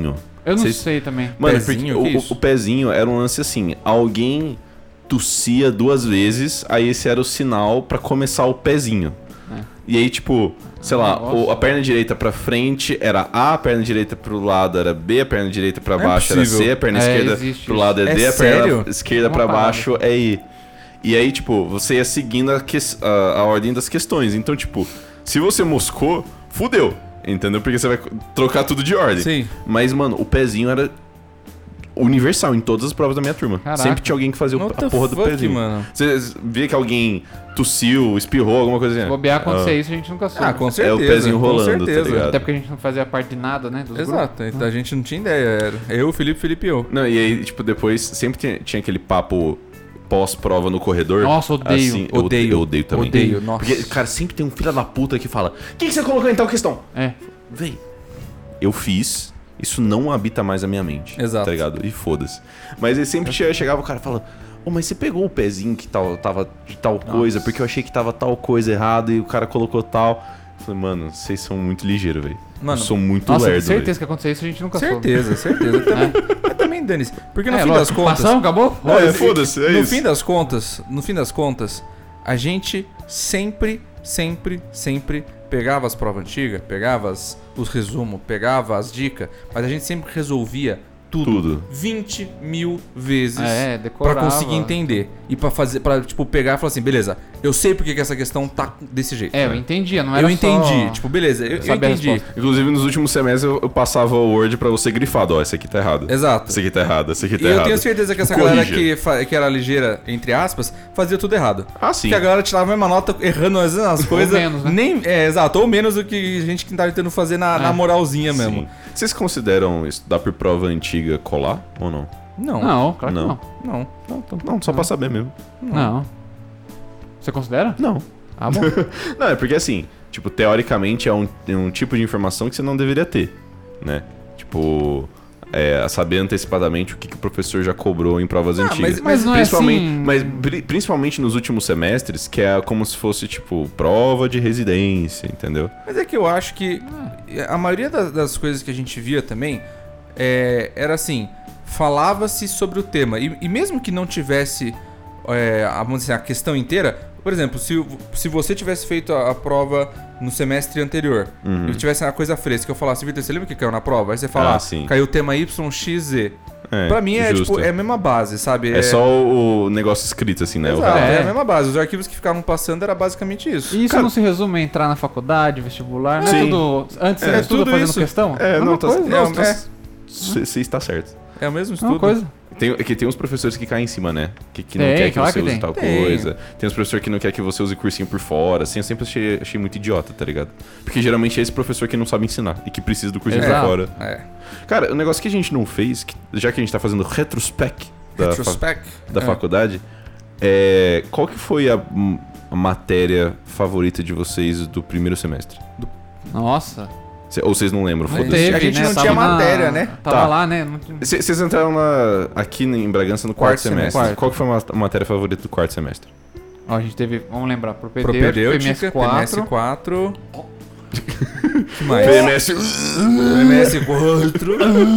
Eu não Vocês- sei também. Mano, Pezinho, porque que o, isso? o pezinho era um lance assim, alguém tossia duas vezes, aí esse era o sinal pra começar o pezinho. É. E aí, tipo, sei lá, Nossa. o- a perna direita pra frente era A, a perna direita pro lado era B, a perna direita pra Não é baixo era possível. C, a perna É, esquerda existe pro isso. lado é É D, a sério? perna esquerda É uma pra parada. baixo é I. E aí, tipo, você ia seguindo a, que- a- a ordem das questões. Então, tipo, se você moscou, fudeu. Entendeu? Porque você vai trocar tudo de ordem. Sim. Mas, mano, o pezinho era universal em todas as provas da minha turma. Caraca. Sempre tinha alguém que fazia o- What a the porra do fuck, pezinho. mano? Você via que alguém tossiu, espirrou, alguma coisa assim. Se bobear acontecer Ah. isso, a gente nunca soube. Ah, com É certeza. o pezinho com rolando, tá certeza. ligado? Até porque a gente não fazia parte de nada, né? Dos Exato, grupos. então a gente não tinha ideia. Era eu, o Felipe, Felipe e eu. Não, e aí, tipo, depois sempre tinha, tinha aquele papo pós-prova no corredor. Nossa, odeio. Assim, eu Odeio. Eu odeio também. Odeio, nossa. Porque, cara, sempre tem um filho da puta que fala: o que, que você colocou em tal questão? É. Véi, eu fiz, isso não habita mais a minha mente. Exato. Tá ligado? E foda-se. Mas aí sempre che- chegava o cara e falava: ô, mas você pegou o pezinho que tal, tava de tal coisa, porque eu achei que tava tal coisa errado e o cara colocou tal. Eu falei, mano, vocês são muito ligeiros, velho. Eu Mano, sou muito Nossa, lerdo, certeza velho. que acontecer isso a gente nunca certeza, certeza. Também, mas também dane-se. Porque no soube. fim É, das lógico, contas. Passamos, acabou? Não, é, no- foda-se, é no isso. fim das contas, no fim das contas, a gente sempre, sempre, sempre pegava as provas antigas, pegava as- os resumos, pegava as dicas, mas a gente sempre resolvia tudo, Tudo. vinte mil vezes É, pra decorava. conseguir entender e pra fazer, para tipo pegar e falar assim, beleza, eu sei porque que essa questão tá desse jeito. É, eu entendia, não era eu entendi, só... tipo, beleza, eu, eu saber a entendi. resposta. Inclusive, nos últimos semestres eu, eu passava o Word pra você grifado. Ó, esse aqui tá errado. Exato. Esse aqui tá errado, esse aqui tá E eu errado. tenho certeza que essa Corrija. galera que, fa- que era ligeira, entre aspas, fazia tudo errado. Ah, sim. Porque a galera tirava a mesma nota errando as, as coisas. menos, né? Nem, é, exato, ou menos do que a gente que tava tentando fazer na, É. na moralzinha mesmo. Sim. Vocês consideram estudar por prova antiga colar ou não? Não. Não, claro Não. que não. Não. Não, então- não só pra saber mesmo. Não. Você considera? Não. Ah, bom. Não, é porque assim, tipo, teoricamente é um, é um tipo de informação que você não deveria ter, né? Tipo, é, saber antecipadamente o que, que o professor já cobrou em provas Ah, antigas. mas- mas não é principalmente, assim- mas pri- principalmente nos últimos semestres, que é como se fosse, tipo, prova de residência, entendeu? Mas é que eu acho que a maioria das, das coisas que a gente via também é, era assim, falava-se sobre o tema. E, e mesmo que não tivesse é, a, vamos dizer, a questão inteira, por exemplo, se, se você tivesse feito a, a prova no semestre anterior Uhum. e tivesse uma coisa fresca, eu falasse, Vitor, você lembra o que caiu na prova? Aí você fala, Ah, ah, sim. caiu o tema Y, X, Z. É, Pra mim é, justo. tipo, é a mesma base, sabe? É só o, o negócio escrito, assim, né? O Exato, relato. é. É. a mesma base. Os arquivos que ficavam passando era basicamente isso. E isso Cara- não se resume a entrar na faculdade, vestibular, não é Sim. tudo... Antes É, você estuda tudo fazendo isso. questão? É, Mesma não, tá, coisa. não, É, tá- é. Você você está certo. É o mesmo Mesma estudo. coisa. Tem, é que tem uns professores que caem em cima, né? Que, que não Tem, quer que claro você que use tem. tal Tem. coisa. Tem uns professores que não quer que você use cursinho por fora. Assim, eu sempre achei, achei muito idiota, tá ligado? Porque geralmente é esse professor que não sabe ensinar e que precisa do cursinho Exato. por fora. É. Cara, o negócio que a gente não fez, que- já que a gente tá fazendo retrospec da, fa- Retrospect. da É. faculdade, é, qual que foi a, a matéria favorita de vocês do primeiro semestre? Nossa. Cê- ou vocês não lembram? Não Foda-se. teve. A gente não Tava tinha na- matéria, né? Tava Tá. lá, né? Não tinha- C- Vocês entraram na- aqui em Bragança no quarto, Quarto semestre. semestre. Qual que foi a ma- a matéria favorita do quarto semestre? Ó, a gente teve, vamos lembrar, propedêutica, Propedêutica, P M S P M S quatro. quatro. que mais? P M S. P M S quatro.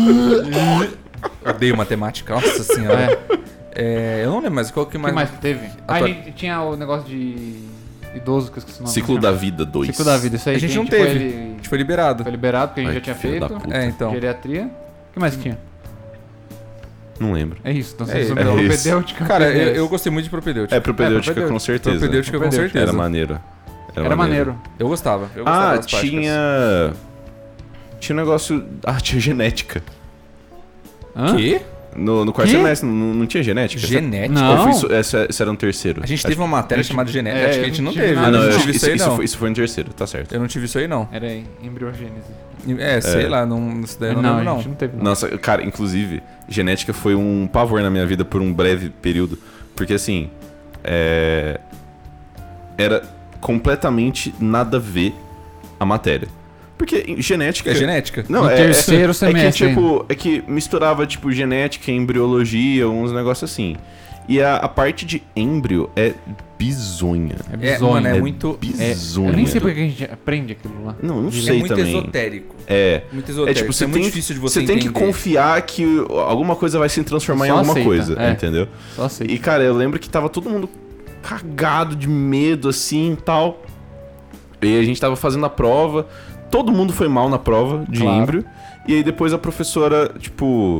Odeio matemática, nossa senhora. É. É, eu não lembro mais qual que O que mais. mais que teve? Ah, a tua- gente tinha o negócio de idoso, que eu esqueci o nome. Ciclo da Vida dois. Ciclo da vida, isso aí. A gente que não foi, teve. li- A gente foi liberado. foi liberado, porque a gente Ai, já que tinha filho da feito. puta. É, então. Geriatria. O que mais que tinha? Não lembro. É isso, então É você isso. resumiu É isso. propedêutica. Cara, eu, propedêutica. eu gostei muito de propedêutica. É, propedêutica É, com certeza. Propedêutica com Propedêutica. certeza. Era maneiro. Era maneiro. Eu gostava. Eu gostava Ah, das práticas. tinha... Tinha um negócio... Ah, tinha genética. Hã? Quê? No, no quarto Que? semestre não, não tinha genética? Genética? Não. Ou foi isso, essa, essa era no terceiro? A gente teve uma matéria Acho- chamada genética. é, acho que a eu gente não não tive teve. nada Ah, não, eu eu não acho tive que isso isso, aí, isso, não. foi, isso foi no terceiro, tá certo. Eu não tive isso aí, não. Era aí, embriogênese. É, sei É. lá, não, isso daí eu não, não, lembro, a não. gente não teve. Não. Nossa, cara, inclusive, genética foi um pavor na minha vida por um breve período. Porque assim, é... era completamente nada a ver a matéria. Porque genética... É genética. Não, No é, terceiro é, semestre É que, tipo, é que misturava, tipo, genética, embriologia, uns negócios assim. E a, a parte de êmbrio é bizonha. É É, bizonho. mano, é É muito... bizonha. Eu nem sei por que a gente aprende aquilo lá. Não, não É sei muito também. esotérico. É. Muito É esotérico. tipo, Isso você é muito tem, difícil de você você tem que entender. confiar que alguma coisa vai se transformar Só em alguma aceita, coisa, é. entendeu? Só sei. E, cara, eu lembro que tava todo mundo cagado de medo, assim, e tal. E a gente tava fazendo a prova, todo mundo foi mal na prova de Claro. êmbrio. E aí depois a professora, tipo...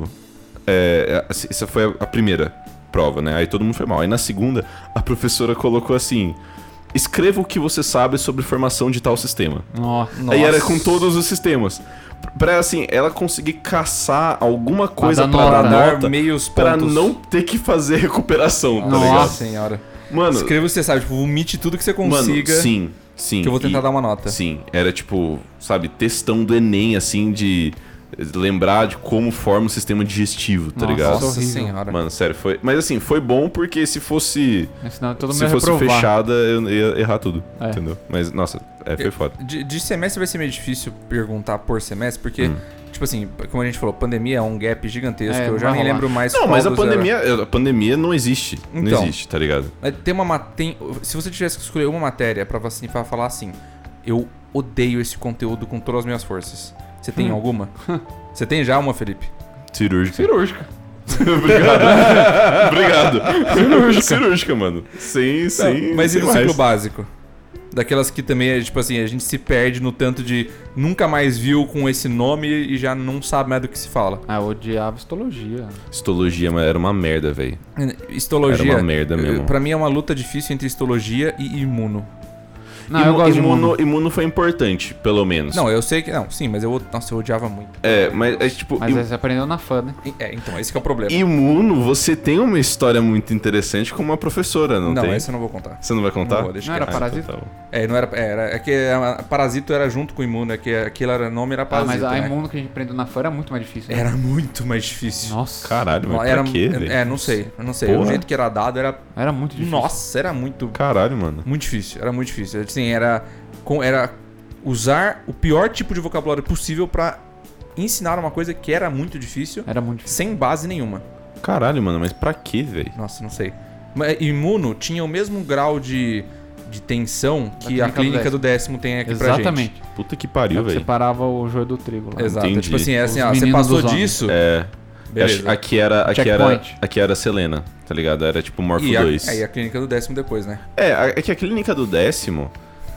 É, essa foi a primeira prova, né? Aí todo mundo foi mal. Aí na segunda, a professora colocou assim... Escreva o que você sabe sobre formação de tal sistema. Nossa. Aí era Nossa. com todos os sistemas. Pra, assim, ela conseguir caçar alguma coisa dar pra nota, dar né? nota, meios pra pontos. não ter que fazer recuperação, tá Nossa ligado? Nossa senhora. Mano, Escreva o que você sabe, tipo, vomite tudo que você mano, consiga. sim, sim. Que eu vou tentar E- dar uma nota. Sim, era tipo, sabe, textão do Enem, assim, de lembrar de como forma o sistema digestivo, tá Nossa, ligado? Nossa horrível. senhora. Mano, sério, foi... Mas assim, foi bom porque se fosse... Senão todo mundo Se ia fosse reprovar. fechada, eu ia errar tudo, É. entendeu? Mas, nossa, é, foi Eu- foda. De, de semestre vai ser meio difícil perguntar por semestre, porque, Hum. tipo assim, como a gente falou, pandemia é um gap gigantesco. É, eu não já vai nem rolar. lembro mais Não, qual mas a dos era. pandemia, a pandemia não existe. Então. Não existe, tá ligado? Mas tem uma ma- tem, se você tivesse que escolher uma matéria pra, assim, pra falar assim, eu odeio esse conteúdo com todas as minhas forças. Você tem Hum. alguma? Você tem já uma, Felipe? Cirúrgica. Cirúrgica. Obrigado. Obrigado. Cirúrgica. Cirúrgica, mano. Sem, sem. Mas e sem no mais. ciclo básico? Daquelas que também é, tipo assim, a gente se perde no tanto de nunca mais viu com esse nome e já não sabe mais do que se fala. Ah, eu odiava histologia. Histologia, mas era uma merda, velho. Histologia. Era uma merda mesmo. Pra mim é uma luta difícil entre histologia e imuno. Não, eu gosto de imuno, imuno. imuno foi importante, pelo menos. Não, eu sei que. Não, sim, mas eu. Nossa, eu odiava muito. É, mas é tipo. Mas im- aí você aprendeu na fã, né? É, então, esse que é o problema. Imuno, você tem uma história muito interessante com uma professora, não, Não, tem? essa eu não vou contar. Você não vai contar? Não vou, deixa Não era quieto. parasita? então tá bom. É, não era. É, era é que a, Parasito era junto com o imuno, é que aquilo era nome era Ah, Parasito. mas a né? imuno que a gente aprendeu na fã era muito mais difícil. né? Era muito mais difícil. Nossa. Caralho, mas era, pra quê, velho? É, não sei, eu não sei. Porra. O jeito que era dado era. Era muito difícil. Nossa, era muito. Caralho, mano. Muito difícil, era muito difícil. Assim, era. com- Era usar o pior tipo de vocabulário possível pra ensinar uma coisa que era muito difícil, Era muito difícil. sem base nenhuma. Caralho, mano, mas pra quê, velho? Nossa, não sei. Mas imuno tinha o mesmo grau de, de tensão que a clínica do clínica do décimo tem aqui pra gente. Exatamente. Puta que É pariu, que velho. separava o joio do trigo lá. Exato. Entendi. Tipo assim, é assim, Os ó, você meninos passou dos homens. disso. É. Beleza. Aqui era, aqui era, Checkpoint. aqui era Selena, tá ligado? Era tipo Morpho E a, dois. aí a clínica do décimo depois, né? É, a- é que a clínica do décimo,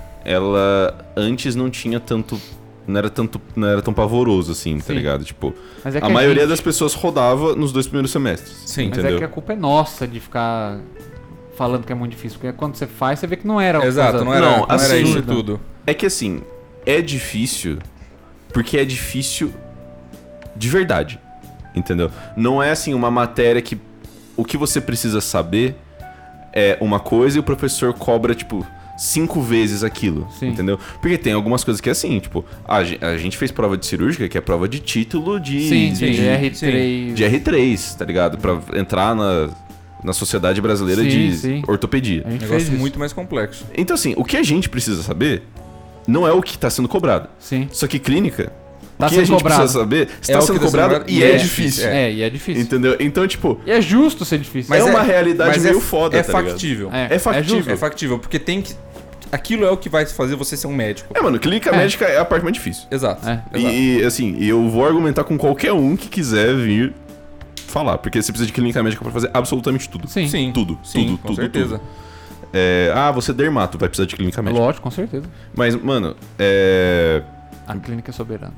ela antes não tinha tanto. Não era tanto. Não era tão pavoroso assim, tá Sim. ligado? Tipo, Mas é que a maioria gente- das pessoas rodava nos dois primeiros semestres. Sim. Mas entendeu? é que a culpa é nossa de ficar falando que é muito difícil. Porque quando você faz, você vê que não era. Exato, coisa- não era, Não, não, era assim- isso tudo. É que assim, é difícil porque é difícil de verdade. Entendeu? Não é assim uma matéria que o que você precisa saber é uma coisa e o professor cobra, tipo, cinco vezes aquilo. Sim. Entendeu? Porque tem algumas coisas que é assim, tipo, a, gen- a gente fez prova de cirúrgica, que é prova de título de, Sim, de, sim, de R três. de R três, tá ligado? Pra entrar na, na Sociedade Brasileira Sim, de sim. Ortopedia. A gente fez Negócio isso. muito mais complexo. Então, assim, o que a gente precisa saber não é o que tá sendo cobrado. Sim. Só que clínica, Tá o que a sendo gente cobrado. precisa saber está É o que sendo tá sendo cobrado cobrado e e é, é difícil. É, e é difícil. Entendeu? Então, tipo, E é justo ser difícil. Mas é uma realidade mas meio é, foda, É tá ligado? factível. É, é factível. justo. É factível, porque tem que. Aquilo é o que vai fazer você ser um médico. é, mano, clínica É. médica é a parte mais difícil. Exato. É. exato. E, e, assim, eu vou argumentar com qualquer um que quiser vir falar, porque você precisa de clínica médica pra fazer absolutamente tudo. Sim. Sim. Tudo, Sim, tudo, com tudo, certeza. tudo. É, ah, você é dermato, vai precisar de clínica médica. Lógico, com certeza. Mas, mano, é... A clínica é soberana.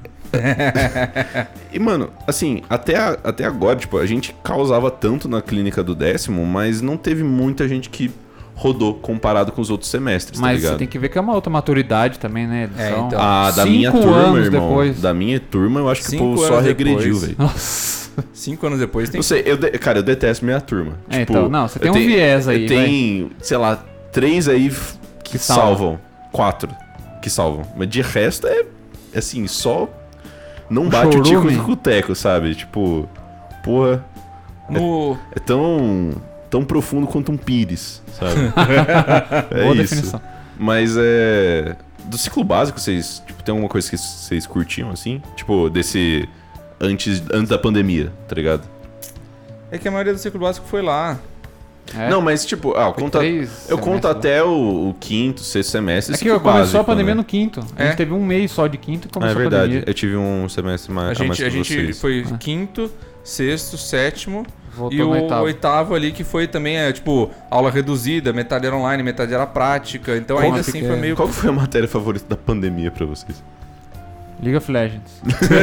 E, mano, assim, até, a- até agora, tipo, a gente causava tanto na clínica do décimo, mas não teve muita gente que rodou comparado com os outros semestres, tá Mas ligado? você tem que ver que é uma outra maturidade também, né? Eles É, são então. Ah, da cinco minha turma, anos irmão. depois. Da minha turma, eu acho que o Cinco povo só anos regrediu, depois. velho. Nossa. Cinco anos depois tem. Não sei, eu de- cara, eu detesto minha turma. É, Tipo, então, não, você tem eu um tenho- viés aí, eu Tem, sei lá, três aí f- que, Que salvam. salvam. Quatro que salvam. Mas de resto é, assim, só não Um bate o tico chorume. no boteco, sabe? Tipo, porra, No, é tão, tão profundo quanto um pires, sabe? é Boa isso. definição. Mas é... Do ciclo básico, vocês... Tipo, tem alguma coisa que vocês curtiam, assim? Tipo, desse... Antes, antes da pandemia, tá ligado? É que a maioria do ciclo básico foi lá. É? Não, mas tipo... Ah, eu Foi conto, três eu conto semestres, até o, o quinto, sexto semestre. É que ciclo começou básico, a pandemia né? no quinto. A É. gente teve um mês só de quinto e Ah, é começou a verdade. pandemia. Eu tive um semestre mais, A a mais gente, a que gente vocês. foi Ah. quinto, sexto, sétimo Voltou e o no oitavo. oitavo ali que foi também, é, tipo, aula reduzida, metade era online, metade era prática. Então Como ainda que assim que foi é? meio... Qual que foi a matéria favorita da pandemia pra vocês? League of Legends.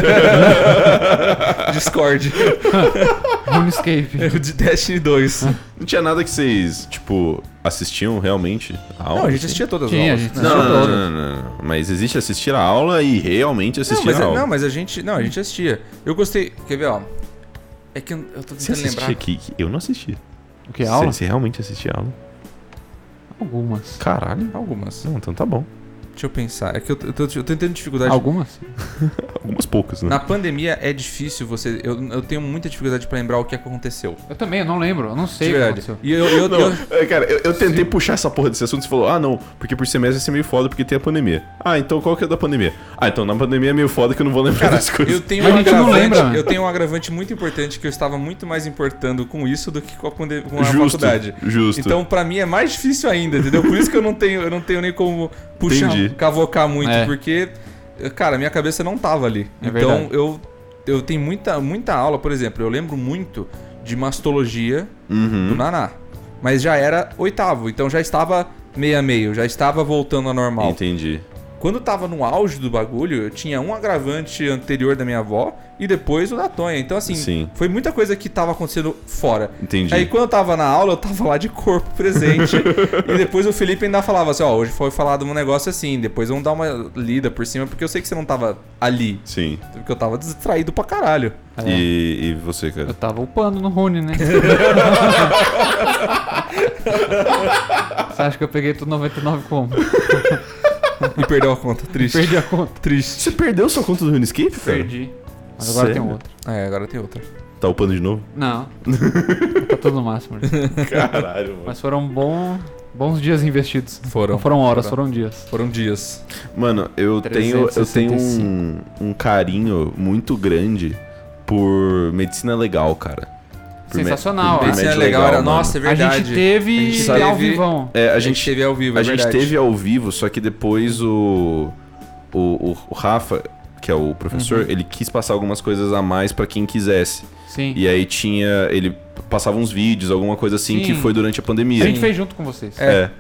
Discord. RuneScape. De Destiny dois. Não tinha nada que vocês, tipo, assistiam realmente a aula? Não, a gente assim? assistia todas as Tinha, aulas. a gente Não, assistiu não, todas. não, não, não. Mas existe assistir a aula e realmente assistir Não, mas, a é- aula. não, mas a gente... Não, a gente assistia. Eu gostei... Quer ver, ó? É que eu eu tô Você tentando assistia lembrar. aqui? Eu não assisti. O que, aula? Você, você realmente assistia a aula? Algumas. Caralho. Algumas. Não, então tá bom. Deixa eu pensar. É que eu, tô- eu, tô, eu tô tendo dificuldade. Algumas? Algumas poucas, né? Na pandemia é difícil você... Eu, eu tenho muita dificuldade pra lembrar o que aconteceu. Eu também, eu não lembro. Eu não sei De o que verdade. aconteceu. E eu... eu, Não, eu- é, cara, eu, eu tentei puxar essa porra desse assunto e você falou, ah, não, porque por semestre vai ser meio foda porque tem a pandemia. Ah, então qual que é da pandemia? Ah, então na pandemia é meio foda que eu não vou lembrar Cara, das coisas. eu tenho Mas um a gente não agravante, lembra, né? eu tenho um agravante muito importante que eu estava muito mais importando com isso do que com a, pande- com a Justo, faculdade. justo. Então, pra mim é mais difícil ainda, entendeu? Por isso que eu não tenho, eu não tenho nem como puxar, Entendi. cavocar muito, É. porque cara, minha cabeça não tava ali. É então, verdade. eu eu tenho muita muita aula, por exemplo, eu lembro muito de mastologia do Uhum. Naná, mas já era oitavo, então já estava meio a meio, já estava voltando ao normal. Entendi. Quando tava no auge do bagulho, eu tinha um agravante anterior da minha avó e depois o da Tonha. Então, assim, Sim. foi muita coisa que tava acontecendo fora. Entendi. Aí, quando eu tava na aula, eu tava lá de corpo presente. E depois o Felipe ainda falava assim: ó, hoje foi falado um negócio assim, depois vamos dar uma lida por cima, porque eu sei que você não tava ali. Sim. Porque eu tava distraído pra caralho. É. E, e você, cara? Eu tava upando no Rune, né? Você acha que eu peguei tudo noventa e nove como? E perdeu a conta. Triste. Perdi a conta. Triste. Você perdeu sua conta do RuneScape, cara? Perdi. Mas agora Sério? tem outra. É, agora tem outra. Tá upando de novo? Não. Tá tudo no máximo. já. Caralho, mano. Mas foram bom, bons dias investidos. Foram. Não foram horas, Foram. foram dias. Foram dias. Mano, eu tenho, eu tenho um, um carinho muito grande por medicina legal, cara. Por me- Sensacional, por né? Medicina médio legal, era. mano. Nossa, é A verdade. gente teve A gente ao teve- vivão. É, a A gente gente, teve ao vivo, a é gente verdade. teve ao vivo, só que depois o, o, o, o Rafa, que é o professor, Uhum. ele quis passar algumas coisas a mais pra quem quisesse. Sim. E aí tinha, ele passava uns vídeos, alguma coisa assim, Sim. que foi durante a pandemia. A gente fez junto com vocês. É.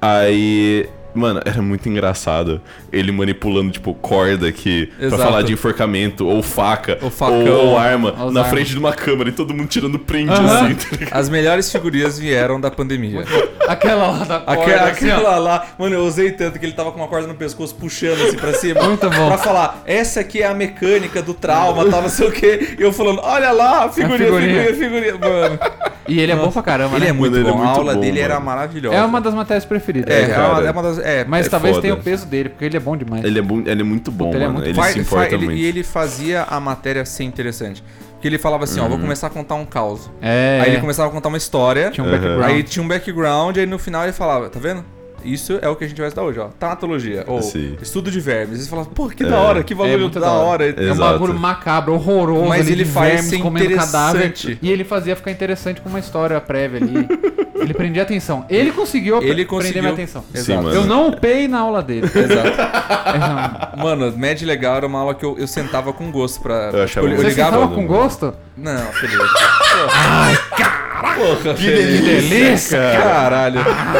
Aí, mano, era muito engraçado ele manipulando, tipo, corda aqui pra Exato. falar de enforcamento, ou faca, Ou facão, ou arma, ou as na armas. frente de uma câmera e todo mundo tirando print Aham. assim, tá ligado? As melhores figurias vieram da pandemia. Aquela lá da corda, Aquela, assim, ó. aquela lá, mano, eu usei tanto que ele tava com uma corda no pescoço puxando assim pra cima. Muito bom. Pra falar, essa aqui é a mecânica do trauma, tal, não sei o quê. E eu falando, olha lá, figurinha, figurinha. figurinha, figurinha. Mano, E ele é bom pra caramba, ele né? é muito Mano, ele é bom. A muito aula bom, dele era mano. maravilhosa. É uma das matérias preferidas. É, É, é, cara. uma, é uma das. É, Mas É talvez foda. tenha o peso dele, porque ele é bom demais. Ele é, bom, ele é muito bom, Puta, ele é mano. muito Ele Faz- se fa- importa ele- muito. E ele fazia a matéria ser interessante. Porque ele falava assim, ó, vou começar a contar um caos. É. Aí ele começava a contar uma história. Tinha um Aham. background. Aí tinha um background, aí no final ele falava, tá vendo? Isso é o que a gente vai estudar hoje, ó. Tanatologia, ou Sim. estudo de vermes. Eles falavam, pô, que É. da hora, que bagulho muito da da hora. É um Exato. bagulho macabro, horroroso. Mas ali ele de faz vermes ser comendo cadáver. interessante. E ele fazia ficar interessante com uma história prévia ali. Ele prendia atenção. Ele conseguiu Ele pre- conseguiu. prender minha atenção. Sim, mano. Eu não upei na aula dele. Exato. Mano, Med Legal era uma aula que eu, eu sentava com gosto pra... Eu achava eu, muito Você ligava... sentava foda, com mano. gosto? Não, Felipe. Ai, caralho. Porra, Que Felipe. delícia, cara. Caralho.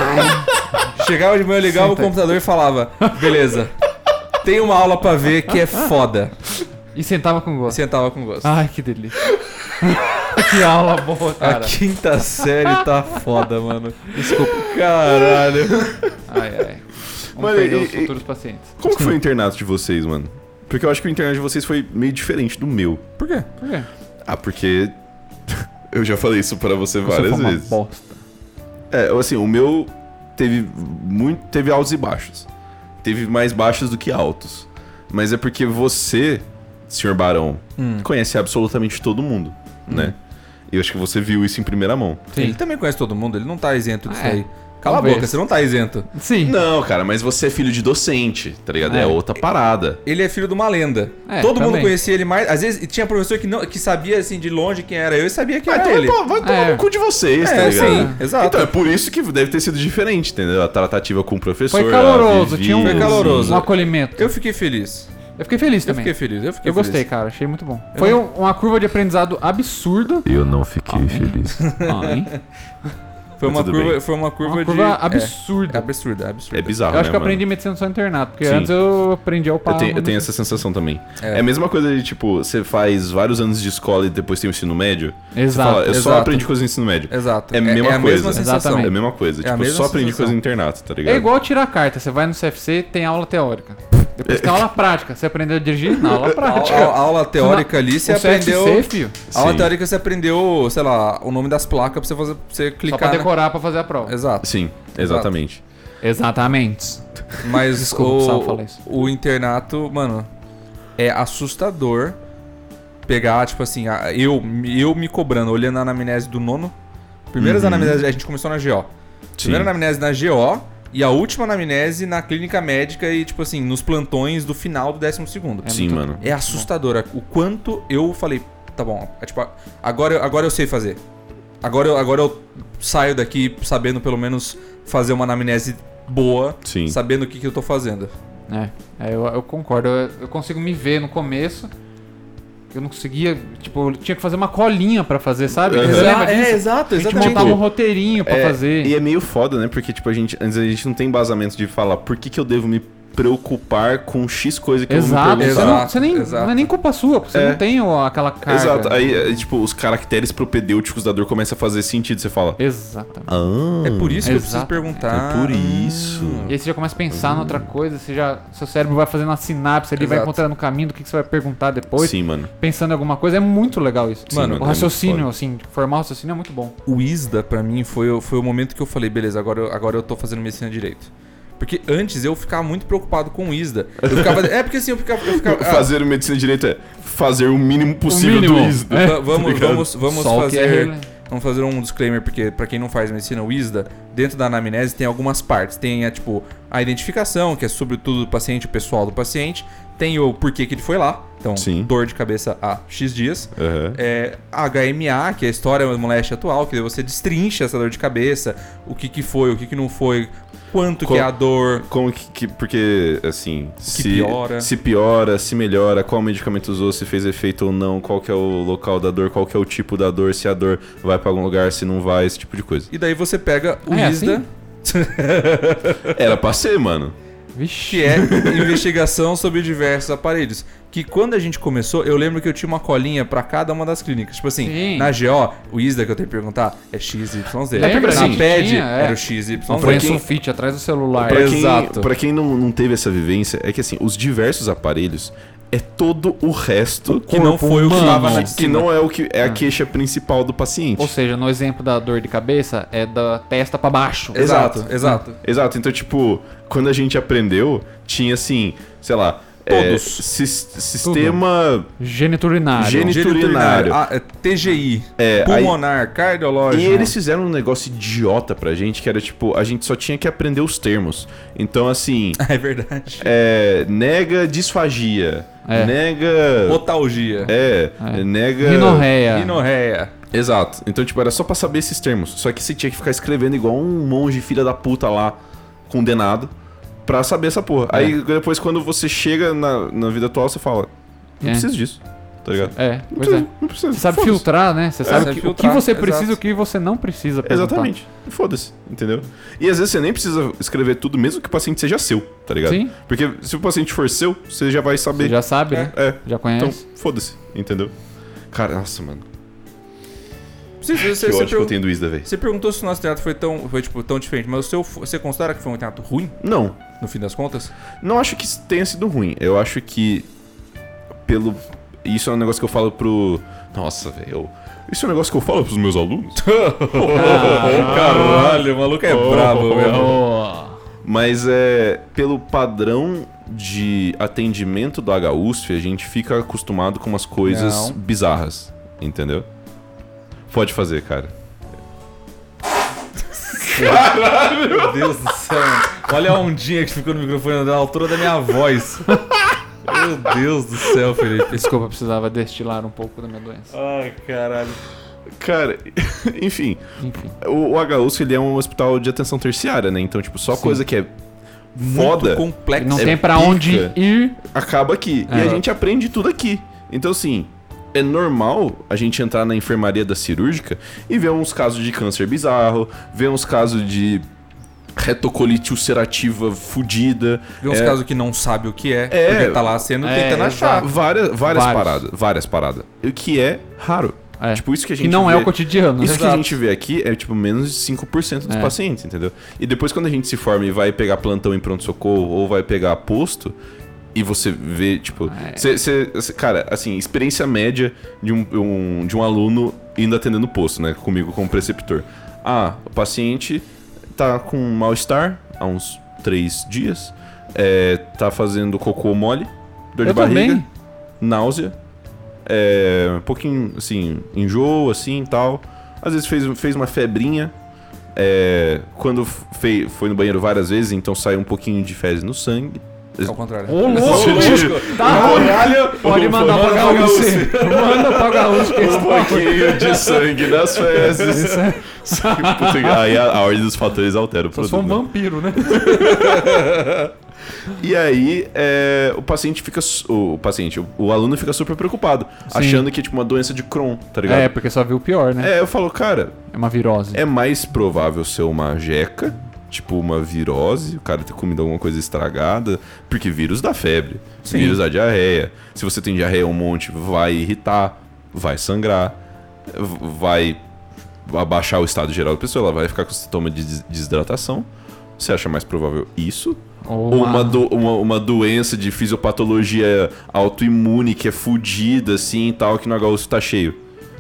Chegava de manhã, eu ligava Senta o aí. computador e falava, beleza, tem uma aula pra ver que é foda. E sentava com E gosto. sentava com gosto. Ai, que delícia. Que aula boa, A cara. quinta série tá foda, mano. Desculpa. Caralho. Ai, ai. Vamos Mano, perder e- os e- futuros pacientes. Como que foi o internato de vocês, mano? Porque eu acho que o internato de vocês foi meio diferente do meu. Por quê? Por quê? Ah, porque eu já falei isso pra você Você várias foi uma vezes. bosta. É, assim, o meu teve muito, teve altos e baixos. Teve mais baixos do que altos. Mas é porque você, senhor Barão, Hum. conhece absolutamente todo mundo, né? E eu acho que você viu isso em primeira mão. Sim. Ele também conhece todo mundo, ele não tá isento disso Ah, é. daí. Cala Talvez. a boca, você não tá isento. Sim. Não, cara, mas você é filho de docente, tá ligado? É, É. outra parada. Ele é filho de uma lenda. É, Todo mundo também. conhecia ele mais. Às vezes tinha professor que, não, que sabia assim de longe quem era eu e sabia quem Ah, era então ele. vai, vai tomar É. no cu de vocês, tá É, ligado? sim, exato. Então é por isso que deve ter sido diferente, entendeu? A tratativa com o professor. Foi a caloroso, Vivi, tinha um, Foi caloroso. um acolhimento. Eu fiquei feliz. Eu fiquei feliz Eu também. fiquei feliz. Eu, fiquei Eu gostei, feliz. cara. Achei muito bom. Foi um- uma curva de aprendizado absurda. Eu não fiquei feliz. Ah, hein? Foi Mas uma tudo curva, bem. foi uma curva Uma de. curva É, absurda. absurda, absurda. É bizarro, Eu acho né, que eu mano? aprendi medicina só internato, porque Sim. antes eu aprendi ao Eu par. tenho, eu tenho essa sensação também. É. É. a mesma coisa de, tipo, você faz vários anos de escola e depois tem o ensino médio. Exato. Você fala, eu só exato. aprendi coisa no ensino médio. Exato. É a mesma é a coisa. mesma sensação. Exatamente. É a mesma coisa. É a tipo, eu mesma só aprendi sensação. coisa no internato, tá ligado? É igual tirar carta. Você vai no C F C, tem aula teórica. Depois tem aula prática. Você aprendeu a dirigir? Na aula A, prática. a- a aula teórica ali você o aprendeu. C F C, filho. A aula Sim. teórica você aprendeu, sei lá, o nome das placas pra você, fazer, pra você Só clicar. pra na- decorar pra fazer a prova. Exato. Sim, exatamente. Exatamente. Mas Desculpa, o, precisava falar isso. o internato, mano, é assustador pegar, tipo assim, a- eu, eu me cobrando, olhando a anamnese do nono. Primeiras Uhum. anamnese, a gente começou na G O. Primeira anamnese na G O e a última anamnese na clínica médica e, tipo assim, nos plantões do final do décimo segundo. Sim, muito- mano. É assustador o quanto eu falei, tá bom, é tipo, agora, eu- agora eu sei fazer. Agora eu, agora eu saio daqui sabendo pelo menos fazer uma anamnese boa, Sim. sabendo o que, que eu tô fazendo. É, é, eu, eu concordo. Eu, eu consigo me ver no começo. Eu não conseguia, tipo, eu tinha que fazer uma colinha pra fazer, sabe? Uhum. Você lembra disso? exato, A gente exatamente. montava um roteirinho pra É, fazer. E é meio foda, né? Porque, tipo, a gente, antes a gente não tem embasamento de falar por que, que eu devo me preocupar com X coisa que Exato. eu vou me Você, perguntar. não, você nem, exato. não é nem culpa sua, porque você É. não tem o- aquela carga. Exato. Aí, é, tipo, os caracteres propedêuticos da dor começam a fazer sentido. Você fala, Exatamente. ah, É por isso que eu preciso Exato. perguntar. É por isso. E aí você já começa a pensar em outra coisa, você já, seu cérebro vai fazendo uma sinapse, ele vai Exato. encontrando o caminho do que, que você vai perguntar depois, Sim, mano. pensando em alguma coisa. É muito legal isso. Sim, Mano, mano, o é raciocínio, muito assim, formar o raciocínio é muito bom. O ISDA, pra mim, foi, o- foi o momento que eu falei, beleza, agora eu, agora eu tô fazendo medicina direito. Porque antes eu ficava muito preocupado com o ISDA. Eu ficava. É porque assim, eu ficava. Eu ficava ah, Fazer medicina direito é fazer o mínimo possível mínimo. do ISDA. É. va- vamos, ligado? vamos, vamos Só o que é fazer. rele- Vamos fazer um disclaimer, porque pra quem não faz medicina, o ISDA, dentro da anamnese tem algumas partes. Tem a, tipo, a identificação, que é sobretudo do paciente, o pessoal do paciente. Tem o porquê que ele foi lá. Então, Sim. dor de cabeça há X dias. Aham. É, H M A, que é a história da moléstia atual, que daí você destrincha essa dor de cabeça, o que que foi, o que que não foi, quanto Qual- que é a dor. Como que, que- porque, assim, se piora. se piora, se melhora, qual medicamento usou, se fez efeito ou não, qual que é o local da dor, qual que é o tipo da dor, se a dor vai pra algum lugar, se não vai, esse tipo de coisa. E daí você pega o É ISDA, Era pra ser, mano. Vixe. que é investigação sobre diversos aparelhos. Que quando a gente começou, eu lembro que eu tinha uma colinha pra cada uma das clínicas. Tipo assim, Sim. na G O, o ISDA que eu tenho que perguntar é X Y Z. Lembra, na a gente PED tinha, é. era o X Y Não Z. põe quem- sulfite atrás do celular. Pra quem, Exato. pra quem não, não teve essa vivência, é que assim, os diversos aparelhos é todo o resto Que não foi o que humano. tava na de que cima. não é o que é a queixa principal do paciente. Ou seja, no exemplo da dor de cabeça, é da testa pra baixo. Exato, exato. Exato, então tipo, quando a gente aprendeu, tinha assim, sei lá, Todos. é, sis- sistema Geniturinário. Geni- Geniturinário. Ah, é T G I, É, aí- pulmonar, cardiológico. E eles fizeram um negócio idiota pra gente, que era tipo, a gente só tinha que aprender os termos. Então, assim, É verdade. é, nega disfagia, É. nega. Otalgia. É, É. nega. Rinorreia. Rinorreia. Exato. Então, tipo, era só pra saber esses termos. Só que você tinha que ficar escrevendo igual um monge filha da puta lá, condenado, pra saber essa porra. É. Aí depois, quando você chega na, na vida atual, você fala, não É. preciso disso. Tá ligado? É, Não pois precisa, é. não precisa. Você sabe Foda-se. filtrar, né? Você sabe sabe o que, o que filtrar, você exato. precisa e o que você não precisa perguntar. Exatamente. Foda-se, entendeu? E às vezes você nem precisa escrever tudo, mesmo que o paciente seja seu, tá ligado? Sim. Porque se o paciente for seu, você já vai saber. Você já sabe, né? É. Já Então, conhece. foda-se, entendeu? Cara, nossa, mano. Você, você, Que você, ódio que eu pergun- tenho do Isda, velho. você perguntou se o nosso teatro foi tão, foi, tipo, tão diferente, mas o seu, você considera que foi um teatro ruim, Não, no fim das contas? não acho que tenha sido ruim. Eu acho que pelo... Isso é um negócio que eu falo pro... Nossa, velho. eu- Isso é um negócio que eu falo pros meus alunos. Caralho, o maluco é Oh, brabo oh, mesmo. Oh. Mas é... Pelo padrão de atendimento do H U S F, a gente fica acostumado com umas coisas Não. bizarras. Entendeu? Pode fazer, cara. Caralho! Meu Deus do céu. Olha a ondinha que ficou no microfone da altura da minha voz. Meu Deus do céu, Felipe. Desculpa, eu precisava destilar um pouco da minha doença. Ai, caralho. Cara, enfim. Enfim. O, o H U S F ele é um hospital de atenção terciária, né? Então, tipo, só Sim. coisa que é Muito foda complexo. Não É tem pra pica. onde ir. acaba aqui. É. E a gente aprende tudo aqui. Então, assim, é normal a gente entrar na enfermaria da cirúrgica e ver uns casos de câncer bizarro, ver uns casos de retocolite ulcerativa fudida. Vê uns é, casos que não sabe o que é, É. porque tá lá sendo É, tentando achar. exato. Várias, várias Vários. paradas. Várias paradas. O que é raro. É. Tipo, isso que a gente Que não vê, é o cotidiano. Isso né? que a gente vê aqui é, tipo, menos de cinco por cento dos É. pacientes, entendeu? E depois, quando a gente se forma e vai pegar plantão em pronto-socorro ou vai pegar posto, e você vê, tipo... É. cê- cê- cê- cara, assim, experiência média de um, um- de um aluno indo atendendo posto, né? Comigo como preceptor. Ah, o paciente tá com mal-estar há uns três dias, é, tá fazendo cocô mole, dor Eu de barriga, também. náusea, é, um pouquinho, assim, enjoo, assim, e tal. Às vezes fez, fez uma febrinha. É, quando fei, foi no banheiro várias vezes, então saiu um pouquinho de fezes no sangue. Ao contrário. Ô, louco! Tá, Caralho! pode mandar Manda pra pra H U S F. Manda pra H U S F que eles Um pouquinho de sangue nas fezes. Isso é Puta, aí a, a ordem dos fatores altera o só se for um produto. vampiro, né? E aí, é, o paciente fica. su- O paciente, o, o aluno fica super preocupado, Sim. achando que é tipo uma doença de Crohn, tá ligado? É, porque só viu o pior, né? É, eu falo, cara, É uma virose. é mais provável ser uma jeca, tipo uma virose, o cara ter comido alguma coisa estragada, porque vírus dá febre, Sim. vírus dá diarreia. Se você tem diarreia um monte, vai irritar, vai sangrar, v- vai abaixar o estado geral da pessoa, ela vai ficar com sintoma de des- desidratação. Você acha mais provável isso? Ou Ou uma, do- uma, uma doença de fisiopatologia autoimune que é fudida, assim e tal, que no H U S F tá cheio?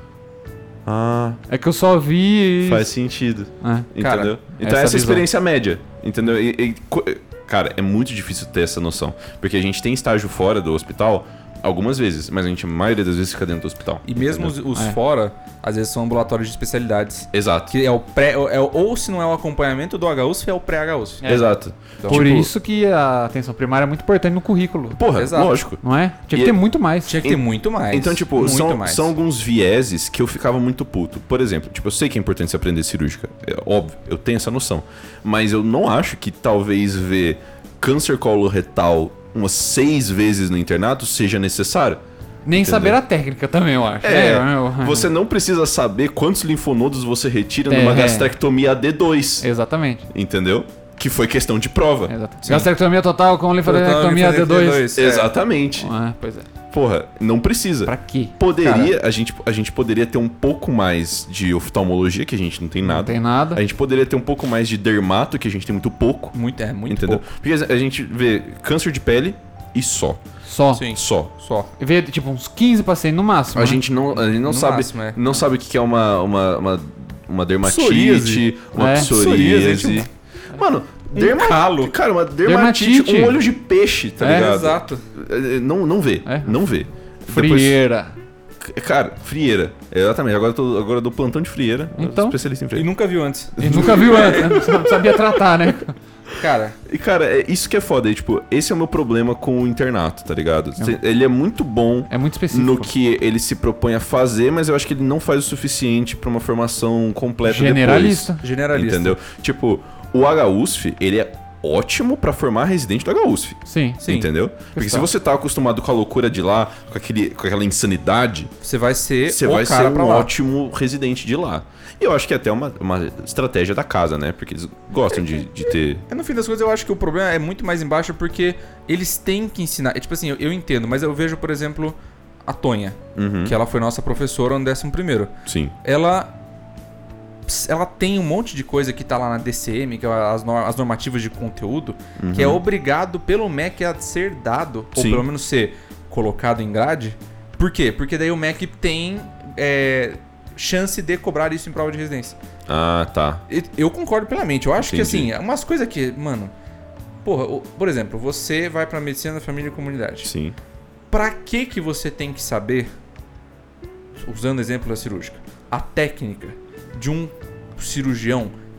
Ah, É que eu só vi. faz sentido. É. Cara, Entendeu? Então essa essa é a visão. experiência média, entendeu? E- e co- cara, é muito difícil ter essa noção. Porque a gente tem estágio fora do hospital algumas vezes, mas a gente, a maioria das vezes, fica dentro do hospital. E mesmo os, entendeu? os É. fora, às vezes são ambulatórios de especialidades. Exato. Que é o pré. É, o- ou se não é o acompanhamento do H U S F, é o pré-H U S F. É. Exato. Então, Por tipo- isso que a atenção primária é muito importante no currículo. Porra, Exato. lógico. Não é? Tinha que E- ter muito mais. Tinha que ter muito mais. Então, tipo, muito são, mais. são alguns vieses que eu ficava muito puto. Por exemplo, tipo, eu sei que é importante se aprender cirúrgica. É óbvio, eu tenho essa noção. Mas eu não acho que talvez ver câncer coloretal umas seis vezes no internato seja necessário. Nem Entendeu? saber a técnica também, eu acho. É, eu- você não precisa saber quantos linfonodos você retira É. numa gastrectomia A D dois, Exatamente. entendeu? Que foi questão de prova. Exatamente. Gastrectomia total com linfadenectomia Então, D dois. É. Exatamente. Ah, pois é. Porra, não precisa. Pra quê? Poderia, a gente, a gente poderia ter um pouco mais de oftalmologia, que a gente não tem Não nada. tem nada. A gente poderia ter um pouco mais de dermato, que a gente tem muito pouco. Muito, é, muito entendeu? pouco. Porque a gente vê câncer de pele e só. Só. Sim. Só. Só. Vê, tipo, uns quinze pacientes no máximo. A né? gente não, a gente não No sabe, máximo, é. não sabe o que que é uma, uma, uma, uma dermatite, Psoríase. uma É. psoríase. Psoríase, Mano, Um derma- calo. Cara, uma dermatite, Dermatite. um olho de peixe, tá É, ligado? Exato. É, Não, não vê, É. não vê. Frieira. Depois- cara, frieira. Exatamente, agora eu, tô, agora eu dou plantão de frieira. eu sou Então. especialista em E frieira. nunca viu antes. E nunca viu antes, né? Não sabia tratar, né? Cara, E, cara, é isso que é foda. E, tipo, esse é o meu problema com o internato, tá ligado? Cê- Ele é muito bom É muito específico. no que ele se propõe a fazer, mas eu acho que ele não faz o suficiente pra uma formação completa Generalista. generalista. depois. Entendeu? Tipo, o H U S F, ele é ótimo pra formar residente do H U S F. Sim. Sim. Entendeu? Porque se Questão. você tá acostumado com a loucura de lá, com, aquele, com aquela insanidade, Você vai ser você o vai ser cara um pra lá. ótimo residente de lá. E eu acho que é até uma, uma estratégia da casa, né? Porque eles gostam de, de ter. É, no fim das coisas, eu acho que o problema é muito mais embaixo porque eles têm que ensinar. É, tipo assim, eu, eu entendo, mas eu vejo, por exemplo, a Tonha, Uhum. que ela foi nossa professora no décimo primeiro. Sim. Ela. Ela tem um monte de coisa que tá lá na D C M, que é as, nor- as normativas de conteúdo, que é obrigado pelo M E C a ser dado, ou Sim. pelo menos ser colocado em grade. Por quê? Porque daí o M E C tem é, chance de cobrar isso em prova de residência. Ah, tá. E- Eu concordo plenamente. Eu acho que Entendi. assim, umas coisas que, mano. Porra, o- por exemplo, você vai pra medicina da família e comunidade. Sim. Pra que que você tem que saber, usando o exemplo da cirúrgica, a técnica de um cirurgião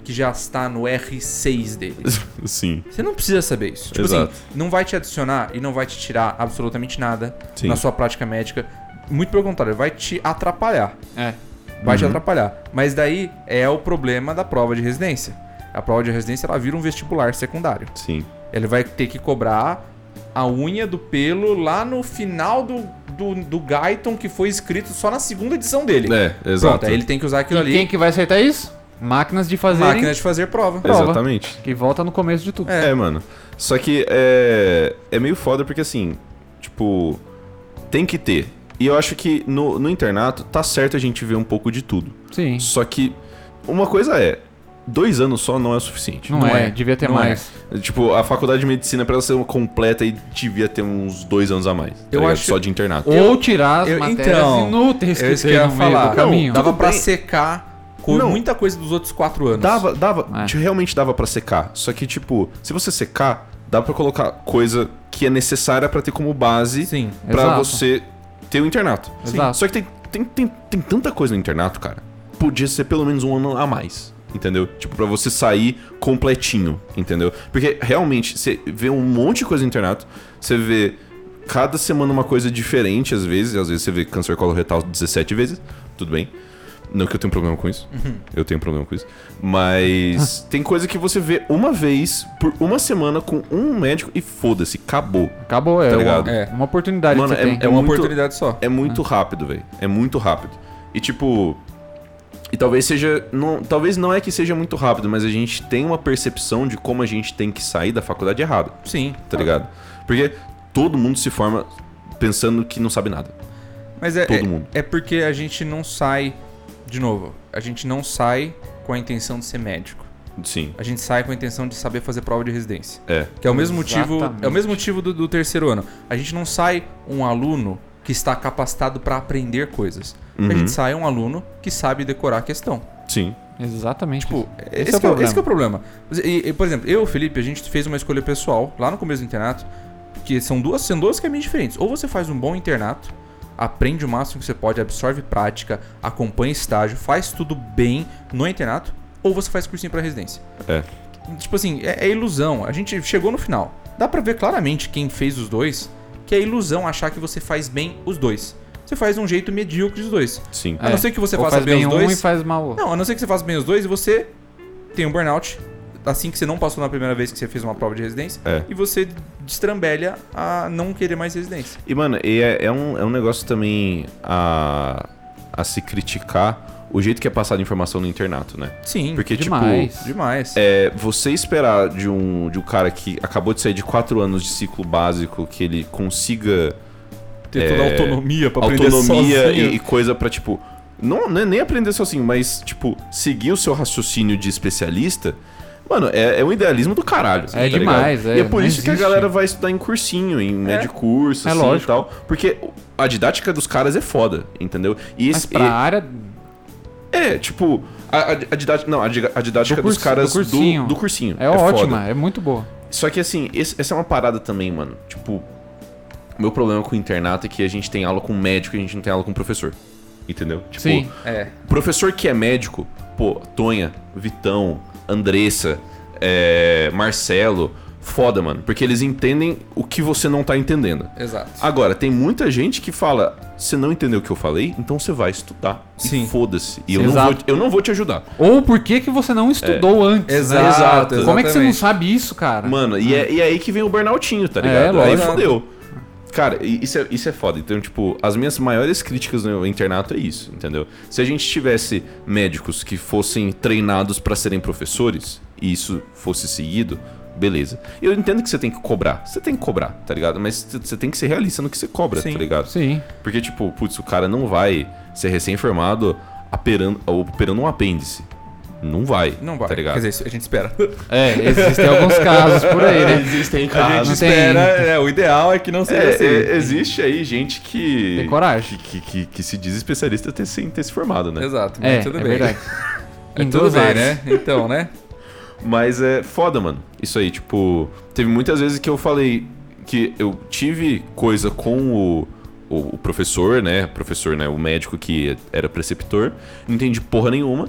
que já está no R seis dele. Sim. Você não precisa saber isso. Tipo Exato. assim, não vai te adicionar e não vai te tirar absolutamente nada Sim. na sua prática médica. Muito pelo contrário, vai te atrapalhar. É. Vai te Uhum. atrapalhar. Mas daí é o problema da prova de residência. A prova de residência, ela vira um vestibular secundário. Sim. Ele vai ter que cobrar a unha do pelo lá no final do, do, do Guyton, que foi escrito só na segunda edição dele. É, exato. Pronto, aí ele tem que usar aquilo E ali. quem que vai aceitar isso? Máquinas de fazer. Máquina de fazer prova. prova. Exatamente. Que volta no começo de tudo. É. É, mano. Só que é, é meio foda porque, assim, tipo, tem que ter. E eu acho que no, no internato tá certo a gente ver um pouco de tudo. Sim. Só que uma coisa é, dois anos só não é o suficiente. Não, Não é, é. devia ter Não é. mais. Tipo, a faculdade de medicina, pra ela ser uma completa, e devia ter uns dois anos a mais. Tá Eu ligado? acho- Só de internato. Ou tirar as eu- matérias então, inúteis É que isso que tem eu ia no meio falar. do caminho. Não, Dava tudo pra bem. secar com Não. muita coisa dos outros quatro anos. Dava, dava, É. tipo, realmente dava pra secar. Só que, tipo, se você secar, dá pra colocar coisa que é necessária pra ter como base Sim. pra Exato. você ter o internato. Exato. Só que tem, tem, tem, tem tanta coisa no internato, cara. Podia ser pelo menos um ano a mais. Entendeu? Tipo, pra você sair completinho, entendeu? Porque realmente, você vê um monte de coisa no internato, você vê cada semana uma coisa diferente, às vezes, às vezes você vê câncer coloretal dezessete vezes, tudo bem. Não que eu tenha problema com isso. Eu tenho problema com isso. Mas tem coisa que você vê uma vez, por uma semana, com um médico e foda-se, acabou. Acabou, é, Tá uma, ligado? É. uma oportunidade Mano, que você é- tem. É uma muito- oportunidade só. É muito rápido, velho. É muito rápido. E tipo. E talvez seja. Não, talvez não é que seja muito rápido, mas a gente tem uma percepção de como a gente tem que sair da faculdade errado, Sim. tá ligado? Porque todo mundo se forma pensando que não sabe nada. Mas é, Todo é, mundo. é porque a gente não sai. De novo, a gente não sai com a intenção de ser médico. Sim. A gente sai com a intenção de saber fazer prova de residência. É. Que é o mesmo motivo, Exatamente. é o mesmo motivo do, do terceiro ano. A gente não sai um aluno que está capacitado para aprender coisas. A Uhum. gente sai um aluno que sabe decorar a questão. Sim. Exatamente. Tipo, Esse esse, é o que é, o- problema. esse que é o problema. E, e, por exemplo, eu e o Felipe, a gente fez uma escolha pessoal lá no começo do internato, que são duas, são dois caminhos diferentes. Ou você faz um bom internato, aprende o máximo que você pode, absorve prática, acompanha estágio, faz tudo bem no internato, ou você faz cursinho pra residência. É. Tipo assim, é, é ilusão. A gente chegou no final. Dá pra ver claramente quem fez os dois, que é ilusão achar que você faz bem os dois. Você faz um jeito medíocre dos dois. Sim. A não ser que você Ou faça faz bem bem os um dois. e faz mal o outro. Não, a não ser que você faça bem os dois e você tem um burnout, assim que você não passou na primeira vez que você fez uma prova de residência, É. e você destrambelha a não querer mais residência. E, mano, e é, é, um, é um negócio também a, a se criticar o jeito que é passada a informação no internato, né? Sim, Porque, demais. tipo, demais. é, você esperar de um, de um cara que acabou de sair de quatro anos de ciclo básico que ele consiga Ter toda a é, autonomia pra aprender autonomia sozinho. e, e coisa pra, tipo... Não, não é nem aprender sozinho, mas, tipo, seguir o seu raciocínio de especialista... Mano, é, é um idealismo do caralho. É tá demais, ligado? é, E é por não isso que a existe. galera vai estudar em cursinho, em médio curso, É assim, lógico. e tal. Porque a didática dos caras é foda, entendeu? E Mas esse, pra e- área... é, tipo, a, a, a didática, não, a, di- a didática Do dos cursi- caras do cursinho. do, do cursinho. É, ótima, foda. é muito boa. Só que assim, esse- essa é uma parada também, mano. Tipo, o meu problema com o internato é que a gente tem aula com médico e a gente não tem aula com professor. Entendeu? Tipo, Sim. É. professor que é médico, pô, Tonha, Vitão, Andressa, é, Marcelo, foda, mano. Porque eles entendem o que você não tá entendendo. Exato. Agora, tem muita gente que fala: você não entendeu o que eu falei, então você vai estudar. Sim. E foda-se. E Sim, eu não, vou, exato. eu não vou te ajudar. Ou por que, que você não estudou antes? Exato, né? exato. Como é que você não exatamente. sabe isso, cara? Mano, e é, e é aí que vem o burnoutinho, tá É, ligado? aí lógico. fodeu. Cara, e isso é, isso é foda. Então, tipo, as minhas maiores críticas no internato é isso, entendeu? Se a gente tivesse médicos que fossem treinados pra serem professores, e isso fosse seguido, beleza. Eu entendo que você tem que cobrar. Você tem que cobrar, tá ligado? Mas você tem que ser realista no que você cobra, Sim. tá ligado? Sim. Porque, tipo, putz, o cara não vai ser recém-formado operando, operando um apêndice. Não vai, Não vai. tá ligado? Quer dizer, isso a gente espera. É, existem alguns casos por aí, né? Existem A gente Não tem- espera, é, o ideal é que não seja É, assim. é, existe aí gente que. Tem coragem. Que, que, que, que se diz especialista ter, sem ter se formado, né? Exato, mas É, tudo é bem. verdade. É Em tudo duas bem, áreas. né? Então, né? Mas é foda, mano. Isso aí, tipo. Teve muitas vezes que eu falei que eu tive coisa com o, o, o professor, né? Professor, né? O médico que era preceptor. Não entendi porra nenhuma.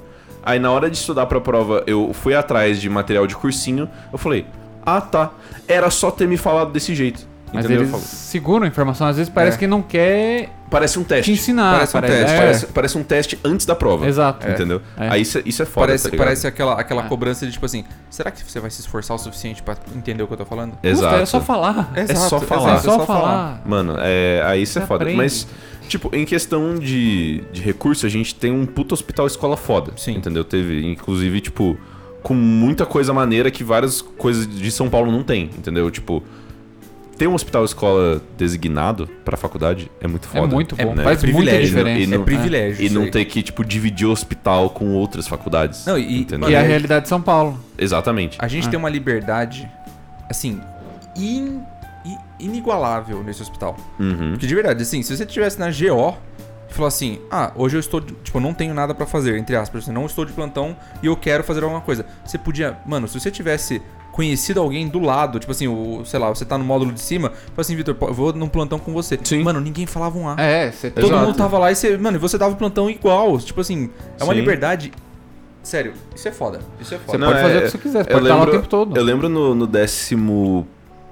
Aí na hora de estudar pra prova, eu fui atrás de material de cursinho, eu falei, ah tá, era só ter me falado desse jeito. Mas entendeu? eles seguram a informação, às vezes parece É. que não quer Parece um teste. te ensinar. Parece um teste, é. Parece, parece um teste antes da prova. Exato. Entendeu? É. Aí isso, é- isso é foda, Parece, tá ligado? parece aquela, aquela É. cobrança de tipo assim, será que você vai se esforçar o suficiente pra entender o que eu tô falando? Exato. Custa, é só falar. Exato, só falar. É só falar. Mano, é, aí isso é Você foda. aprende. Mas, tipo, em questão de, de recurso, a gente tem um puto hospital escola foda. Sim. Entendeu? Teve, inclusive, tipo, com muita coisa maneira que várias coisas de São Paulo não tem. Entendeu? Tipo, ter um hospital escola designado pra faculdade é muito É foda. muito bom. né? Faz muita privilégio, diferença. e É não- privilégio. E isso não aí. ter que, tipo, dividir o hospital com outras faculdades. Não, e- entendeu? Que é a realidade de São Paulo. Exatamente. A gente Ah. tem uma liberdade, assim, in- i- inigualável nesse hospital. Uhum. Porque de verdade, assim, se você estivesse na G O e falar assim, ah, hoje eu estou, de- tipo, eu não tenho nada pra fazer, entre aspas, eu não estou de plantão e eu quero fazer alguma coisa. Você podia, mano, se você tivesse conhecido alguém do lado, tipo assim, o, sei lá, você tá no módulo de cima, fala assim, Vitor, pô, eu vou num plantão com você. Sim. Mano, ninguém falava um A. É, você tem. Todo Exato. mundo tava lá e você, mano, e você dava o plantão igual. Tipo assim, é uma Sim. liberdade. Sério, isso é foda. Isso é Você foda. Não, pode é- fazer o que você quiser, você eu pode estar lá o lembro- tempo todo. Eu lembro no, no décimo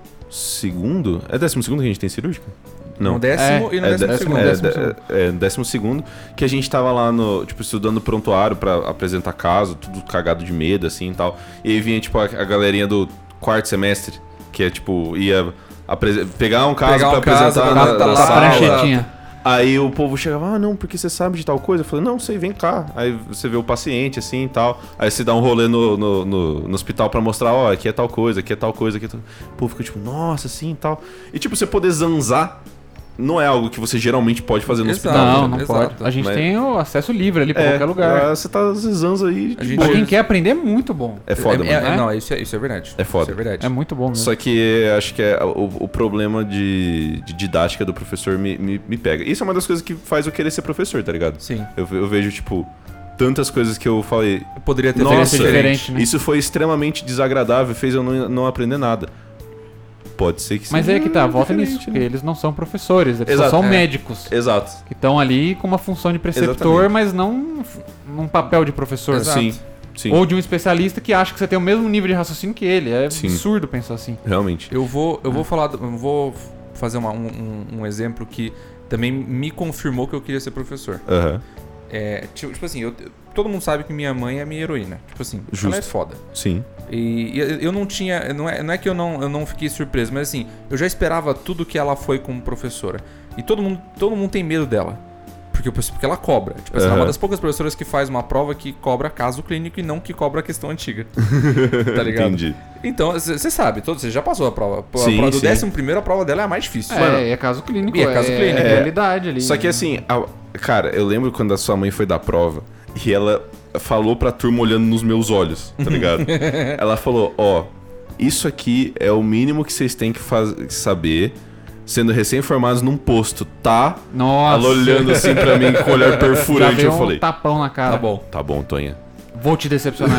segundo... É décimo segundo que a gente tem cirúrgica? Não. No décimo É, e no É, décimo décimo, segundo. é, décimo é, segundo. é, décimo segundo, que a gente tava lá no, tipo, estudando prontuário pra apresentar caso, tudo cagado de medo, assim e tal. E aí vinha, tipo, a, a galerinha do quarto semestre, que é, tipo, ia apre- pegar um caso Pegar um pra caso, apresentar pra na, botar na lá, Tá sala. pranchetinha. Aí o povo chegava, ah, não, porque você sabe de tal coisa. Eu falei, não, sei, vem cá. Aí você vê o paciente, assim, e tal. Aí você dá um rolê no, no, no, no hospital pra mostrar, ó, aqui é tal coisa, aqui é tal coisa, aqui é tal... O povo fica tipo, nossa, assim, e tal. E, tipo, você poder zanzar não é algo que você geralmente pode fazer no Exato. hospital. Não, né? não Exato. pode. A gente Mas- tem o acesso livre ali pra É, qualquer lugar. Você tá zanzando aí A de gente- Pra boa. quem quer aprender é muito bom. É foda, é, mano. é- né? Não, isso é, isso é verdade. É foda. Isso é verdade. É muito bom mesmo. Só que acho que é o, o problema de, de didática do professor me, me, me pega. Isso é uma das coisas que faz eu querer ser professor, tá ligado? Sim. Eu, eu vejo, tipo, tantas coisas que eu falei, Eu poderia ter Nossa, feito ser diferente, né? isso foi extremamente desagradável, fez eu não, não aprender nada. Pode ser que Mas seja aí que tá, volta diferente, nisso, né? porque eles não são professores, eles Exato, só são é. médicos. Exato. Que estão ali com uma função de preceptor, Exatamente. mas não f- num papel de professor. Exato. Sim, sim. Ou de um especialista que acha que você tem o mesmo nível de raciocínio que ele. É Sim. absurdo pensar assim. Realmente. Eu vou, eu vou falar, do- eu vou fazer uma- um, um- um exemplo que também me confirmou que eu queria ser professor. Aham. É, tipo, tipo assim, eu- todo mundo sabe que minha mãe é minha heroína. Tipo assim, Justo. ela é foda. Sim. E eu eu não tinha. Não é, não é que eu não, eu não fiquei surpreso, mas assim, eu já esperava tudo que ela foi como professora. E todo mundo, todo mundo tem medo dela. Porque, porque ela cobra. Tipo assim, ela é uma Aham. das poucas professoras que faz uma prova que cobra caso clínico e não que cobra a questão antiga. Tá ligado? Entendi. Então, você sabe, todo- você já passou a prova. A Sim, prova do sim. décimo primeiro, a prova dela é a mais difícil. É, Mano, é caso clínico. E é caso clínico, É é. realidade ali. Só que assim, a- cara, eu lembro quando a sua mãe foi dar prova e ela falou pra turma olhando nos meus olhos, tá ligado? Ela falou, ó, isso aqui é o mínimo que vocês têm que faz- saber, sendo recém-formados num posto, tá? Nossa. Ela olhando assim pra mim com o olhar Já perfurante, veio eu falei, um tapão na cara. tá bom. tá bom, Tonha. Vou te decepcionar.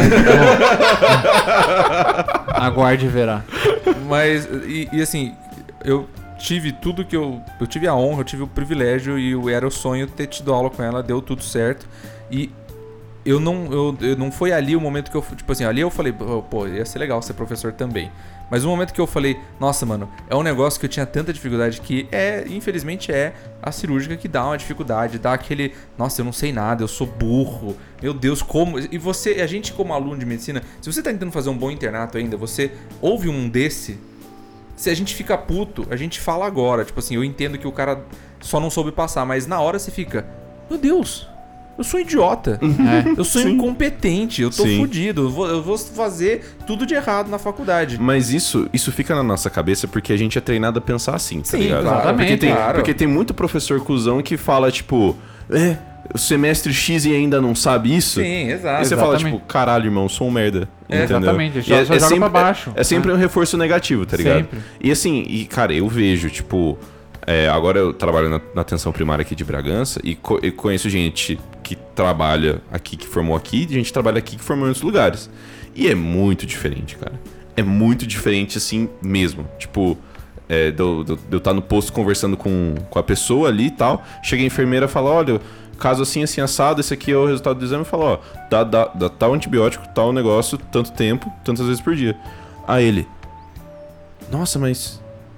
Tá bom. Aguarde e verá. Mas, e, e assim, eu tive tudo que eu. Eu tive a honra, eu tive o privilégio e o- era o sonho ter tido aula com ela, deu tudo certo. E eu não, eu, eu não foi ali o momento que eu. Tipo assim, ali eu falei, pô, ia ser legal ser professor também. Mas o momento que eu falei, nossa, mano, é um negócio que eu tinha tanta dificuldade que é, infelizmente, é a cirúrgica que dá uma dificuldade, dá aquele, nossa, eu não sei nada, eu sou burro, meu Deus, como. E você, a gente, como aluno de medicina, se você tá tentando fazer um bom internato ainda, você ouve um desse. Se a gente fica puto, a gente fala agora. Tipo assim, eu entendo que o cara só não soube passar, mas na hora você fica, meu Deus, eu sou idiota. É. Eu sou Sim. incompetente, eu tô Sim. fudido, eu vou, eu vou fazer tudo de errado na faculdade. Mas isso, isso fica na nossa cabeça porque a gente é treinado a pensar assim, tá Sim, ligado? claro, porque, exatamente, tem, claro. porque tem muito professor cuzão que fala, tipo, é, o semestre X e ainda não sabe isso? Sim, Aí exato. você fala, Exatamente. tipo, caralho, irmão, eu sou um merda. É, entendeu? exatamente, E só- só joga pra baixo. É, é sempre um reforço negativo, tá ligado? Sempre. E assim, e cara, eu vejo, tipo, é, agora eu trabalho na, na atenção primária aqui de Bragança e, co- e conheço gente que trabalha aqui, que formou aqui, e gente que trabalha aqui que formou em outros lugares. E é muito diferente, cara. É muito diferente, assim, mesmo. Tipo, é, de eu estar no posto conversando com, com a pessoa ali e tal, chega a enfermeira e fala, olha, caso assim, assim, assado, esse aqui é o resultado do exame, e fala, ó, dá, dá, dá tal antibiótico, tal negócio, tanto tempo, tantas vezes por dia. Aí ele, nossa, mas,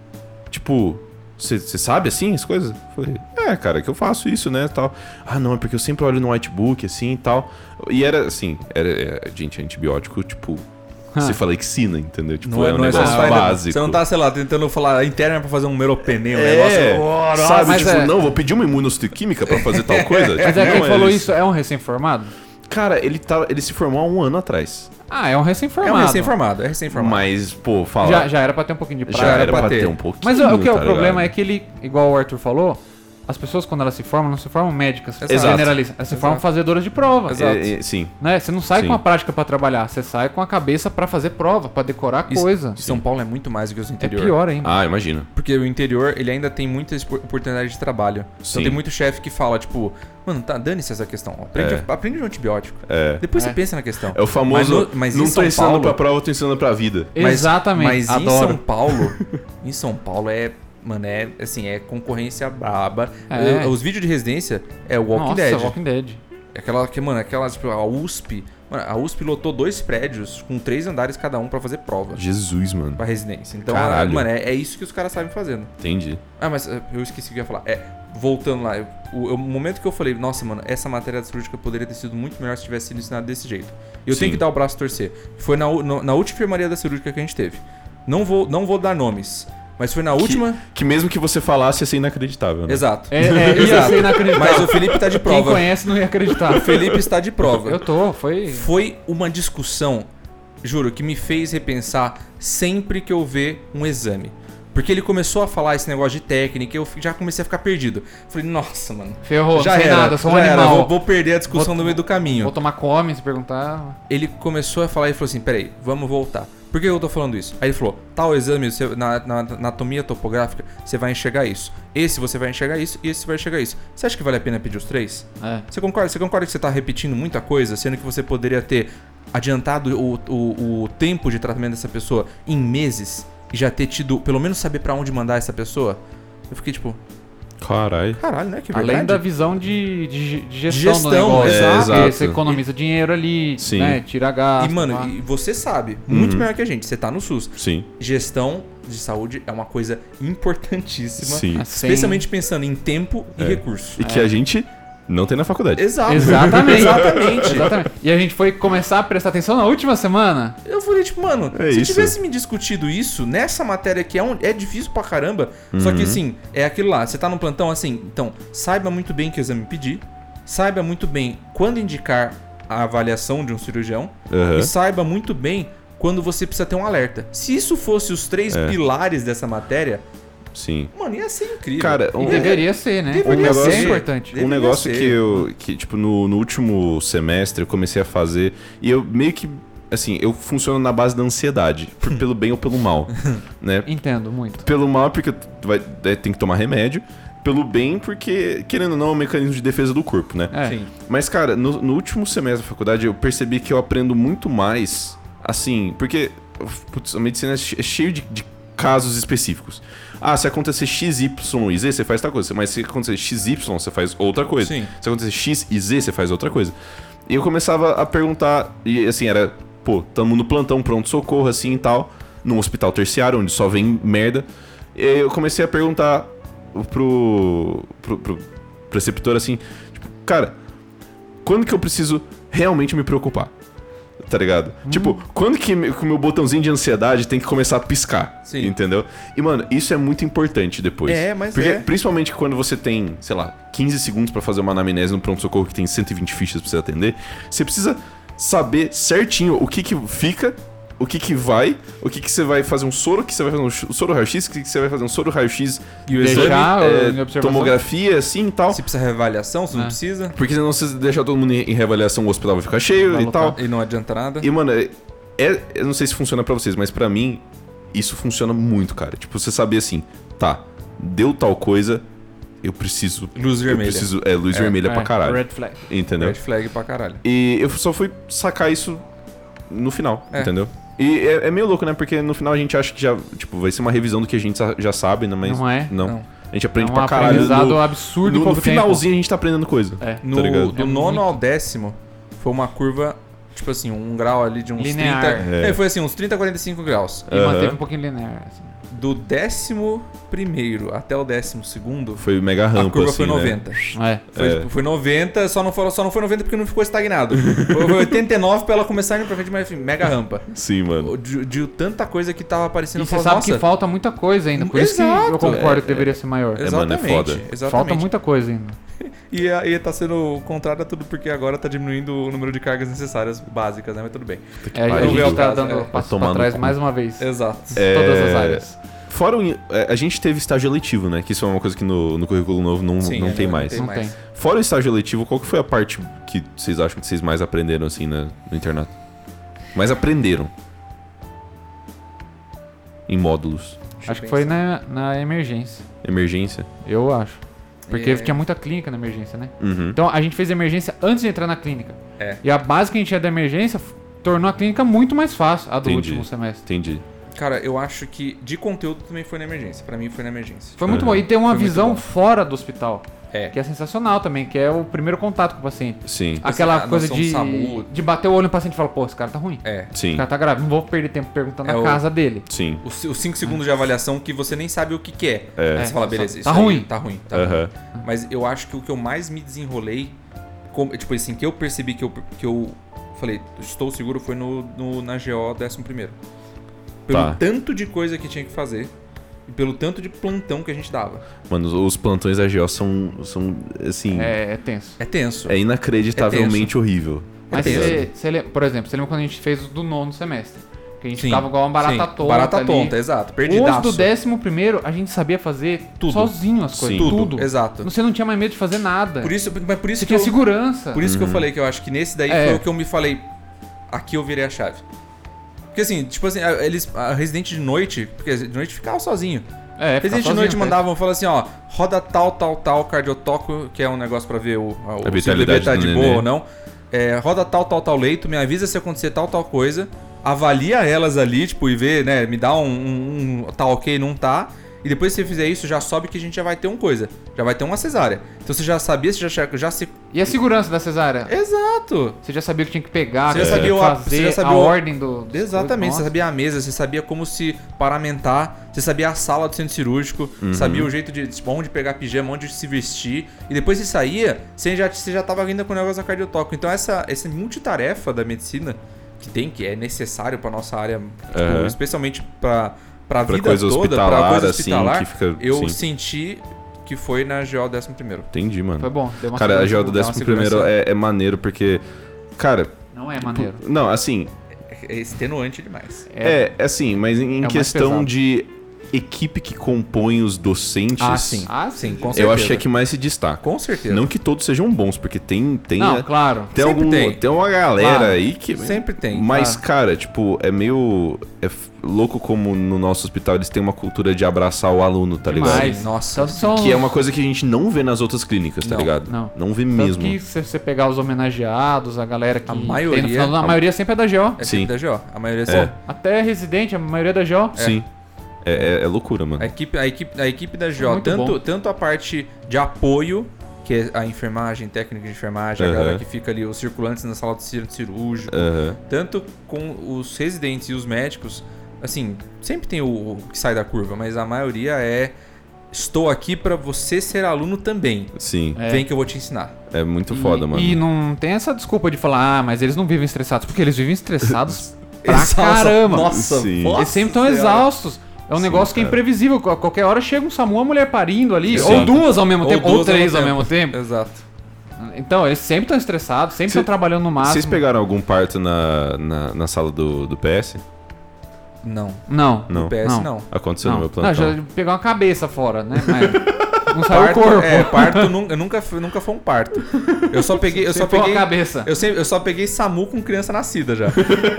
tipo, você sabe assim as coisas? Eu falei, é, cara, que eu faço isso, né, tal. Ah, não, é porque eu sempre olho no whitebook, assim, e tal. E era, assim, era, é, gente, antibiótico, tipo... Você fala Ixina, entendeu? Tipo, não, é um não negócio é básico. Você não tá, sei lá, tentando falar interna pra fazer um meropenem, um é, negócio... Oh, sabe, mas tipo, é... não, vou pedir uma imunohistoquímica pra fazer tal coisa. Mas tipo, é quem não, falou eles... isso, é um recém-formado? Cara, ele, tá, ele se formou há um ano atrás. Ah, é um É recém-formado. um recém-formado, é recém-formado. Mas, pô, fala... Já, já era pra ter um pouquinho de Já praia. era pra ter. ter um pouquinho, Mas o, o que é o tá problema ligado? é que ele, igual o Arthur falou, as pessoas quando elas se formam, não se formam médicas, Exato. generalistas. Elas se formam Exato. fazedoras de prova. Exato. É, é, sim. Né? Você não sai Sim. com a prática pra trabalhar, você sai com a cabeça pra fazer prova, pra decorar Isso- coisa. São Paulo é muito mais do que o É interior. pior ainda. Ah, imagino. Porque o interior, ele ainda tem muita expo- oportunidade de trabalho. Sim. Então tem muito chefe que fala, tipo, mano, tá, dane-se essa questão. Aprende, É. aprende um antibiótico. É. Depois É. você pensa na questão. É o famoso, Mas no- mas em não tô São ensinando Paulo- pra prova, eu tô ensinando pra vida. Mas- Exatamente. Mas em Adoro. São Paulo, em São Paulo é, mano, é assim, é concorrência braba. É. Eu- Os vídeos de residência é o Walking Nossa, Dead. Walking Dead. Aquela que, mano, aquela, tipo, a U S P. Mano, a U S P lotou dois prédios com três andares cada um pra fazer prova. Jesus, mano. Pra residência. Então, Caralho. mano, é, é isso que os caras sabem fazendo. Entendi. Ah, mas eh, eu esqueci o que eu ia falar. É, voltando lá, eu- o, o momento que eu falei, nossa, mano, essa matéria da cirúrgica poderia ter sido muito melhor se tivesse sido ensinada desse jeito. E eu Sim. tenho que dar o braço a torcer. Foi na, u- no- na última enfermaria da cirúrgica que a gente teve. Não vou, não vou dar nomes, mas foi na última. Que mesmo que você falasse, ia ser inacreditável, né? Exato. É, é, ia ser inacreditável. Mas o Felipe tá de Quem prova. conhece não ia acreditar. O Felipe está de prova. Eu tô, foi... Foi uma discussão, juro, que me fez repensar sempre que eu ver um exame. Porque ele começou a falar esse negócio de técnica e eu já comecei a ficar perdido. Falei, nossa, mano. Ferrou, já não sei era, nada, sou um já era, animal. vou, vou perder a discussão Vou- no meio do caminho. Vou tomar come, se perguntar... Ele começou a falar e falou assim, peraí, vamos voltar. Por que eu tô falando isso? Aí ele falou, tal exame, você- na, na anatomia topográfica, você vai enxergar isso. Esse você vai enxergar isso e esse você vai enxergar isso. Você acha que vale a pena pedir os três? É. Você concorda, você concorda que você tá repetindo muita coisa, sendo que você poderia ter adiantado o, o, o tempo de tratamento dessa pessoa em meses e já ter tido, pelo menos saber pra onde mandar essa pessoa? Eu fiquei tipo, Caralho. caralho, né? Que verdade. Além da visão de, de, de gestão, Gestão, do negócio. é, Porque exato. Você economiza dinheiro ali, Sim. né? Tira gasto. E, mano, pá. e você sabe, muito Uhum. melhor que a gente, você tá no SUS. Sim. Gestão de saúde é uma coisa importantíssima. Sim. Assim, Especialmente pensando em tempo e É. recurso. E que a gente não tem na faculdade. Exato. Exatamente. Exatamente. Exatamente. E a gente foi começar a prestar atenção na última semana. Eu falei, tipo, mano, É se isso. tivesse me discutido isso nessa matéria que é, um, é difícil pra caramba, só que Uhum. assim, é aquilo lá, você tá no plantão assim, então, saiba muito bem que exame pedir, saiba muito bem quando indicar a avaliação de um cirurgião Aham. e saiba muito bem quando você precisa ter um alerta. Se isso fosse os três É. pilares dessa matéria, Sim. mano, ia ser incrível. Cara, E um- deveria ser, né? Deveria Um negócio- ser importante. Deveria Um negócio ser. que eu, que, tipo, no, no último semestre eu comecei a fazer, e eu meio que, assim, eu funciono na base da ansiedade, por- pelo bem ou pelo mal, né? Entendo muito. Pelo mal porque tu vai, é, tem que tomar remédio, pelo bem porque, querendo ou não, é um mecanismo de defesa do corpo, né? É. Sim. Mas, cara, no, no último semestre da faculdade eu percebi que eu aprendo muito mais, assim, porque putz, a medicina é che- é cheio de, de casos específicos. Ah, se acontecer X, Y e Z, você faz tal coisa. Mas se acontecer X, Y, você faz outra coisa. Sim. Se acontecer X e Z, você faz outra coisa. E eu começava a perguntar, e assim, era, pô, tamo no plantão, pronto-socorro, assim e tal, num hospital terciário, onde só vem merda. E aí eu comecei a perguntar pro, pro, pro preceptor, assim, tipo, cara, quando que eu preciso realmente me preocupar? Tá ligado? Uhum. Tipo, quando que me- que o meu botãozinho de ansiedade tem que começar a piscar? Sim. Entendeu? E, mano, isso é muito importante depois. É, mas Porque, é. principalmente quando você tem, sei lá, quinze segundos pra fazer uma anamnese no pronto-socorro que tem cento e vinte fichas pra você atender, você precisa saber certinho o que que fica, o que que vai, o que que você vai fazer um soro, que você vai fazer um ch- soro raio-x, o que que você vai fazer um soro raio-x E o Deixar exame, o- é, em observação. tomografia, assim e tal. se precisa reavaliação, se não É. precisa, Porque senão se você deixar todo mundo em em reavaliação, o hospital vai ficar cheio Vai e lotar. tal. e não adianta nada. E, mano, é, é- eu não sei se funciona pra vocês, mas pra mim, isso funciona muito, cara. Tipo, você saber assim, tá, deu tal coisa, eu preciso... Luz Eu vermelha. preciso... É, luz É, vermelha pra caralho. Red flag. Entendeu? Red flag pra caralho. E eu só fui sacar isso no final, É. entendeu? E é, é meio louco, né? Porque no final a gente acha que já, tipo, vai ser uma revisão do que a gente sa- já sabe, né? Mas Não é? Não. Não. A gente aprende é um pra caralho. aprendizado No, absurdo no, pouco no finalzinho a gente tá aprendendo coisa. tempo. É. No, Tá ligado? do É nono muito. ao décimo, foi uma curva, tipo assim, um grau ali de uns Linear. trinta... É. É, foi assim, uns trinta, quarenta e cinco graus. E Aham. manteve um pouquinho linear. Assim. Do décimo primeiro até o décimo segundo, Foi mega rampa, a curva assim, foi né? noventa. É. Foi, É. tipo, foi noventa, só não, foi, só não foi noventa porque não ficou estagnado. Foi oitenta e nove pra ela começar indo pra frente, mas enfim, mega rampa. Sim, mano. De, de tanta coisa que tava aparecendo. E eu você falava, sabe nossa, que falta muita coisa ainda. Por isso que Exato. eu concordo É, que deveria ser maior. É, mano, é Exatamente, foda. exatamente. Falta muita coisa ainda. E, a- e tá sendo contrário a tudo porque agora tá diminuindo o número de cargas necessárias básicas, né? Mas tudo bem. É, a pariu. gente Vamos ver tá o caso, dando é. passo Vai tomar pra no trás cu. mais uma vez. Exato. É, Todas as áreas. Fora o, é, a gente teve estágio eletivo, né? Que isso é uma coisa que no, no currículo novo não, Sim, não é, tem não mais. tem Não mais. tem. Fora o estágio eletivo, qual que foi a parte que vocês acham que vocês mais aprenderam, assim, na- no internato? Mais aprenderam? Em módulos. Deixa Acho eu que foi pensar. na, na emergência. Emergência? Eu acho. Porque É. tinha muita clínica na emergência, né? Uhum. Então a gente fez emergência antes de entrar na clínica. É. E a base que a gente tinha da emergência f- tornou a clínica muito mais fácil, a do Entendi. último semestre. Entendi. Cara, eu acho que de conteúdo também foi na emergência. Pra mim foi na emergência. Foi muito Uhum. bom. E tem uma Foi muito visão bom. fora do hospital, É. que é sensacional também, que é o primeiro contato com o paciente. Sim. Aquela a coisa noção de, do SAMU. de bater o olho no paciente e falar, pô, esse cara tá ruim. É. Esse Sim. cara tá grave. Não vou perder tempo perguntando É a o- casa dele. Sim. Os os cinco segundos de avaliação que você nem sabe o que, que é. É. Aí você fala, beleza, Tá isso aí ruim. tá ruim. Tá Aham. ruim. Mas eu acho que o que eu mais me desenrolei, como- tipo assim, que eu percebi que eu, que eu falei, estou seguro, foi no, no, na G O décimo primeiro. Pelo Tá. tanto de coisa que tinha que fazer e pelo tanto de plantão que a gente dava. Mano, os plantões da G O são, são assim... É, É, é tenso. É tenso. inacreditavelmente horrível. É Mas tenso. você, você lembra, por exemplo, você lembra quando a gente fez o do nono semestre? Que a gente Sim, ficava igual uma barata sim. tonta. Barata ali. tonta, exato. Os Perdidaço. do décimo primeiro, a gente sabia fazer Tudo. sozinho as coisas. Sim. Tudo. Tudo, exato. Você não tinha mais medo de fazer nada. Por isso, mas por isso Você que tinha eu, segurança. por isso que eu Uhum. falei que eu acho que nesse daí É. foi o que eu me falei, aqui eu virei a chave. Porque assim, tipo assim, a- eles a Resident de noite, porque de noite ficava sozinho. É, ficar Resident de sozinho, noite né? mandavam, falavam assim, ó, roda tal, tal, tal, cardiotoco, que é um negócio pra ver o, a, o se o vitalidade bebê tá do de nenê. boa ou não. É, roda tal, tal, tal leito, me avisa se acontecer tal, tal coisa, avalia elas ali, tipo, e vê, né, me dá um, um, um tá ok, não tá. E depois que você fizer isso, já sobe que a gente já vai ter uma coisa. Já vai ter uma cesárea. Então você já sabia, você já, já se... E a segurança da cesárea? Exato! Você já sabia o que tinha que pegar, Você o que já tinha sabia que o- fazer, você já sabia a o- ordem do... dos Exatamente, coisas. você sabia a mesa, você sabia como se paramentar, você sabia a sala do centro cirúrgico, Uhum. sabia o jeito de tipo, onde pegar pijama, onde se vestir, e depois você saía, você já, você já tava ainda com o negócio da cardiotoco. Então essa, essa multitarefa da medicina que tem, que é necessário pra nossa área, tipo, Aham. especialmente pra, pra Pra vida coisa toda, pra hospitalar, coisa assim, hospitalar, que fica... eu sim. senti que foi na G O décimo primeiro. Entendi, mano. Foi bom. Deu uma Cara, a segurança, G O do deu uma décimo primeiro segurança. é, é maneiro porque... Cara... Não é maneiro. Não, assim... É extenuante demais. É, é assim, mas em É o mais questão pesado. de equipe que compõe os docentes... Ah, sim. Ah, Sim, com Eu certeza. acho que é que mais se destaca. Com certeza. Não que todos sejam bons, porque tem... tem Não, a- claro. Tem, Sempre algum, tem. tem. uma galera Claro. aí que. Sempre tem. Mas, claro. cara, tipo, é meio. É f- louco como no nosso hospital eles têm uma cultura de abraçar o aluno, tá ligado? Demais. Nossa. Tanto são Que é uma coisa que a gente não vê nas outras clínicas, tá Não, ligado? não. Não vê Tanto mesmo. que se você pegar os homenageados, a galera que A tem maioria- no final, a a- maioria sempre é da G O. É Sim. sempre da G O. A maioria É. sim. Até residente, a maioria é da G O. Sim. É, é- é loucura, mano. A equipe, a equipe, a equipe da G O, Muito tanto, bom. tanto a parte de apoio, que é a enfermagem, técnica de enfermagem, a Aham. galera que fica ali, os circulantes na sala de centro cirúrgico, Aham. tanto com os residentes e os médicos, assim, sempre tem o, o que sai da curva, mas a maioria é estou aqui pra você ser aluno também. Sim. É. Vem que eu vou te ensinar. É muito E- foda, mano. E não tem essa desculpa de falar, ah, mas eles não vivem estressados, porque eles vivem estressados pra Exausta. caramba. Nossa, Sim. nossa Eles sempre estão senhora. exaustos. É um Sim, negócio que é cara. imprevisível. A qualquer hora chega um SAMU, uma mulher parindo ali, Exato. ou duas ao mesmo tempo, ou duas três ao mesmo tempo. Exato. Então, eles sempre estão estressados, sempre Cê- estão trabalhando no máximo. Vocês pegaram algum parto na, na, na sala do, do P S? Não. Não. Não. O P S Não. não. Aconteceu Não, no meu não, plantão. já pegar uma cabeça fora, né? Mas não saiu o Parto, corpo. é, parto nu- eu nunca, fui- nunca foi um parto. Eu só peguei, eu Você só foi uma peguei, cabeça. eu, sempre, eu só peguei SAMU com criança nascida já.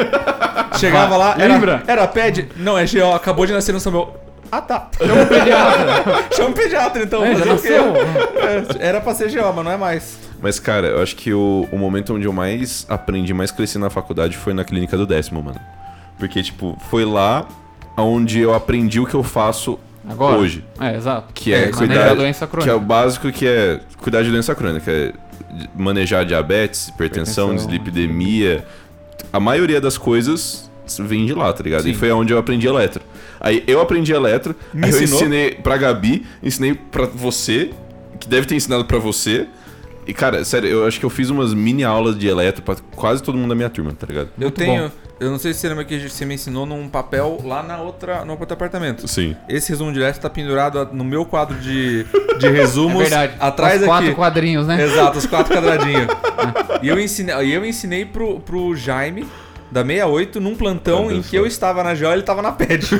Chegava lá, Lembra? era, era ped, não é G O, acabou de nascer no SAMU. Ah tá. Chama o pediatra. Chama um pediatra então. É, já fazer o quê? nasceu. É, era pra ser G O, mas não é mais. Mas, cara, eu acho que o, o momento onde eu mais aprendi, mais cresci na faculdade foi na clínica do décimo, mano. Porque, tipo, foi lá onde eu aprendi o que eu faço Agora? Hoje. É, exato. Que é, manejar cuidar, a doença crônica. que é o básico, que é cuidar de doença crônica. É manejar diabetes, hipertensão, Hipertensão. dislipidemia. A maioria das coisas vem de lá, tá ligado? Sim. E foi onde eu aprendi eletro. Aí eu aprendi eletro, Me aí eu ensinou? ensinei pra Gabi, ensinei pra você, que deve ter ensinado pra você. E, cara, sério, eu acho que eu fiz umas mini aulas de eletro pra quase todo mundo da minha turma, tá ligado? Eu Muito tenho. bom. Eu não sei se você lembra que você me ensinou num papel lá na outra, no outro apartamento. Sim. Esse resumo de eletro tá pendurado no meu quadro de, de resumos. É verdade. Atrás Os quatro aqui. quadrinhos, né? Exato, os quatro quadradinhos. E eu ensinei, e eu ensinei pro, pro Jaime, da sessenta e oito, num plantão Olha em só. que eu estava na G O e ele estava na P E D.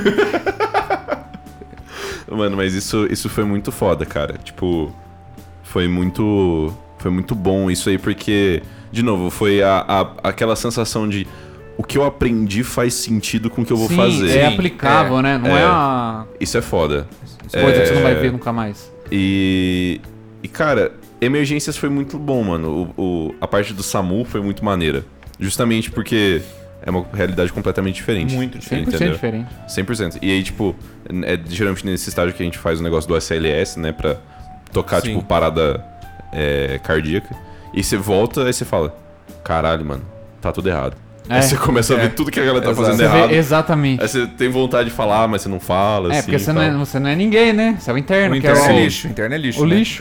Mano, mas isso, isso foi muito foda, cara. Tipo, foi muito. Foi muito bom isso aí, porque, de novo, foi a, a- aquela sensação de o que eu aprendi faz sentido com o que eu vou Sim, fazer. é Sim, aplicável, é, né? Não é, é. a Isso é foda. coisa que você não vai É. ver nunca mais. E. E, cara, emergências foi muito bom, mano. O, o- a parte do SAMU foi muito maneira. Justamente porque é uma realidade completamente diferente. Muito cem diferente. por cento Entendeu? diferente. cem por cento. E aí, tipo, é geralmente nesse estágio que a gente faz o negócio do S L S, né? Pra tocar, Sim. tipo, parada é, cardíaca. E você volta, aí você fala, caralho, mano, tá tudo errado. É. Aí você começa a É. ver tudo que a galera tá Exato. fazendo Você vê errado. exatamente. Aí você tem vontade de falar, mas você não fala, É, assim, porque você e não é, tal. você não é ninguém, né? Você é o interno, O que é interno o, é lixo. O interno é lixo. o né? lixo.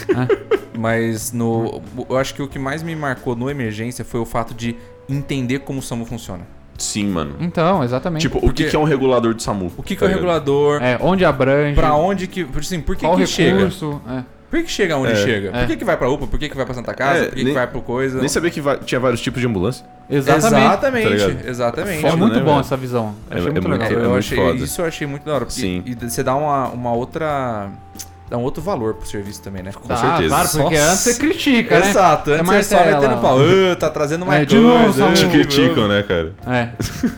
Mas no, eu acho que o que mais me marcou no emergência foi o fato de entender como o SAMU funciona. Sim, mano. Então, exatamente. Tipo, o Porque- que que é um regulador de SAMU? O que, que tá é o ligado? regulador? É, onde abrange, Pra onde que. Assim, por que, qual que chega? recurso. É. Por que, que chega onde É, chega? é. Por que, que vai pra U P A? Por que, que vai pra Santa Casa? É, por que, que nem- vai pro coisa? Nem sabia que va- tinha vários tipos de ambulância. Exatamente. Exatamente. Tá ligado? exatamente. É Foda, muito né, bom velho? essa visão. É- Achei é muito muito- legal. Eu, é eu muito achei, foda. isso eu achei muito da hora. Porque Sim. E você dá uma, uma outra. Dá um outro valor pro serviço também, né? Com Tá, certeza. Claro, porque Nossa. antes você critica, né? Exato, antes você só martela. metendo pau. "Ah, tá trazendo mais É, de coisa. novo, ah, SAMU. Te de criticam, novo." né, cara? É,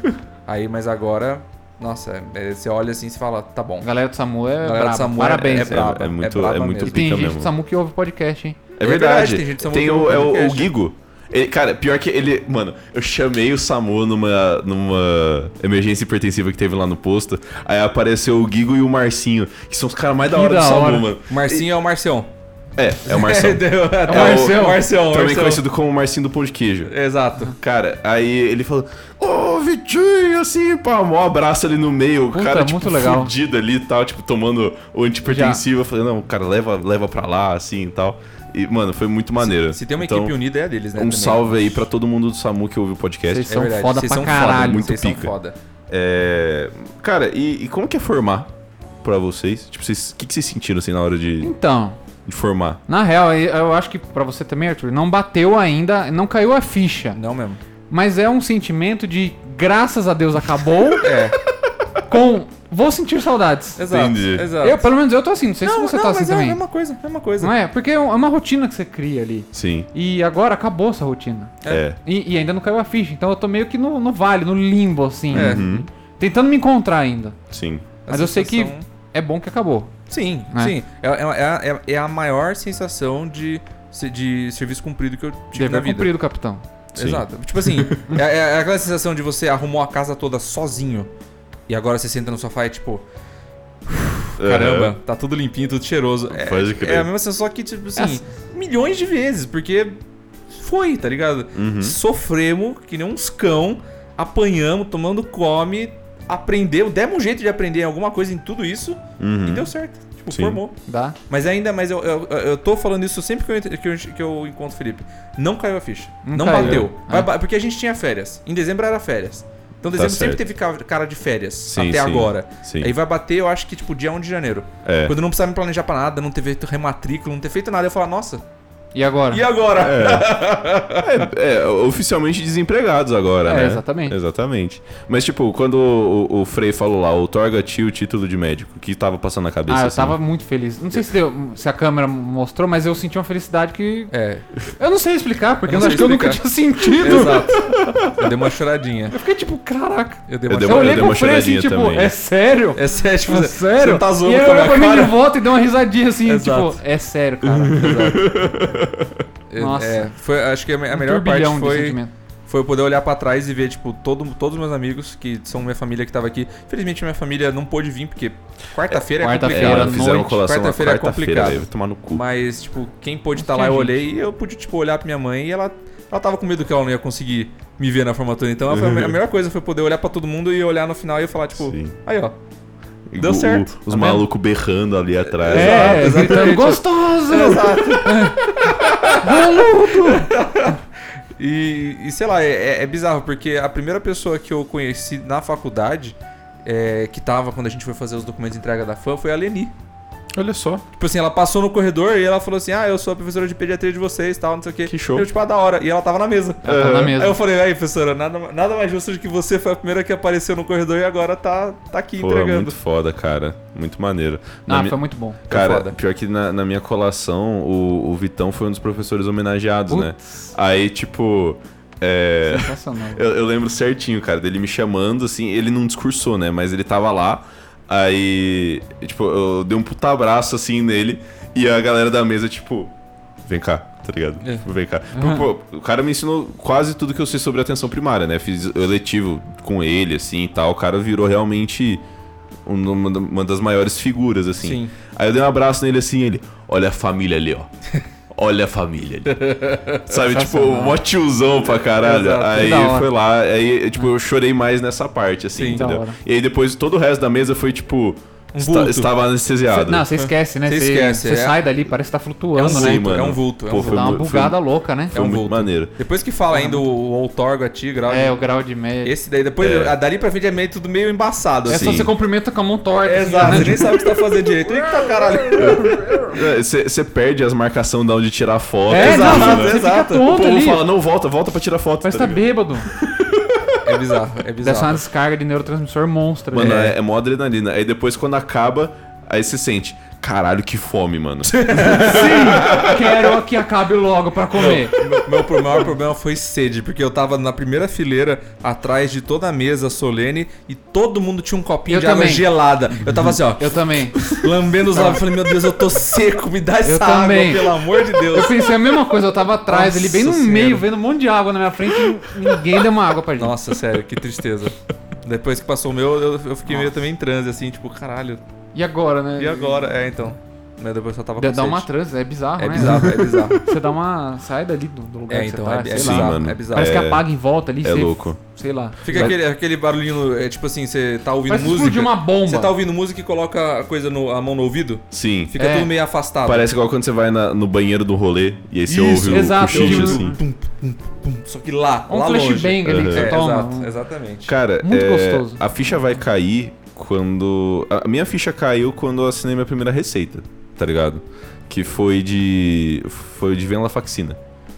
Aí, mas agora. Nossa, é, você olha assim e fala, tá bom. a galera do SAMU é A galera braba. do SAMU Parabéns. é, é braba. É muito- braba é muito mesmo. E tem pica gente mesmo. do SAMU que ouve podcast, hein? É É verdade. verdade, tem gente do SAMU Tem que o, ouve é o, o podcast. Guigo. Ele- cara, pior que ele... Mano, eu chamei o SAMU numa, numa emergência hipertensiva que teve lá no posto. Aí apareceu o Guigo e o Marcinho, que são os caras mais da Que hora da do SAMU, hora. mano. Marcinho é o Marcião. É, é o Marção. Deu- até o Marcião. Marcião, Também Marcião. conhecido como Marcinho do Pão de Queijo. Exato. Cara, aí ele falou, ô, Vitinho, assim, pá, um abraço ali no meio, o Puta, cara, tipo, muito legal. fudido ali e tal, tipo, tomando o antipertensivo. Eu falei, não, cara, leva, leva pra lá, assim, e tal. E, mano, foi muito maneiro. Se, se tem uma Então, equipe unida, é a deles, né? Um também. salve aí pra todo mundo do SAMU que ouve o podcast. Vocês É são verdade, foda vocês pra são foda, caralho. muito vocês são pica. foda. É... Cara, e, e como que é formar pra vocês? Tipo, vocês- o que, que vocês sentiram, assim, na hora de, Então, de formar? na real, eu- eu acho que pra você também, Arthur, não bateu ainda, não caiu a ficha. Não mesmo. Mas é um sentimento de graças a Deus acabou É, com vou sentir saudades. exato. Entendi. exato. Eu, pelo menos eu tô assim, não sei se você não, tá assim mas é a também. mesma coisa, mesma coisa. Não é? Porque é uma rotina que você cria ali. Sim, E agora acabou essa rotina. é. E, e ainda não caiu a ficha. Então eu tô meio que no, no vale, no limbo, assim. É. Uhum, Tentando me encontrar ainda. sim. A Mas eu sei que sensação- é bom que acabou. Sim, É. sim. É, é, é, é a maior sensação de, de serviço cumprido que eu tive na Dever vida. cumprido, capitão. Sim. Exato. Tipo assim, é, é aquela sensação de você arrumou a casa toda sozinho e agora você senta no sofá e tipo, caramba, Aham. tá tudo limpinho, tudo cheiroso. É, Pode crer. é a mesma sensação, só que tipo assim, Essa- milhões de vezes, porque foi, tá ligado? Uhum. Sofremos que nem uns cão, apanhamos, tomando come, aprendemos, demos um jeito de aprender alguma coisa em tudo isso Uhum. e deu certo. Tipo, Sim. formou. Dá? Mas ainda, mas eu, eu, eu tô falando isso sempre que eu, ent- que eu, que eu encontro o Felipe. Não caiu a ficha. Não Não, caiu. bateu. É. Vai ba- Porque a gente tinha férias. Em dezembro era férias. Então dezembro sempre certo. teve ca- cara de férias. Sim, até sim. agora. Sim. Aí vai bater, eu acho que tipo dia um de janeiro. É. Quando não precisava me planejar pra nada, não ter feito rematrícula, não ter feito nada, eu falar, nossa, E agora? e agora? É, é, oficialmente desempregados agora, É, né? exatamente. Exatamente. Mas, tipo, quando o, o Frei falou lá, outorga-te o título de médico, o que tava passando na cabeça? Ah, eu assim? tava muito feliz. Não sei se, deu- se a câmera mostrou, mas eu senti uma felicidade que. É, Eu não sei explicar, porque Eu eu, não acho sei que eu nunca explicar. tinha sentido. exato. Eu dei uma choradinha. Eu fiquei tipo, caraca. Eu dei Eu uma dei Eu uma- olhei dei pro Frei assim, choradinha tipo, também. é sério? É sério, tipo, É você- sério? Você não tá zoando e aí com a eu olhei minha pra mim cara. de volta e deu uma risadinha assim, Exato. tipo, é sério, cara. Eu- Nossa. É, foi, acho que a, me- a Um melhor parte turbilhão de foi, sentimento. foi eu poder olhar pra trás e ver, tipo, todo, todos os meus amigos, que são minha família que tava aqui. Infelizmente, minha família não pôde vir, porque quarta-feira é, é Quarta-feira, complicado. Fizeram noite, colação na quarta-feira é quarta-feira, complicado. aí vai tomar no cu. Mas, tipo, quem pôde Não estar lá, tinha eu gente. olhei e eu pude, tipo, olhar pra minha mãe e ela, ela tava com medo que ela não ia conseguir me ver na formatura. Então, foi a me- a melhor coisa foi poder olhar pra todo mundo e olhar no final e falar, tipo, Sim. aí, ó. E Deu o- certo, o- tá os vendo? malucos berrando ali atrás. É, Exato, gritando exatamente. gostoso! Exato. e, e sei lá, é, é bizarro, porque a primeira pessoa que eu conheci na faculdade, é, que tava quando a gente foi fazer os documentos de entrega da fã, foi a Leni. Olha só. Tipo assim, ela passou no corredor e ela falou assim, ah, eu sou a professora de pediatria de vocês, tal, não sei o quê. Que show. Eu, tipo, ah, da hora. E ela tava na mesa. Ela tá na Aí mesa. eu falei, aí, professora, nada, nada mais justo de que você foi a primeira que apareceu no corredor e agora tá, tá aqui Pô, entregando. muito foda, cara. Muito maneiro. Na Ah, mi- foi muito bom. Cara, foda. pior que na, na minha colação, o, o Vitão foi um dos professores homenageados, né? Aí, tipo... É... Sensacional. Eu, eu lembro certinho, cara, dele me chamando, assim, ele não discursou, né? Mas ele tava lá, aí, tipo, eu dei um puta abraço, assim, nele, e a galera da mesa, tipo, vem cá, tá ligado? É. Tipo, vem cá. Pô, pô, o cara me ensinou quase tudo que eu sei sobre atenção primária, né? Fiz eletivo com ele, assim, e tal. O cara virou realmente uma, uma das maiores figuras, assim. Sim. Aí eu dei um abraço nele, assim, ele, olha a família ali, ó. Olha a família ali. Sabe, tipo, mó tiozão pra caralho. Exato. Aí Da hora. foi lá, aí, tipo, eu chorei mais nessa parte, assim, Sim. Da entendeu? hora. E aí depois todo o resto da mesa foi, tipo, Um esta- vulto. estava anestesiado. Cê- não, você esquece, né? Você Você esquece, Você é. sai dali, parece que tá flutuando, É um né? vulto, é um vulto, é um Pô, vulto. foi Dá uma mu- bugada foi, louca, né? foi É um muito vulto. maneiro. Depois que fala ainda o outorga, a ti, grau É, o grau de média. Esse daí, depois, É. a dali pra frente é meio tudo meio embaçado, É assim. só você cumprimenta com a mão torta. assim, Exato, né? você nem sabe o que você tá fazendo direito. Eita, caralho. Você perde as marcações de onde tirar foto. É, Exato, não, né? você fica Exato. O tonto povo ali. fala, não, volta, volta pra tirar foto. Parece tá que tá ligado? bêbado. É bizarro, é Deve ser bizarro. uma descarga de neurotransmissor monstra. Mano, né? é, é mó adrenalina. Aí depois, quando acaba, aí você sente, caralho, que fome, mano. Sim, quero que acabe logo pra comer. Meu, meu maior problema foi sede, porque eu tava na primeira fileira, atrás de toda a mesa solene, e todo mundo tinha um copinho Eu de água também. gelada. Eu tava assim, ó, Eu também. lambendo os lábios. Falei, meu Deus, eu tô seco, me dá essa Eu água, também. pelo amor de Eu Deus. pensei a mesma coisa, eu tava atrás, Nossa ali bem no Senhora. meio, vendo um monte de água na minha frente e ninguém deu uma água pra gente. Nossa, sério, que tristeza. Depois que passou o meu, eu, eu fiquei meio também em transe, assim, tipo, caralho. E agora, né? E agora? É, então. Mas depois eu tava com Dá dá uma sede. transe, é bizarro, É né? bizarro, é bizarro. Você dá uma. Sai dali do, do lugar É, que então, você tá, é, é sei Sim, lá. bizarro, mano. é bizarro. Parece É- que apaga em volta ali, É você- louco. Sei lá. Fica Vai- aquele, aquele barulhinho, é, tipo assim, você tá ouvindo Parece que música. explodiu uma bomba. Você tá ouvindo música e coloca a coisa no, a mão no ouvido, Sim. fica É. tudo meio afastado. Parece igual quando você vai na- no banheiro do rolê e aí você Isso, ouve o exato, cochicho, eu- assim. Pum, pum, pum. Só que lá, Um lá longe. flashbang ali que Uhum. você É, toma. exato, um- exatamente. Cara, Muito é, gostoso. a ficha vai cair quando... A minha ficha caiu quando eu assinei minha primeira receita, tá ligado? Que foi de... Foi de venlafaxina.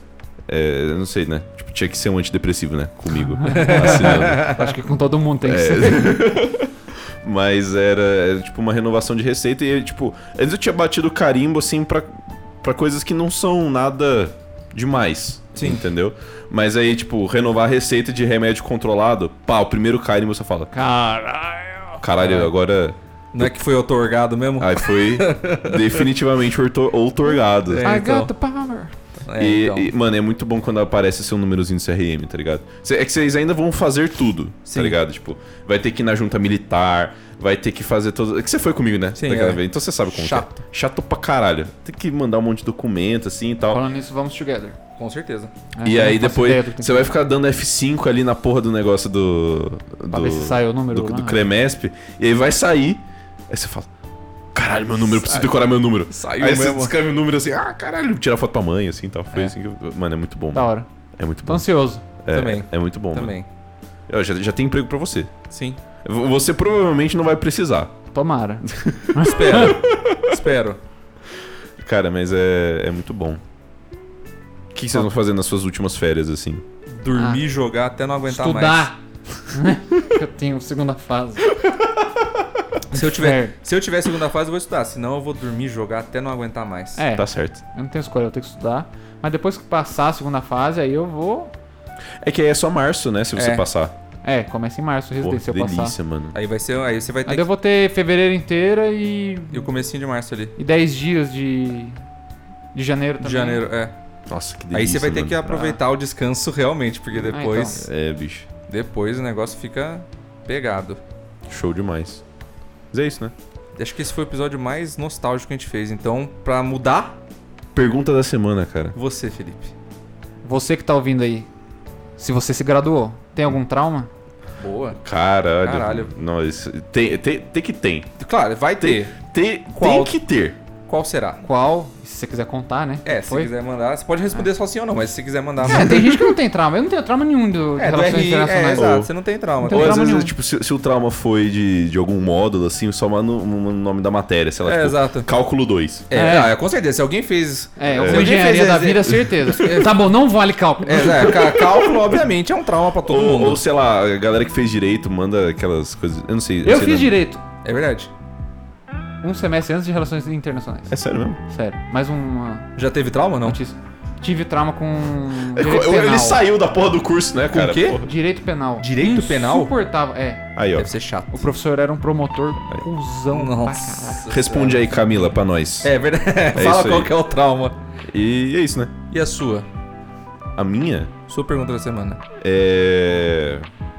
É, eu não sei, né? Tipo, tinha que ser um antidepressivo, né? Comigo. assinando. Acho que com todo mundo tem que É. ser. Mas era, era, tipo, uma renovação de receita e, tipo... Antes eu tinha batido carimbo, assim, pra, pra coisas que não são nada demais. Sim. Entendeu? Mas aí, tipo, renovar a receita de remédio controlado, pá, o primeiro carimbo você fala... Caralho. Caralho, É. agora... Não é que foi otorgado mesmo? Aí foi definitivamente orto- outorgado. É, I então. got the power. É, e, então. e, mano, é muito bom quando aparece seu númerozinho de C R M, tá ligado? Cê- é que vocês ainda vão fazer tudo, Sim. tá ligado? Tipo, vai ter que ir na junta militar, vai ter que fazer todo... É que você foi comigo, né? Sim, Daquela é. vez. Então você sabe como Chato. que é. Chato pra caralho. Tem que mandar um monte de documento, assim e tal. Falando nisso, vamos together. Com certeza. É, E eu aí não faço depois ideia do que tem você vai ficar dando F cinco ali na porra do negócio do... Pra do ver se sai o número do, lá. do Cremesp. E aí vai sair, aí você fala... Caralho, meu número, eu preciso decorar meu número. Saiu Aí você mesmo. escreve o número assim, ah, caralho, tirar foto pra mãe, assim e tal. Foi É. assim que eu... Mano, é muito bom. Da mano. hora. É muito Tô bom. ansioso. É, Também. É muito bom, Também. mano. Eu já, já tem emprego pra você. Sim. V- Você provavelmente não vai precisar. Tomara. Espero. Espero. Cara, mas é, é muito bom. O que que vocês vão fazer nas suas últimas férias, assim? Dormir, Ah. jogar até não aguentar Estudar. Eu tenho segunda fase. mais. Se eu, tiver, Certo. se eu tiver segunda fase, eu vou estudar. Senão eu vou dormir, jogar até não aguentar mais. É, Tá certo. eu não tenho escolha, eu tenho que estudar. Mas depois que passar a segunda fase, aí eu vou. É que aí é só março, né? Se você É. passar. É, começa em março, Pô, residência, eu passar. delícia, mano. Aí vai ser. Aí você vai ter Aí eu vou ter fevereiro inteira e. que. E o comecinho de março ali. E dez dias de. De janeiro também. De janeiro, é. Nossa, que delícia. Aí você vai ter mano. que aproveitar o descanso realmente, porque depois, Ah, é, bicho. depois o negócio fica pegado. Show demais. Mas é isso, né? Acho que esse foi o episódio mais nostálgico que a gente fez. Então, pra mudar, Pergunta da semana, cara. você, Felipe. Você que tá ouvindo aí, se você se graduou, tem algum trauma? Boa. Caralho. Caralho. Não, isso, tem, tem, tem que tem. Claro, vai ter. Tem, tem, Qual? tem que ter. Qual será? Qual? Se você quiser contar, né? É, se Foi? quiser mandar, você pode responder só sim ou não, mas se você quiser mandar... É, tem gente que não tem trauma. Eu não tenho trauma nenhum do, de É, do relações R I, é, internacionais. exato, Ou- você não tem trauma. Não tem Ou às trauma vezes, nenhum. tipo, se, se o trauma foi de, de algum módulo, assim, só manda o no nome da matéria, sei lá, É, tipo, exato. cálculo dois. É, É. ah, é, com certeza, se alguém fez... É, se uma alguém engenharia fez da exe- vida, certeza. Tá bom, não vale cálculo. É, é, ca- cálculo, obviamente, é um trauma pra todo Ou, mundo. ou, sei lá, a galera que fez direito manda aquelas coisas. Eu não sei. Eu sei fiz não. direito. É verdade. Um semestre antes de relações internacionais. É sério mesmo? Sério. Mais uma Já teve trauma ou não? notícia. Tive trauma com É, direito ele penal. saiu da porra do curso, né, Com cara? o quê? Porra. Direito penal. Direito penal? Insuportável. É. Aí, ó. Deve ser chato. O professor era um promotor cuzão pra caralho. Nossa. Responde aí, Camila, pra nós. É verdade. isso Fala aí. qual que é o trauma. E é isso, né? E a sua? A minha Sua pergunta da semana. é.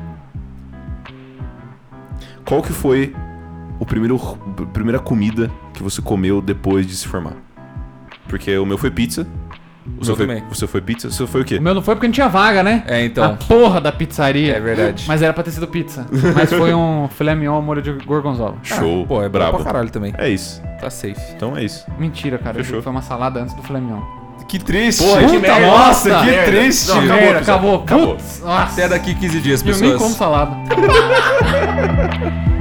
Qual que foi o primeiro, a primeira comida que você comeu depois de se formar? Porque o meu foi pizza. O seu foi, também. o seu foi pizza? O seu foi o quê? O meu não foi porque não tinha vaga, né? É, A então. porra da pizzaria. É verdade. Mas era pra ter sido pizza. Mas foi um filé mignon ao molho de gorgonzola. Show. Ah, pô, é brabo. brabo pra caralho também. É isso. Tá safe. Então é isso. Mentira, cara. Fechou. Foi uma salada antes do filé mignon. Que triste. Porra, que Puta merda. nossa, que merda. triste. Não, acabou, Merda, episódio. acabou. Acabou. Putz, nossa. Até daqui quinze dias, Eu nem como pessoas. salada.